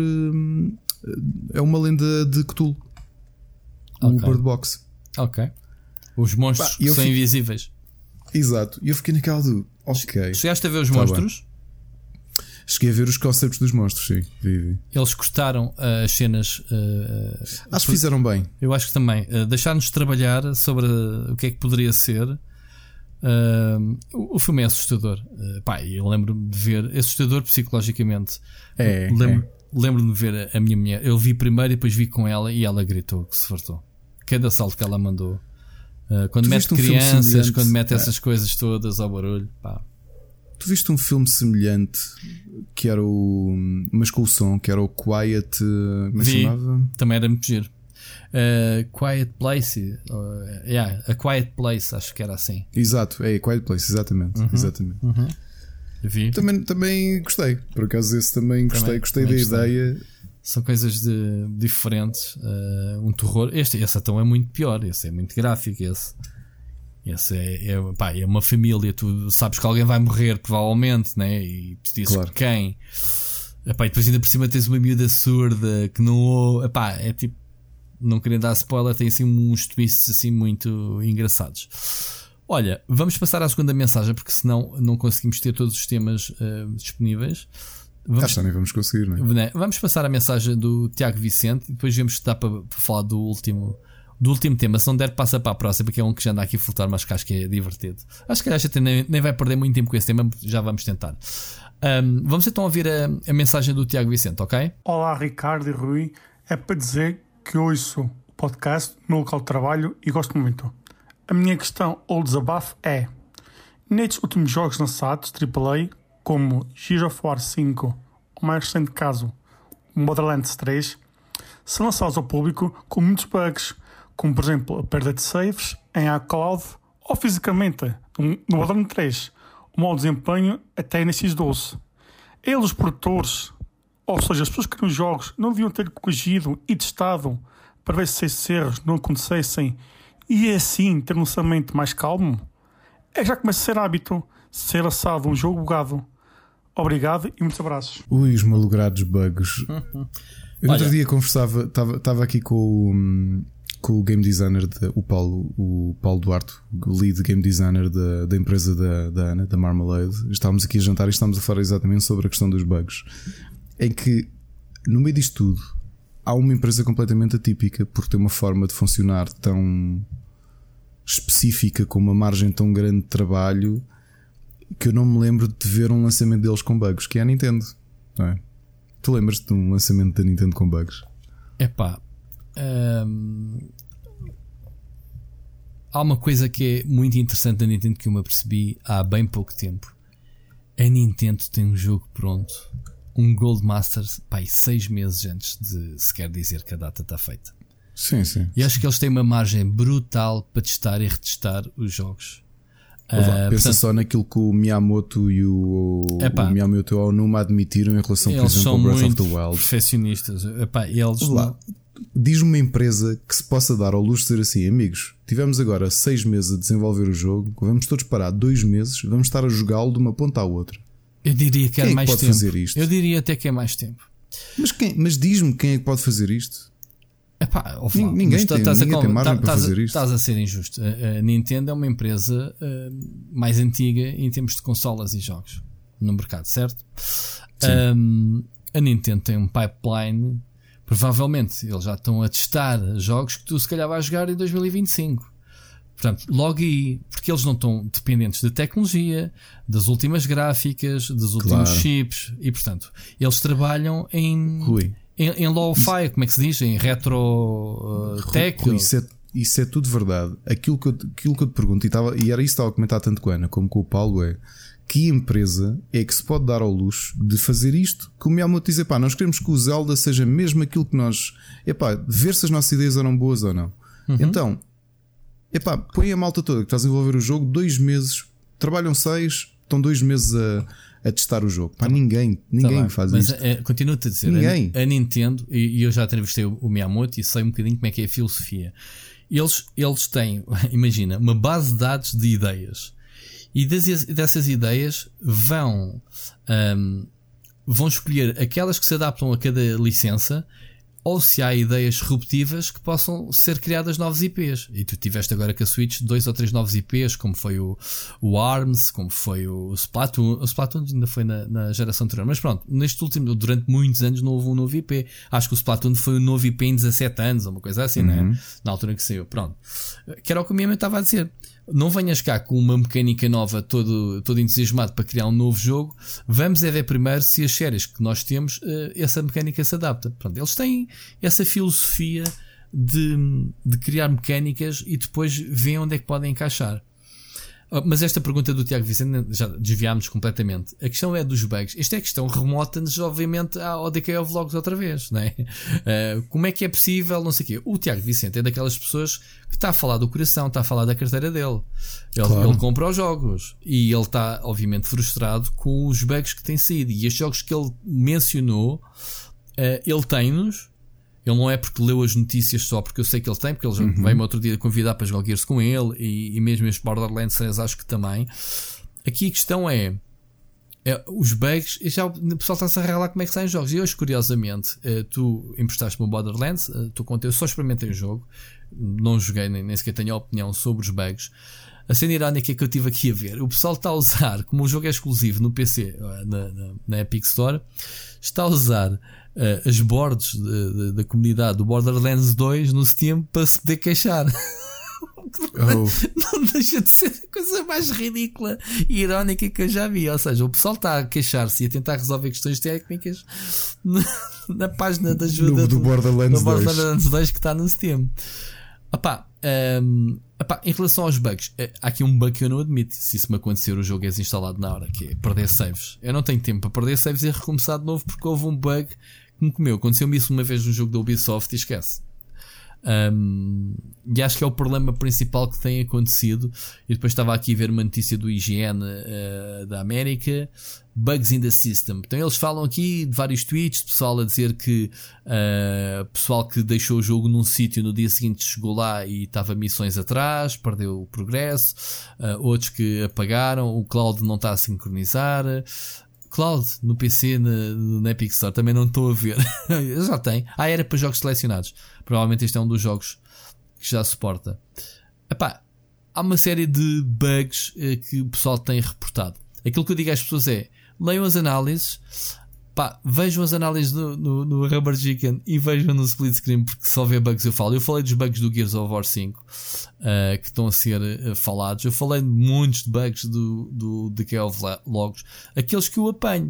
[SPEAKER 1] É uma lenda de Cthulhu. Okay. O Bird Box.
[SPEAKER 2] Ok. Os monstros bah, que são fico... invisíveis.
[SPEAKER 1] Exato. E eu fiquei naquela do... Ok.
[SPEAKER 2] Chegaste a ver os tá monstros?
[SPEAKER 1] Bem. Cheguei a ver os conceitos dos monstros, sim. Vi, vi.
[SPEAKER 2] Eles cortaram uh, as cenas. Uh,
[SPEAKER 1] acho que fizeram bem.
[SPEAKER 2] Eu acho que também. Uh, Deixaram-nos trabalhar sobre uh, o que é que poderia ser. Uh, o, o filme é assustador. Uh, pá, eu lembro-me de ver. É assustador psicologicamente.
[SPEAKER 1] É.
[SPEAKER 2] Lembro,
[SPEAKER 1] é.
[SPEAKER 2] Lembro-me de ver a, a minha mulher. Eu vi primeiro e depois vi com ela e ela gritou que se fartou. Cada salto que ela mandou. Uh, quando tu mete um crianças, quando mete é. essas coisas todas ao barulho. Pá.
[SPEAKER 1] Tu viste um filme semelhante que era o. Mas com o som, que era o Quiet. Como se chamava?
[SPEAKER 2] Também era muito giro. Uh, Quiet Place. Uh, yeah, a Quiet Place, acho que era assim.
[SPEAKER 1] Exato, é Quiet Place, exatamente.
[SPEAKER 2] Uhum,
[SPEAKER 1] exatamente.
[SPEAKER 2] Uhum. Vi.
[SPEAKER 1] Também, também gostei. Por acaso, esse também gostei.
[SPEAKER 2] Também,
[SPEAKER 1] gostei
[SPEAKER 2] também
[SPEAKER 1] da
[SPEAKER 2] gostei.
[SPEAKER 1] ideia.
[SPEAKER 2] São coisas de, diferentes. Uh, um terror. Este, esse então é muito pior. Esse é muito gráfico. Esse. Esse é, é, pá, é uma família, tu sabes que alguém vai morrer, provavelmente, né? E tu dizes claro. Quem? Epá, e depois ainda por cima tens uma miúda surda que não. Epá, é tipo, não querendo dar spoiler, tem assim uns twists assim muito engraçados. Olha, vamos passar à segunda mensagem, porque senão não conseguimos ter todos os temas uh, disponíveis.
[SPEAKER 1] Vamos, Acho que nem vamos conseguir, não é?
[SPEAKER 2] Vamos passar à mensagem do Tiago Vicente e depois vemos que dá para, para falar do último. Do último tema, se não der, passa para a próxima, porque é um que já anda aqui a flutuar, mas que acho que é divertido. Acho que a gente nem, nem vai perder muito tempo com esse tema, já vamos tentar. Um, vamos então ouvir a, a mensagem do Tiago Vicente, ok?
[SPEAKER 4] Olá, Ricardo e Rui. É para dizer que ouço o podcast no local de trabalho e gosto muito. A minha questão ou desabafo é: nestes últimos jogos lançados triplo A, como Gears of War cinco, o mais recente caso, Borderlands três, são lançados ao público com muitos bugs, como por exemplo a perda de saves em iCloud ou fisicamente no Borderlands três, o mau desempenho até N X doze. Eles, os produtores, ou seja, as pessoas que criam os jogos, não deviam ter corrigido e testado para ver se esses erros não acontecessem e assim ter um lançamento mais calmo? É que já começa a ser hábito ser lançado um jogo bugado. Obrigado e muitos abraços.
[SPEAKER 1] Ui, os malogrados bugs. Eu outro dia conversava, estava aqui com o, com o game designer, de, o Paulo, o Paulo Duarte, o lead game designer da, da empresa da, da Ana, da Marmalade. Estávamos aqui a jantar e estávamos a falar exatamente sobre a questão dos bugs. Em que, no meio disto tudo, há uma empresa completamente atípica por ter uma forma de funcionar tão específica, com uma margem tão grande de trabalho, que eu não me lembro de ver um lançamento deles com bugs, que é a Nintendo, não é? Tu lembras-te de um lançamento da Nintendo com bugs?
[SPEAKER 2] Epá, hum, há uma coisa que é muito interessante da Nintendo que eu me apercebi há bem pouco tempo. A Nintendo tem um jogo pronto, um Gold Masters, pá, seis meses antes de sequer dizer que a data está feita.
[SPEAKER 1] Sim, sim.
[SPEAKER 2] E acho que eles têm uma margem brutal para testar e retestar os jogos.
[SPEAKER 1] Uh, Pensa portanto, só naquilo que o Miyamoto e o, o Miyamoto e o Onuma admitiram em relação, por exemplo, ao Breath of the Wild.
[SPEAKER 2] Perfeccionistas. Epá, eles
[SPEAKER 1] lá, diz uma empresa que se possa dar ao luxo de dizer assim: amigos, tivemos agora seis meses a desenvolver o jogo, vamos todos parar dois meses, vamos estar a jogá-lo de uma ponta à outra.
[SPEAKER 2] Eu diria que é
[SPEAKER 1] quem
[SPEAKER 2] mais
[SPEAKER 1] é que pode
[SPEAKER 2] tempo.
[SPEAKER 1] Fazer isto?
[SPEAKER 2] Eu diria até que é mais tempo.
[SPEAKER 1] Mas, quem, mas diz-me quem é que pode fazer isto?
[SPEAKER 2] Epá, oh,
[SPEAKER 1] ninguém ninguém tem,
[SPEAKER 2] estás
[SPEAKER 1] ninguém
[SPEAKER 2] a,
[SPEAKER 1] tem margem
[SPEAKER 2] tá,
[SPEAKER 1] para
[SPEAKER 2] estás
[SPEAKER 1] fazer
[SPEAKER 2] a,
[SPEAKER 1] isto.
[SPEAKER 2] Estás a ser injusto. A, a Nintendo é uma empresa uh, mais antiga em termos de consolas e jogos no mercado, certo? Um, a Nintendo tem um pipeline. Provavelmente eles já estão a testar jogos que tu se calhar vais jogar em dois mil e vinte e cinco. Portanto, logo aí, porque eles não estão dependentes de tecnologia, das últimas gráficas, dos últimos claro. chips, e portanto, eles trabalham em, em, em low-fi, como é que se diz? Em retro uh, tech.
[SPEAKER 1] Rui, isso, é, isso é tudo verdade. Aquilo que eu, aquilo que eu te pergunto, e, tava, e era isso que estava a comentar tanto com a Ana como com o Paulo, é que empresa é que se pode dar ao luxo de fazer isto? Que o Miyamoto diz, pá, nós queremos que o Zelda seja mesmo aquilo que nós... Epá, ver se as nossas ideias eram boas ou não. Uhum. Então, epá, põe a malta toda que estás a desenvolver o jogo, dois meses, trabalham seis, estão dois meses a, a testar o jogo. Pá, tá ninguém, ninguém tá faz isso.
[SPEAKER 2] É, continuo-te a dizer,
[SPEAKER 1] ninguém.
[SPEAKER 2] A, a Nintendo, e, e eu já entrevistei o, o Miyamoto e sei um bocadinho como é que é a filosofia. Eles, eles têm, imagina, uma base de dados de ideias. E das, dessas ideias vão, um, vão escolher aquelas que se adaptam a cada licença, ou se há ideias disruptivas que possam ser criadas novos I Ps. E tu tiveste agora com a Switch dois ou três novos I Ps, como foi o, o ARMS, como foi o Splatoon. O Splatoon ainda foi na, na geração anterior. Mas pronto, neste último, durante muitos anos não houve um novo I P. Acho que o Splatoon foi um novo I P em dezassete anos, ou uma coisa assim, uhum. né? Na altura que saiu. Pronto. Que era o que o Miyamoto estava a dizer. Não venhas cá com uma mecânica nova todo, todo entusiasmado para criar um novo jogo. Vamos é ver primeiro se as séries que nós temos, essa mecânica se adapta. Pronto, eles têm essa filosofia de, de criar mecânicas e depois veem onde é que podem encaixar. Mas esta pergunta do Tiago Vicente já desviámos completamente. A questão é dos bugs. Esta é a questão, remota-nos obviamente ao D K O Vlogs outra vez, não é? Uh, como é que é possível, não sei o quê. O Tiago Vicente é daquelas pessoas que está a falar do coração, está a falar da carteira dele. Ele, claro. Ele compra os jogos e ele está obviamente frustrado com os bugs que têm saído. E estes jogos que ele mencionou, uh, ele tem-nos. Ele não é porque leu as notícias só porque eu sei que ele tem, porque ele uhum. veio-me outro dia convidar para jogar Gears com ele e, e mesmo este Borderlands seis acho que também. Aqui a questão é, é os bugs, e já o pessoal está-se a revelar como é que saem os jogos. E hoje, curiosamente, tu emprestaste-me o Borderlands, tu contei, eu só experimentei o jogo, não joguei, nem, nem sequer tenho a opinião sobre os bugs. A cena irónica que eu tive aqui a ver, o pessoal está a usar, como o jogo é exclusivo no P C, na, na, na Epic Store, está a usar uh, as boards de, de, da comunidade do Borderlands dois no Steam para se poder queixar. Oh. Não deixa de ser a coisa mais ridícula e irónica que eu já vi. Ou seja, o pessoal está a queixar-se e a tentar resolver questões técnicas na, na página de ajuda
[SPEAKER 1] do, do Borderlands,
[SPEAKER 2] do Borderlands dois que está no Steam. Opá, um, opá, em relação aos bugs, há aqui um bug que eu não admito. Se isso me acontecer, o jogo é desinstalado na hora, que é perder saves. Eu não tenho tempo para perder saves e recomeçar de novo porque houve um bug que me comeu. Aconteceu-me isso uma vez no jogo da Ubisoft e esquece. Um, e acho que é o problema principal que tem acontecido. E depois estava aqui a ver uma notícia do I G N uh, da América, bugs in the system. Então eles falam aqui de vários tweets, pessoal a dizer que uh, pessoal que deixou o jogo num sítio no dia seguinte chegou lá e estava missões atrás, perdeu o progresso, uh, outros que apagaram, o cloud não está a sincronizar. Cloud no P C, na, na Epic Store, também não estou a ver. Já tem. Ah, era para jogos selecionados. Provavelmente este é um dos jogos que já suporta. Epá, há uma série de bugs eh, que o pessoal tem reportado. Aquilo que eu digo às pessoas é: leiam as análises, pá, vejam as análises no, no, no Rubber Chicken e vejam no Split Screen, porque só vê bugs eu falo. Eu falei dos bugs do Gears of War cinco uh, que estão a ser uh, falados. Eu falei de muitos de bugs do, do D K O Vlogs, aqueles que eu apanho.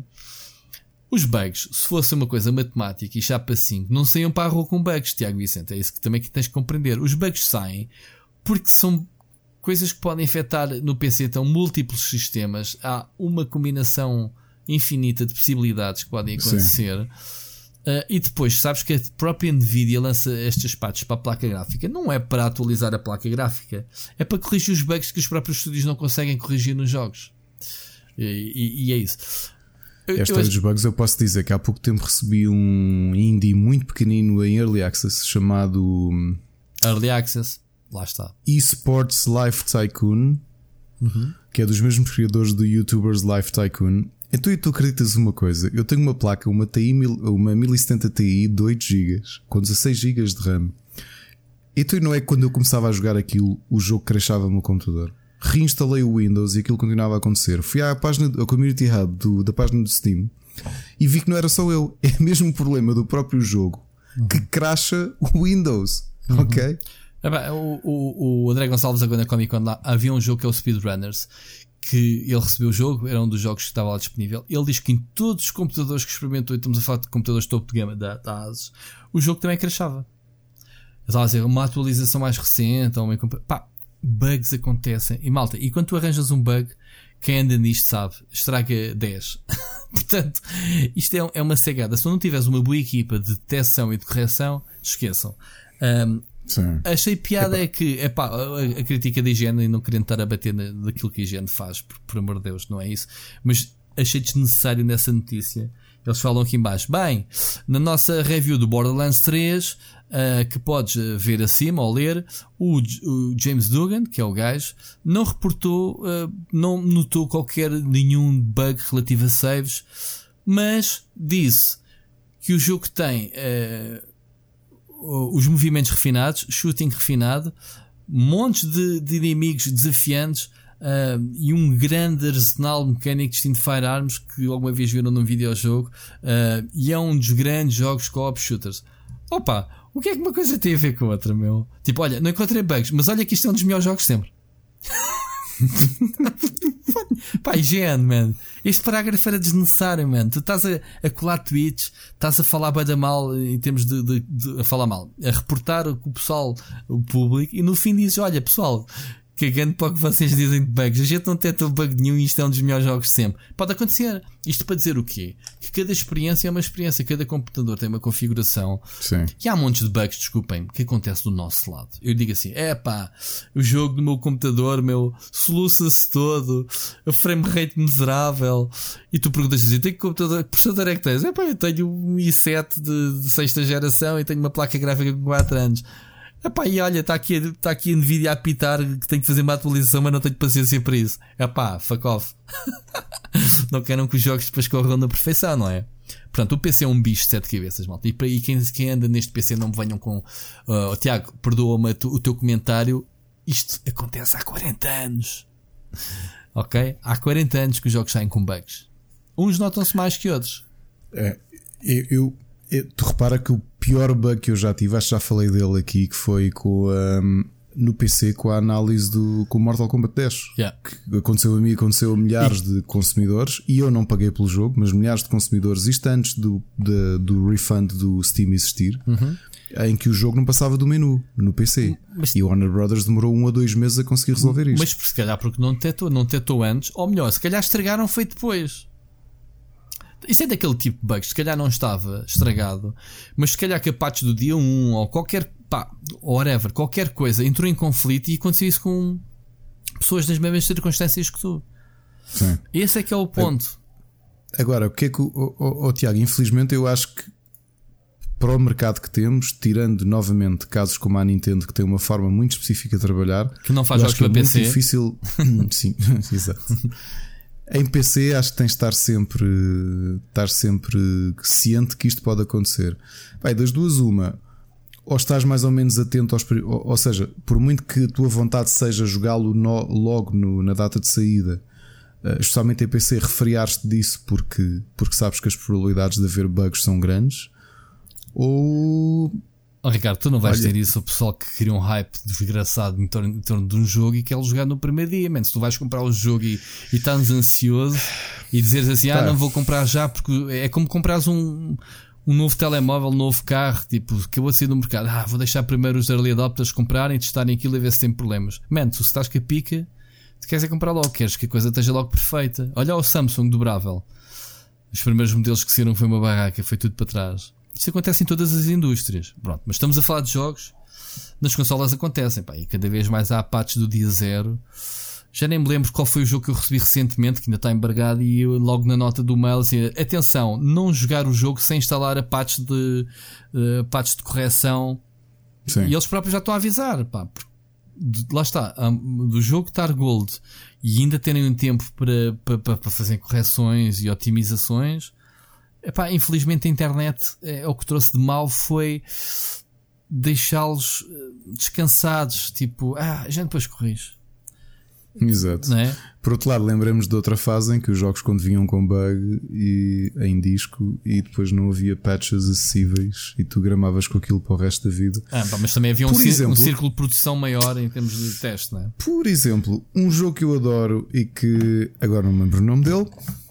[SPEAKER 2] Os bugs, se fosse uma coisa matemática e chapa cinco, não saiam para a rua com bugs, Tiago Vicente. É isso que também que tens que compreender. Os bugs saem porque são coisas que podem afetar no P C, então múltiplos sistemas. Há uma combinação infinita de possibilidades que podem acontecer. Uh, e depois sabes que a própria Nvidia lança estas patches para a placa gráfica. Não é para atualizar a placa gráfica, é para corrigir os bugs que os próprios estúdios não conseguem corrigir nos jogos. E, e, e é isso.
[SPEAKER 1] A história dos bugs, eu posso dizer que há pouco tempo recebi um indie muito pequenino em Early Access chamado
[SPEAKER 2] Early Access, lá está,
[SPEAKER 1] eSports Life Tycoon, uhum. que é dos mesmos criadores do YouTubers Life Tycoon. Então tu acreditas uma coisa, eu tenho uma placa, uma, T I, uma mil e setenta Ti de oito gigas com dezasseis gigas de RAM. Então não é que quando eu começava a jogar aquilo o jogo crashava no meu computador. Reinstalei o Windows e aquilo continuava a acontecer. Fui à página, ao Community Hub do, da página do Steam e vi que não era só eu, é mesmo um problema do próprio jogo uhum. que crasha o Windows, uhum. ok?
[SPEAKER 2] É bem, o, o, o André Gonçalves agora na Comic Con lá, havia um jogo que é o Speedrunners, que ele recebeu o jogo, era um dos jogos que estava lá disponível. Ele diz que em todos os computadores que experimentou, e estamos a falar de computadores topo de gama da, da ASUS, o jogo também crashava. Eu estava a dizer, uma atualização mais recente ou uma... Pá, bugs acontecem. E malta, e quando tu arranjas um bug quem anda nisto sabe, estraga dez. Portanto, isto é, é uma cegada. Se não tiveres uma boa equipa de detecção e de correção, esqueçam. Um, achei piada Epa. é que epá, a, a crítica da higiene, e não querendo estar a bater na, daquilo que a higiene faz, por, por amor de Deus, não é isso, mas achei desnecessário nessa notícia. Eles falam aqui em baixo, bem, na nossa review do Borderlands três, uh, que podes ver acima ou ler, o, o James Dugan, que é o gajo, não reportou, uh, não notou qualquer nenhum bug relativo a saves, mas disse que o jogo tem uh, os movimentos refinados, shooting refinado, montes de, de inimigos desafiantes, Uh, e um grande arsenal mecânico distinto de Firearms que alguma vez viram num videojogo, uh, e é um dos grandes jogos co-op shooters. Opa, o que é que uma coisa tem a ver com a outra, meu? Tipo, olha, não encontrei bugs, mas olha que isto é um dos melhores jogos sempre. Pá, higiene, man. Este parágrafo era desnecessário, man. Tu estás a, a colar tweets, estás a falar bada mal em termos de, de, de a falar mal, a reportar o pessoal, o público, e no fim dizes, olha pessoal, cagando para o que vocês dizem de bugs, a gente não detecta bug nenhum e isto é um dos melhores jogos sempre. Pode acontecer. Isto para dizer o quê? Que cada experiência é uma experiência, cada computador tem uma configuração.
[SPEAKER 1] Sim.
[SPEAKER 2] E há montes de bugs, desculpem-me, que acontece do nosso lado. Eu digo assim, é pá, o jogo do meu computador, meu, soluça-se todo, a frame rate miserável, e tu perguntas assim, tem que computador, que processador é que tens? É pá, eu tenho um i sete de, de sexta geração e tenho uma placa gráfica com quatro anos. Epá, e olha, está aqui, está aqui a Nvidia a apitar que tenho que fazer uma atualização, mas não tenho paciência para isso. Epá, fuck off. Não querem que os jogos depois corram na perfeição, não é? Portanto, o P C é um bicho de sete cabeças, malta. E para aí, quem, quem anda neste P C não me venham com uh, Tiago, perdoa-me o teu comentário. Isto acontece há quarenta anos. Ok? Há quarenta anos que os jogos saem com bugs. Uns notam-se mais que outros.
[SPEAKER 1] É, eu... eu... Tu repara que o pior bug que eu já tive, acho que já falei dele aqui, que foi com um, no P C com a análise do com Mortal Kombat dez.
[SPEAKER 2] Yeah.
[SPEAKER 1] Que aconteceu a mim, aconteceu a milhares de consumidores, e eu não paguei pelo jogo, mas milhares de consumidores, isto antes do, de, do refund do Steam existir,
[SPEAKER 2] uhum.
[SPEAKER 1] em que o jogo não passava do menu no P C. Mas, e o Warner Brothers demorou um a dois meses a conseguir resolver isto.
[SPEAKER 2] Mas se calhar porque não detectou, não detectou antes, ou melhor, se calhar estragaram foi depois. Isso é daquele tipo de bugs, se calhar não estava estragado, mas se calhar que a patch do dia um ou qualquer, pá, whatever, qualquer coisa entrou em conflito e aconteceu isso com pessoas nas mesmas circunstâncias que tu.
[SPEAKER 1] Sim.
[SPEAKER 2] Esse é que é o ponto.
[SPEAKER 1] Agora, o que é que o, o, o, o Tiago, infelizmente eu acho que para o mercado que temos, tirando novamente casos como a Nintendo, que tem uma forma muito específica de trabalhar,
[SPEAKER 2] que não faz jogos para P C,
[SPEAKER 1] é muito difícil. Sim, exato. Em P C acho que tens de estar sempre, estar sempre ciente que isto pode acontecer. Bem, das duas uma, ou estás mais ou menos atento aos, ou, ou seja, por muito que a tua vontade seja jogá-lo no, logo no, na data de saída, uh, especialmente em P C, refriar-te disso porque, porque sabes que as probabilidades de haver bugs são grandes. Ou...
[SPEAKER 2] Oh, Ricardo, tu não vais
[SPEAKER 1] Olha,
[SPEAKER 2] ter isso, o pessoal que cria um hype desgraçado em torno, em torno de um jogo e quer jogar no primeiro dia, man. Se tu vais comprar o jogo e, e estás ansioso e dizeres assim, ah,
[SPEAKER 1] tá.
[SPEAKER 2] não vou comprar já, porque é como comprares um, um novo telemóvel, um novo carro, tipo, acabou de sair do mercado, ah, vou deixar primeiro os early adopters comprarem, testarem aquilo e ver se tem problemas. Man, tu se estás com a pica, tu queres é comprar logo, queres que a coisa esteja logo perfeita. Olha o Samsung dobrável, os primeiros modelos que saíram foi uma barraca, foi tudo para trás. Isto acontece em todas as indústrias. Pronto, mas estamos a falar de jogos. Nas consolas acontecem, pá, e cada vez mais há patches do dia zero. Já nem me lembro qual foi o jogo que eu recebi recentemente, que ainda está embargado, e eu, logo na nota do mail assim, atenção, não jogar o jogo sem instalar a patch de, uh, patch de correção.
[SPEAKER 1] Sim. E
[SPEAKER 2] eles próprios já estão a avisar, pá, lá está, um, do jogo estar gold e ainda terem um tempo para, para, para fazer correções e otimizações. Epá, infelizmente a internet, é, o que trouxe de mal foi deixá-los descansados, tipo, ah, a gente depois corrige.
[SPEAKER 1] Exato.
[SPEAKER 2] Não é?
[SPEAKER 1] Por outro lado, lembramos de outra fase em que os jogos, quando vinham com bug e, em disco, e depois não havia patches acessíveis e tu gramavas com aquilo para o resto da vida.
[SPEAKER 2] Ah, pá, mas também havia um,
[SPEAKER 1] exemplo,
[SPEAKER 2] um círculo de produção maior em termos de teste, não é?
[SPEAKER 1] Por exemplo, um jogo que eu adoro e que agora não me lembro o nome dele,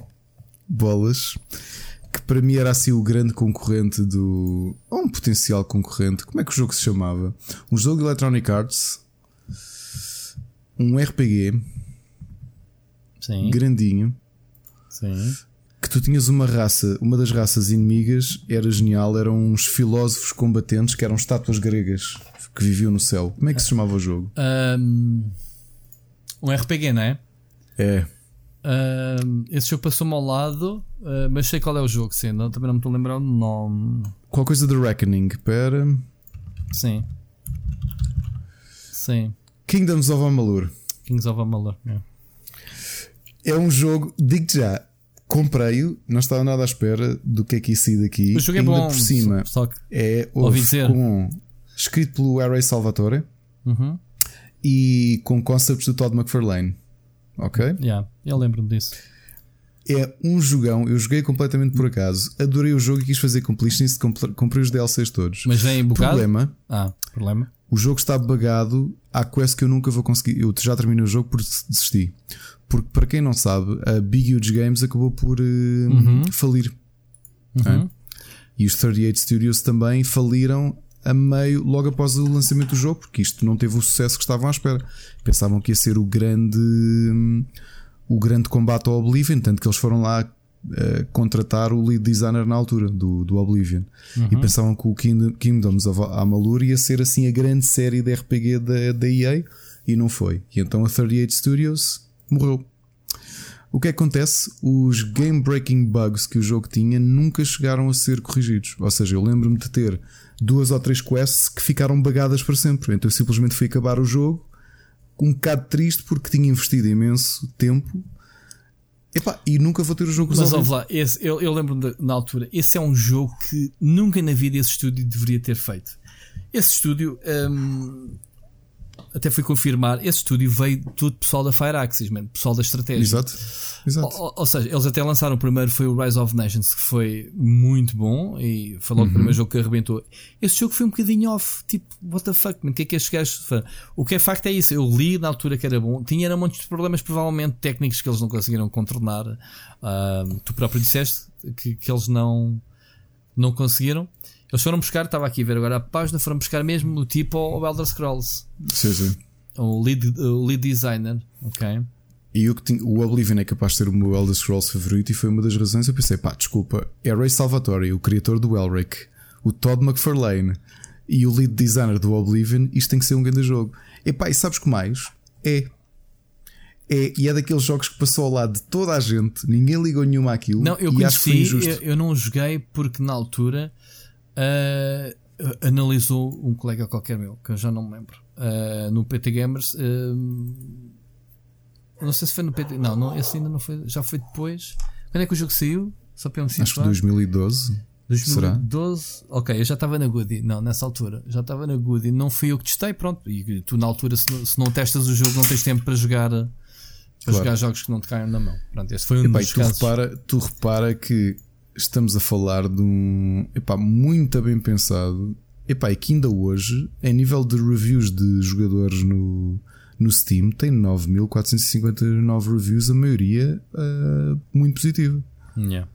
[SPEAKER 1] bolas, que para mim era assim o grande concorrente do. Ou um potencial concorrente. Como é que o jogo se chamava? Um jogo de Electronic Arts, um R P G.
[SPEAKER 2] Sim.
[SPEAKER 1] grandinho.
[SPEAKER 2] Sim.
[SPEAKER 1] Que tu tinhas uma raça, uma das raças inimigas era genial, eram uns filósofos combatentes que eram estátuas gregas que viviam no céu. Como é que se chamava o jogo?
[SPEAKER 2] Um, um R P G, não é?
[SPEAKER 1] É.
[SPEAKER 2] Um, esse jogo passou-me ao lado, uh, mas sei qual é o jogo, sim. Não, também não me estou a lembrar o nome.
[SPEAKER 1] Qual coisa de Reckoning? Pera.
[SPEAKER 2] Sim. Sim.
[SPEAKER 1] Kingdoms of Amalur.
[SPEAKER 2] Kings of Amalur. Yeah.
[SPEAKER 1] É um jogo, digo-te já, comprei-o, não estava nada à espera do que é que ia sair daqui.
[SPEAKER 2] O jogo é
[SPEAKER 1] ainda
[SPEAKER 2] bom,
[SPEAKER 1] por cima
[SPEAKER 2] só que
[SPEAKER 1] é
[SPEAKER 2] ouvi dizer.
[SPEAKER 1] Com, escrito pelo Ray Salvatore
[SPEAKER 2] Uhum.
[SPEAKER 1] e com concepts do Todd McFarlane. Ok?
[SPEAKER 2] Yeah, eu lembro-me disso.
[SPEAKER 1] É um jogão, eu joguei completamente por acaso, adorei o jogo e quis fazer completionist, comprei os D L Cs todos.
[SPEAKER 2] Mas vem bugado?
[SPEAKER 1] Problema,
[SPEAKER 2] Ah, problema.
[SPEAKER 1] o jogo está bugado, há quest que eu nunca vou conseguir. Eu já terminei o jogo porque desisti. Porque para quem não sabe, a Big Huge Games acabou por uh,
[SPEAKER 2] Uhum.
[SPEAKER 1] falir.
[SPEAKER 2] Uhum.
[SPEAKER 1] É? E os trinta e oito Studios também faliram a meio, logo após o lançamento do jogo, porque isto não teve o sucesso que estavam à espera. Pensavam que ia ser o grande o grande combate ao Oblivion, tanto que eles foram lá uh, contratar o lead designer na altura do, do Oblivion.
[SPEAKER 2] Uhum.
[SPEAKER 1] E pensavam que o Kingdom, Kingdoms of Amalur ia ser assim a grande série de R P G da, da E A, e não foi. E então a trinta e oito Studios morreu. O que acontece? Os game-breaking bugs que o jogo tinha nunca chegaram a ser corrigidos. Ou seja, eu lembro-me de ter duas ou três quests que ficaram buggadas para sempre. Então eu simplesmente fui acabar o jogo um bocado triste porque tinha investido imenso tempo. Epá, e nunca vou ter o jogo resolvido.
[SPEAKER 2] Mas ouve lá, esse, eu, eu lembro-me na altura, esse é um jogo que nunca na vida esse estúdio deveria ter feito. Esse estúdio, hum, até fui confirmar, esse estúdio veio tudo pessoal da Firaxis, mesmo, pessoal da estratégia.
[SPEAKER 1] Exato. Exato.
[SPEAKER 2] Ou, ou seja, eles até lançaram o primeiro, foi o Rise of Nations, que foi muito bom e foi logo
[SPEAKER 1] Uhum.
[SPEAKER 2] o primeiro jogo que arrebentou. Esse jogo foi um bocadinho off, tipo, what the fuck, man, o que é que estes gajos. O que é facto é isso, eu li na altura que era bom, tinha era muitos problemas, provavelmente técnicos que eles não conseguiram contornar. Uh, tu próprio disseste que, que eles não, não conseguiram. Eles foram buscar, estava aqui a ver agora a página, foram buscar mesmo o tipo ao Elder Scrolls,
[SPEAKER 1] Sim, sim.
[SPEAKER 2] o lead, o lead designer, ok?
[SPEAKER 1] E eu que tinha, o Oblivion é capaz de ser o meu Elder Scrolls favorito, e foi uma das razões. Eu pensei, pá, desculpa, é Ray Salvatore, o criador do Elric, o Todd McFarlane e o lead designer do Oblivion, isto tem que ser um grande jogo. E pá, e sabes que mais? É. É, e é daqueles jogos que passou ao lado de toda a gente, ninguém ligou nenhuma àquilo.
[SPEAKER 2] Não, eu
[SPEAKER 1] e acho que foi
[SPEAKER 2] conheci,
[SPEAKER 1] injusto.
[SPEAKER 2] eu, eu não joguei porque na altura uh, analisou um colega qualquer meu, que eu já não me lembro, uh, no P T Gamers. Uh, não sei se foi no P T. Não, não, esse ainda não foi. Já foi depois. Quando é que o jogo saiu? Só para eu me
[SPEAKER 1] Acho que
[SPEAKER 2] situar.
[SPEAKER 1] dois mil e doze.
[SPEAKER 2] dois mil e doze. Ok, eu já estava na Goody. Não, nessa altura já estava na Goody. Não fui eu que testei. Pronto. E tu, na altura, se não, se não testas o jogo, não tens tempo para jogar. Para
[SPEAKER 1] Claro.
[SPEAKER 2] jogar jogos que não te caem na mão. Pronto, esse foi um
[SPEAKER 1] Epá,
[SPEAKER 2] dos
[SPEAKER 1] e tu,
[SPEAKER 2] casos.
[SPEAKER 1] repara, tu repara que estamos a falar de um, epá, muito bem pensado, epá, e que ainda hoje, em nível de reviews de jogadores no, no Steam, tem nove mil quatrocentos e cinquenta e nove reviews, a maioria uh, muito positiva.
[SPEAKER 2] Yeah.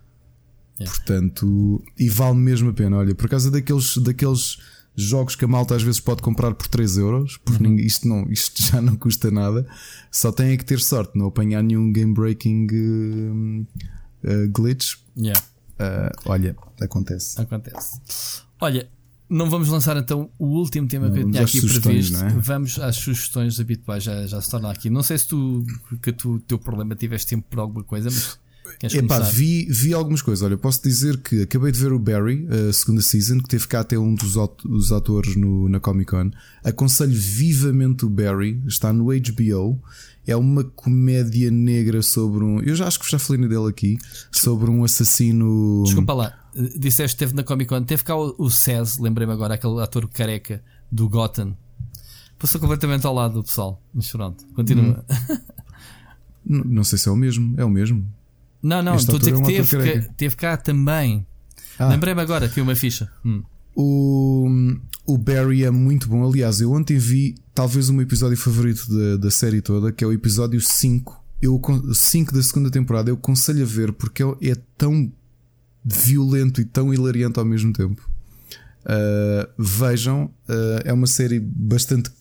[SPEAKER 1] Portanto, e vale mesmo a pena. Olha, por causa daqueles, daqueles jogos que a malta às vezes pode comprar por três euros, porque
[SPEAKER 2] Uhum.
[SPEAKER 1] ninguém, isto, não, isto já não custa nada, só tem é que ter sorte, não apanhar nenhum game breaking uh, uh, glitch.
[SPEAKER 2] Yeah.
[SPEAKER 1] Uh, olha, acontece.
[SPEAKER 2] Acontece. Olha, não vamos lançar então o último tema
[SPEAKER 1] Não,
[SPEAKER 2] que eu
[SPEAKER 1] vamos
[SPEAKER 2] tinha
[SPEAKER 1] às
[SPEAKER 2] aqui
[SPEAKER 1] sugestões,
[SPEAKER 2] previsto.
[SPEAKER 1] não é?
[SPEAKER 2] Vamos às sugestões habituais, já, já se torna aqui. Não sei se tu, que tu, teu problema tiveste tempo por alguma coisa, mas queres
[SPEAKER 1] Epá,
[SPEAKER 2] começar?
[SPEAKER 1] vi, vi algumas coisas. Olha, posso dizer que acabei de ver o Barry, a segunda season, que teve cá até um dos, dos atores no, na Comic Con. Aconselho vivamente o Barry, está no H B O. É uma comédia negra sobre um. Eu já acho que já falei dele aqui. Sobre um assassino.
[SPEAKER 2] Desculpa lá, disseste que esteve na Comic Con, teve cá o, o Cez, lembrei-me agora, aquele ator careca do Gotham. Passou completamente ao lado do pessoal. Mas pronto, continua.
[SPEAKER 1] Hum. Não, não sei se é o mesmo. É o mesmo.
[SPEAKER 2] Não, não,
[SPEAKER 1] Este
[SPEAKER 2] estou a dizer
[SPEAKER 1] ator
[SPEAKER 2] que
[SPEAKER 1] é um ator
[SPEAKER 2] teve,
[SPEAKER 1] careca.
[SPEAKER 2] cá, teve cá também.
[SPEAKER 1] Ah.
[SPEAKER 2] Lembrei-me agora que uma ficha. Hum.
[SPEAKER 1] O, o Barry é muito bom. Aliás, eu ontem vi talvez o meu episódio favorito da, da série toda, que é o episódio cinco. Eu, cinco da segunda temporada. Eu aconselho a ver porque é, é tão violento e tão hilariante ao mesmo tempo. Uh, vejam, uh, é uma série bastante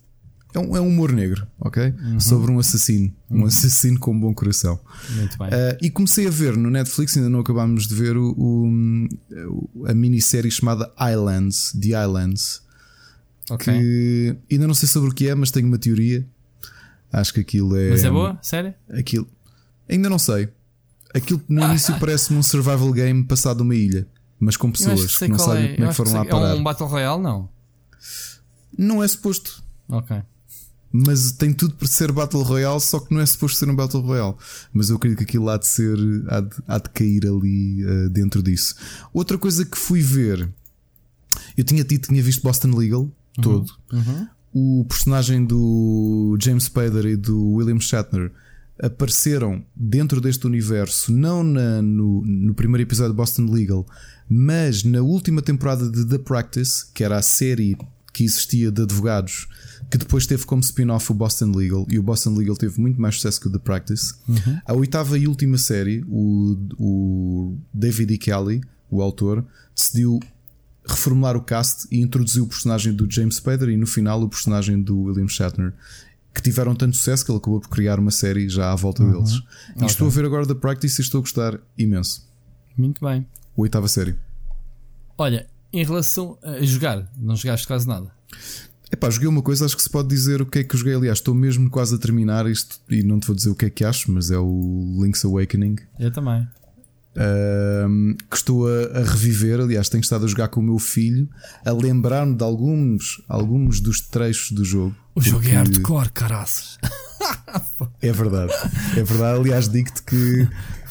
[SPEAKER 1] É um, é um humor negro, ok? Uhum. Sobre um assassino. Um uhum. assassino com um bom coração.
[SPEAKER 2] Muito bem.
[SPEAKER 1] Uh, e comecei a ver no Netflix, ainda não acabámos de ver o, o, a minissérie chamada Islands, The Islands.
[SPEAKER 2] Ok.
[SPEAKER 1] Que ainda não sei sobre o que é, mas tenho uma teoria. Acho que aquilo é.
[SPEAKER 2] Mas é boa? Sério?
[SPEAKER 1] Aquilo. Ainda não sei. Aquilo no início parece-me um survival game passado numa ilha, mas com pessoas que, que não sabem é. como é que foram lá parar.
[SPEAKER 2] É um Battle Royale, não?
[SPEAKER 1] Não é suposto.
[SPEAKER 2] Ok.
[SPEAKER 1] Mas tem tudo para ser Battle Royale, só que não é suposto ser um Battle Royale. Mas eu acredito que aquilo há de ser, há de, há de cair ali uh, dentro disso. Outra coisa que fui ver, eu tinha tido, tinha visto Boston Legal todo.
[SPEAKER 2] Uhum. Uhum.
[SPEAKER 1] O personagem do James Spader e do William Shatner apareceram dentro deste universo, não na, no, no primeiro episódio de Boston Legal, mas na última temporada de The Practice, que era a série que existia de advogados, que depois teve como spin-off o Boston Legal, e o Boston Legal teve muito mais sucesso que o The Practice. Uhum. A oitava e última série, o, o David E. Kelly, o autor, decidiu reformular o cast e introduziu o personagem do James Spader e no final o personagem do William Shatner, que tiveram tanto sucesso que ele acabou por criar uma série já à volta uhum. deles. E okay. estou a ver agora The Practice e estou a gostar imenso.
[SPEAKER 2] Muito bem.
[SPEAKER 1] A oitava série.
[SPEAKER 2] Olha, em relação a jogar, não jogaste quase nada?
[SPEAKER 1] Epá, joguei uma coisa, acho que se pode dizer o que é que eu joguei. Aliás, estou mesmo quase a terminar isto e não te vou dizer o que é que acho, mas é o Link's Awakening.
[SPEAKER 2] Eu também.
[SPEAKER 1] Um, que estou a, a reviver. Aliás, tenho estado a jogar com o meu filho, a lembrar-me de alguns, alguns dos trechos do jogo.
[SPEAKER 2] O jogo é hardcore, caraças.
[SPEAKER 1] É verdade, é verdade. Aliás, digo-te que.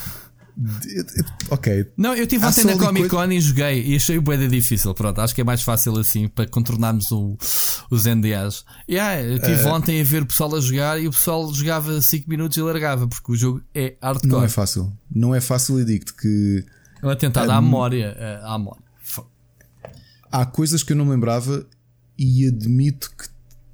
[SPEAKER 1] Ok.
[SPEAKER 2] Não, eu estive ontem na Comic Con coisa... e joguei e achei o bué difícil. Pronto, acho que é mais fácil assim para contornarmos o, os N D As. Yeah, eu estive uh... ontem a ver o pessoal a jogar e o pessoal jogava cinco minutos e largava, porque o jogo é hardcore.
[SPEAKER 1] Não é fácil, não é fácil. E digo-te que
[SPEAKER 2] ela tentar dar a memória, à memória.
[SPEAKER 1] Há coisas que eu não me lembrava e admito que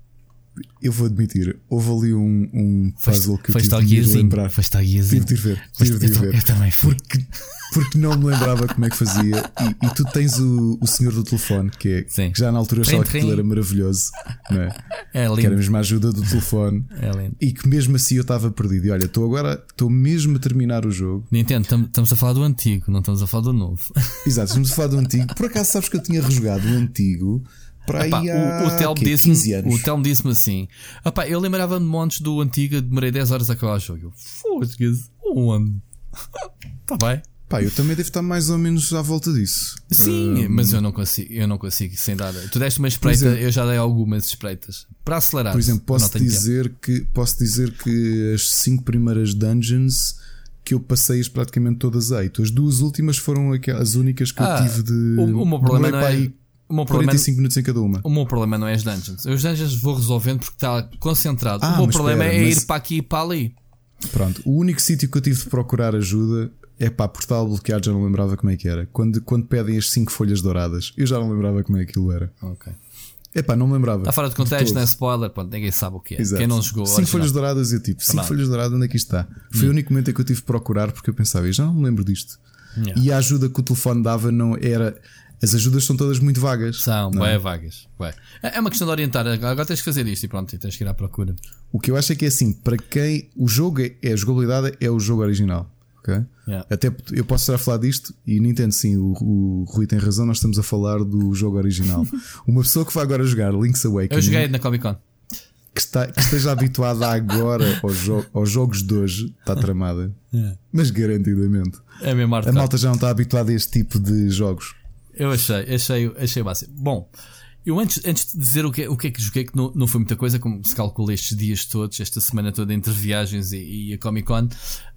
[SPEAKER 1] eu vou admitir, houve ali um, um puzzle que eu tive de me lembrar.
[SPEAKER 2] Foste ao guiazinho.
[SPEAKER 1] Tive de ver, tive de ver.
[SPEAKER 2] Eu também fui.
[SPEAKER 1] Porque, porque não me lembrava como é que fazia. E, e tu tens o, o senhor do telefone, que, é, que já na altura achava que aquilo era maravilhoso, não é?
[SPEAKER 2] É lindo.
[SPEAKER 1] Que era mesmo a ajuda do telefone.
[SPEAKER 2] É lindo.
[SPEAKER 1] E que mesmo assim eu estava perdido. E olha, estou agora, estou mesmo a terminar o jogo.
[SPEAKER 2] Nintendo, estamos a falar do antigo, não estamos a falar do novo.
[SPEAKER 1] Exato, estamos a falar do antigo. Por acaso sabes que eu tinha rejogado o antigo. Para
[SPEAKER 2] Epá,
[SPEAKER 1] aí há,
[SPEAKER 2] o, o Telmo disse-me Tel disse assim: epá, eu lembrava-me de montes do antigo, demorei dez horas a acabar o jogo. Foda-se, onde? Está bem.
[SPEAKER 1] Pá, eu também devo estar mais ou menos à volta disso.
[SPEAKER 2] Sim, um... mas eu não consigo, eu não consigo sem dar. Tu deste uma espreita, exemplo, eu já dei algumas espreitas para acelerar.
[SPEAKER 1] Por exemplo, posso dizer que posso dizer que as cinco primeiras dungeons que eu passei-as praticamente todas aí. As duas últimas foram as únicas que
[SPEAKER 2] ah,
[SPEAKER 1] eu tive de.
[SPEAKER 2] O, o meu problema não é. O meu
[SPEAKER 1] quarenta e cinco minutos em cada uma.
[SPEAKER 2] O meu problema não é as dungeons. Os dungeons vou resolvendo porque está concentrado.
[SPEAKER 1] Ah,
[SPEAKER 2] o meu problema
[SPEAKER 1] espera,
[SPEAKER 2] é
[SPEAKER 1] mas...
[SPEAKER 2] ir para aqui e para ali.
[SPEAKER 1] Pronto, o único sítio que eu tive de procurar ajuda é pá, portal bloqueado, já não lembrava como é que era. Quando, quando pedem as cinco folhas douradas, eu já não lembrava como é que aquilo era.
[SPEAKER 2] Ok.
[SPEAKER 1] É pá, não me lembrava.
[SPEAKER 2] Está fora de contexto, não é spoiler, pronto, ninguém sabe o que é.
[SPEAKER 1] Exato.
[SPEAKER 2] Quem não jogou.
[SPEAKER 1] Cinco folhas douradas, eu tipo, cinco folhas douradas, onde é que isto está? Foi hum. o único momento em que eu tive de procurar porque eu pensava, eu já não me lembro disto. Yeah. E a ajuda que o telefone dava não era. As ajudas são todas muito vagas.
[SPEAKER 2] São, bem vagas. Bem. É uma questão de orientar. Agora tens que fazer isto e pronto, tens que ir à procura.
[SPEAKER 1] O que eu acho é que é assim: para quem o jogo é, é a jogabilidade, é o jogo original. Okay?
[SPEAKER 2] Yeah.
[SPEAKER 1] Até eu posso estar a falar disto e Nintendo, sim, o, o Rui tem razão. Nós estamos a falar do jogo original. Uma pessoa que vai agora jogar Link's Awakening,
[SPEAKER 2] eu joguei na Comic Con,
[SPEAKER 1] que, está, que esteja habituada agora aos, jo- aos jogos de hoje, está tramada.
[SPEAKER 2] Yeah.
[SPEAKER 1] Mas garantidamente
[SPEAKER 2] é mesmo
[SPEAKER 1] a malta já não está habituada a este tipo de jogos.
[SPEAKER 2] Eu achei, achei, achei máximo. Bom, eu antes, antes de dizer o que, o que é que joguei, que não, não foi muita coisa, como se calcula estes dias todos, esta semana toda entre viagens e, e a Comic Con,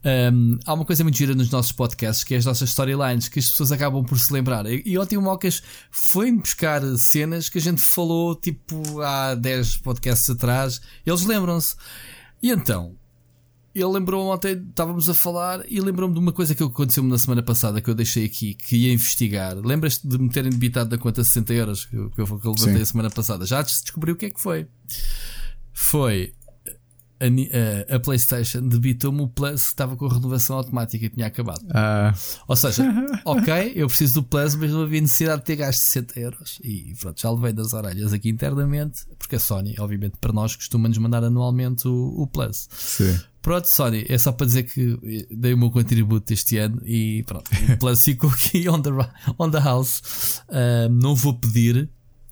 [SPEAKER 2] um, há uma coisa muito gira nos nossos podcasts, que é as nossas storylines, que as pessoas acabam por se lembrar. E, e ontem o Mocas foi-me buscar cenas que a gente falou tipo há dez podcasts atrás, eles lembram-se. E então, ele lembrou-me ontem, estávamos a falar e lembrou-me de uma coisa que aconteceu-me na semana passada, que eu deixei aqui, que ia investigar. Lembras-te de me terem debitado da conta sessenta euros que eu, que eu levantei a semana passada? Já descobri o que é que foi. Foi a, a, a PlayStation debitou-me o Plus que estava com a renovação automática e tinha acabado.
[SPEAKER 1] Ah.
[SPEAKER 2] Ou seja, ok, eu preciso do Plus, mas não havia necessidade de ter gasto sessenta euros. E pronto, já levei das orelhas aqui internamente, porque a Sony, obviamente, para nós, costuma-nos mandar anualmente o, o Plus.
[SPEAKER 1] Sim.
[SPEAKER 2] Pronto, Sony, é só para dizer que dei o meu contributo este ano e pronto, o Plus ficou aqui on the, on the house. Uh, não vou pedir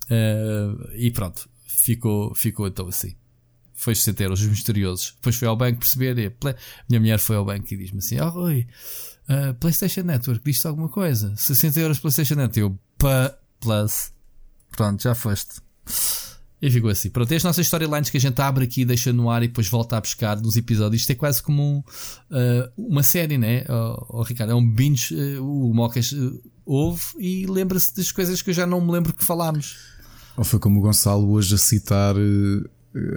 [SPEAKER 2] uh, e pronto, ficou, ficou então assim. Foi sessenta euros, os misteriosos. Depois foi ao banco perceber. E a play... minha mulher foi ao banco e diz-me assim: oh, Rui, uh, PlayStation Network, diz-te alguma coisa? sessenta euros PlayStation Network. Eu, pá, Plus. Pronto, já foste. E ficou assim. Pronto, é as nossas storylines que a gente abre aqui, deixa no ar e depois volta a buscar nos episódios. Isto é quase como um, uh, uma série, né? Oh, oh, Ricardo, é um binge. Uh, o Mocas uh, ouve e lembra-se das coisas que eu já não me lembro que falámos.
[SPEAKER 1] Ou foi como o Gonçalo hoje a citar. Uh...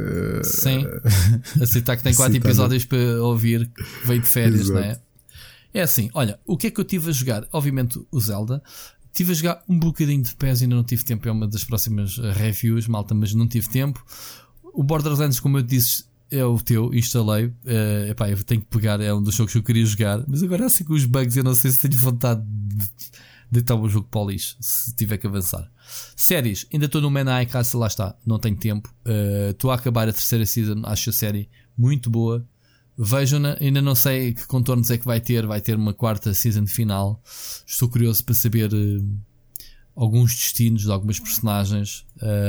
[SPEAKER 2] Sim, a citar que tem quatro episódios para ouvir, veio de férias, não é? É assim, olha, o que é que eu tive a jogar? Obviamente o Zelda. Tive a jogar um bocadinho de P E S e ainda não tive tempo. É uma das próximas reviews, malta, mas não tive tempo. O Borderlands, como eu disse, é o teu, instalei. Uh, epá, eu tenho que pegar, é um dos jogos que eu queria jogar. Mas agora assim com os bugs eu não sei se tenho vontade de deitar o jogo para o lixo, se tiver que avançar. Séries, ainda estou no Menai Castle, lá está, não tenho tempo. Estou uh, a acabar a terceira season, acho a série muito boa. Vejam-na, ainda não sei que contornos é que vai ter. Vai ter uma quarta season final. Estou curioso para saber uh, alguns destinos de algumas personagens.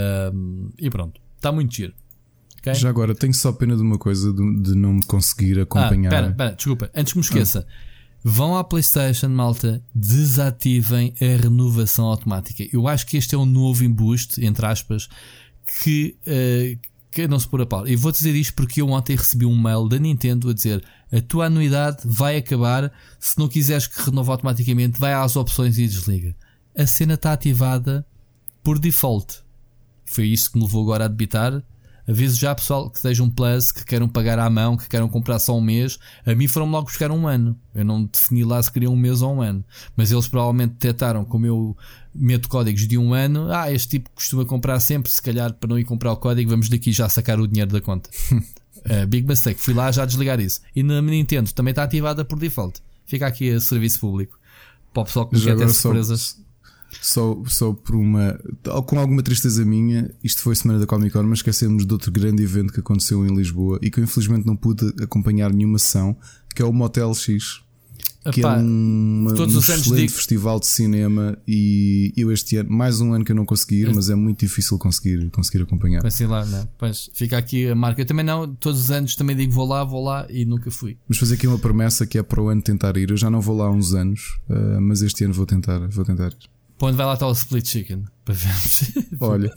[SPEAKER 2] Uh, e pronto, está muito giro. Okay?
[SPEAKER 1] Já agora, tenho só pena de uma coisa, de, de não me conseguir acompanhar.
[SPEAKER 2] Ah, pera, pera, desculpa, antes que me esqueça. Ah. Vão à PlayStation, malta, desativem a renovação automática. Eu acho que este é um novo embuste, entre aspas, que, uh, que não se pôr a pau. E vou dizer isto porque eu ontem recebi um mail da Nintendo a dizer: a tua anuidade vai acabar, se não quiseres que renove automaticamente, vai às opções e desliga. A cena está ativada por default. Foi isso que me levou agora a debitar. Aviso já, pessoal, que sejam um Plus, que queiram pagar à mão, que queiram comprar só um mês. A mim foram logo buscar um ano. Eu não defini lá se queriam um mês ou um ano. Mas eles provavelmente detectaram, como eu meto códigos de um ano. Ah, este tipo costuma comprar sempre. Se calhar, para não ir comprar o código, vamos daqui já sacar o dinheiro da conta. uh, Big mistake. Fui lá já desligar isso. E na Nintendo também está ativada por default. Fica aqui a serviço público. Para o pessoal que quer ter surpresas.
[SPEAKER 1] Só, só por uma. Com alguma tristeza minha, isto foi semana da Comic Con, mas esquecemos de outro grande evento que aconteceu em Lisboa e que eu infelizmente não pude acompanhar nenhuma sessão, que é o Motel X, que Epá, é um,
[SPEAKER 2] todos
[SPEAKER 1] um
[SPEAKER 2] os
[SPEAKER 1] excelente
[SPEAKER 2] digo...
[SPEAKER 1] festival de cinema. E eu este ano, mais um ano que eu não consegui ir, mas é muito difícil conseguir, conseguir acompanhar.
[SPEAKER 2] Assim lá, não. Pois fica aqui a marca. Eu também não, todos os anos também digo vou lá, vou lá e nunca fui.
[SPEAKER 1] Mas fazer aqui uma promessa que é para o ano tentar ir. Eu já não vou lá há uns anos, uh, mas este ano vou tentar, vou tentar ir.
[SPEAKER 2] Para onde vai lá estar o Split Chicken? Para ver.
[SPEAKER 1] Olha.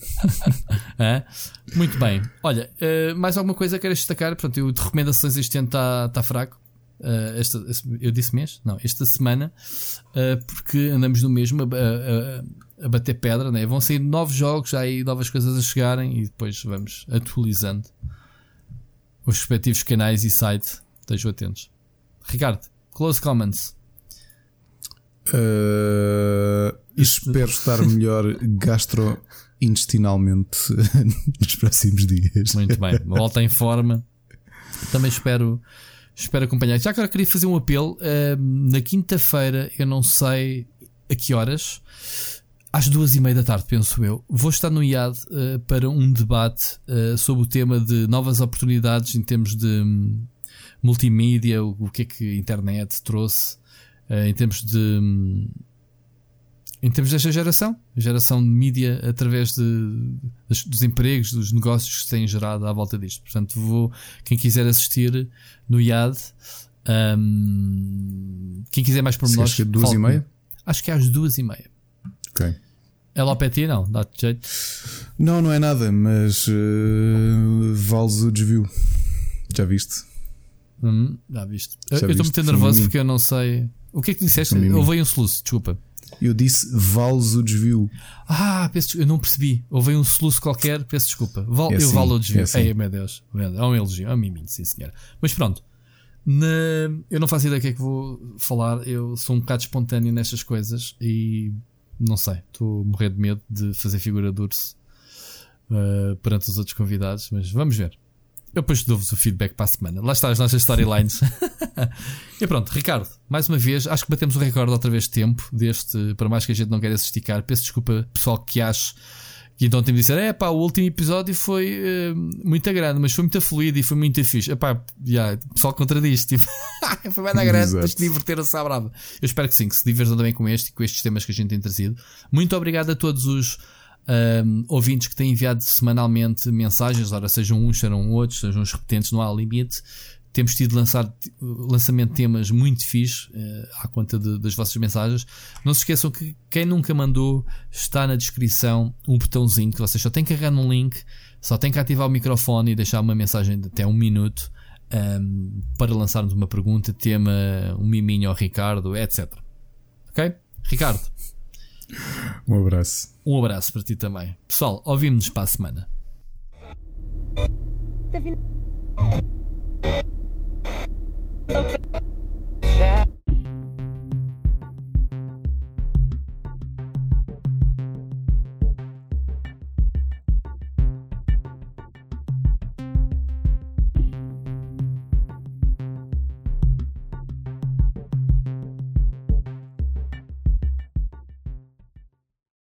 [SPEAKER 2] é? Muito bem. Olha, uh, mais alguma coisa que queres destacar? Pronto, eu de recomendações este ano está tá fraco. Uh, esta, eu disse mês? Não, esta semana. Uh, porque andamos no mesmo a, a, a bater pedra, né? Vão sair novos jogos, já aí novas coisas a chegarem e depois vamos atualizando os respectivos canais e site. Estejam atentos. Ricardo, close comments.
[SPEAKER 1] Uh, espero estar melhor gastrointestinalmente nos próximos dias.
[SPEAKER 2] Muito bem, volta em forma. Também espero, espero acompanhar. Já agora queria fazer um apelo. Uh, na quinta-feira, eu não sei a que horas, às duas e meia da tarde, penso eu, vou estar no I A D uh, para um debate uh, sobre o tema de novas oportunidades em termos de um, multimídia, o, o que é que a internet trouxe. Uh, em termos de em termos desta geração, geração de mídia através de, dos, dos empregos, dos negócios que se têm gerado à volta disto. Portanto, vou, quem quiser assistir no I A D, um, quem quiser mais pormenores,
[SPEAKER 1] acho que é duas e meia?
[SPEAKER 2] Acho que é às duas e meia.
[SPEAKER 1] Ok.
[SPEAKER 2] É lá ao P T, não? Dá-te jeito?
[SPEAKER 1] Não, não é nada, mas uh, vales o desvio. Já viste?
[SPEAKER 2] Hum, já viste. Já eu estou muito nervoso porque eu não sei. O que é que disseste? Houve um soluço, desculpa.
[SPEAKER 1] Eu disse vales o desvio.
[SPEAKER 2] Ah, peço desculpa, eu não percebi. Houve um soluço qualquer, peço desculpa. Val,
[SPEAKER 1] é
[SPEAKER 2] eu
[SPEAKER 1] assim,
[SPEAKER 2] valo o desvio.
[SPEAKER 1] É assim.
[SPEAKER 2] Ei, meu Deus. É um elogio, é um miminho, sim senhora. Mas pronto. Na... Eu não faço ideia do que é que vou falar. Eu sou um bocado espontâneo nestas coisas e não sei. Estou a morrer de medo de fazer figura de urso uh, perante os outros convidados. Mas vamos ver. Eu depois dou-vos o feedback para a semana. Lá está as nossas storylines. E pronto, Ricardo, mais uma vez, acho que batemos o recorde outra vez de tempo deste, para mais que a gente não queira se esticar. Peço desculpa, pessoal, que acho que então tem de dizer, é pá, o último episódio foi uh, muito grande, mas foi muito fluido e foi muito fixe. É pá, yeah, o pessoal contradiz, tipo, foi bem grande, mas divertiram-se à brava. Eu espero que sim, que se divertam também com este e com estes temas que a gente tem trazido. Muito obrigado a todos os Um, ouvintes que têm enviado semanalmente mensagens, ora sejam uns, sejam outros, sejam os repetentes, não há limite. Temos tido lançar, lançamento de temas muito fixe uh, à conta de, das vossas mensagens. Não se esqueçam que quem nunca mandou, está na descrição um botãozinho que vocês só têm que carregar num link, só têm que ativar o microfone e deixar uma mensagem de até um minuto um, para lançarmos uma pergunta, tema, um miminho ao Ricardo, etcétera. Ok? Ricardo,
[SPEAKER 1] um abraço.
[SPEAKER 2] Um abraço para ti também. Pessoal, ouvimos-nos para a semana.
[SPEAKER 5] Tá vindo.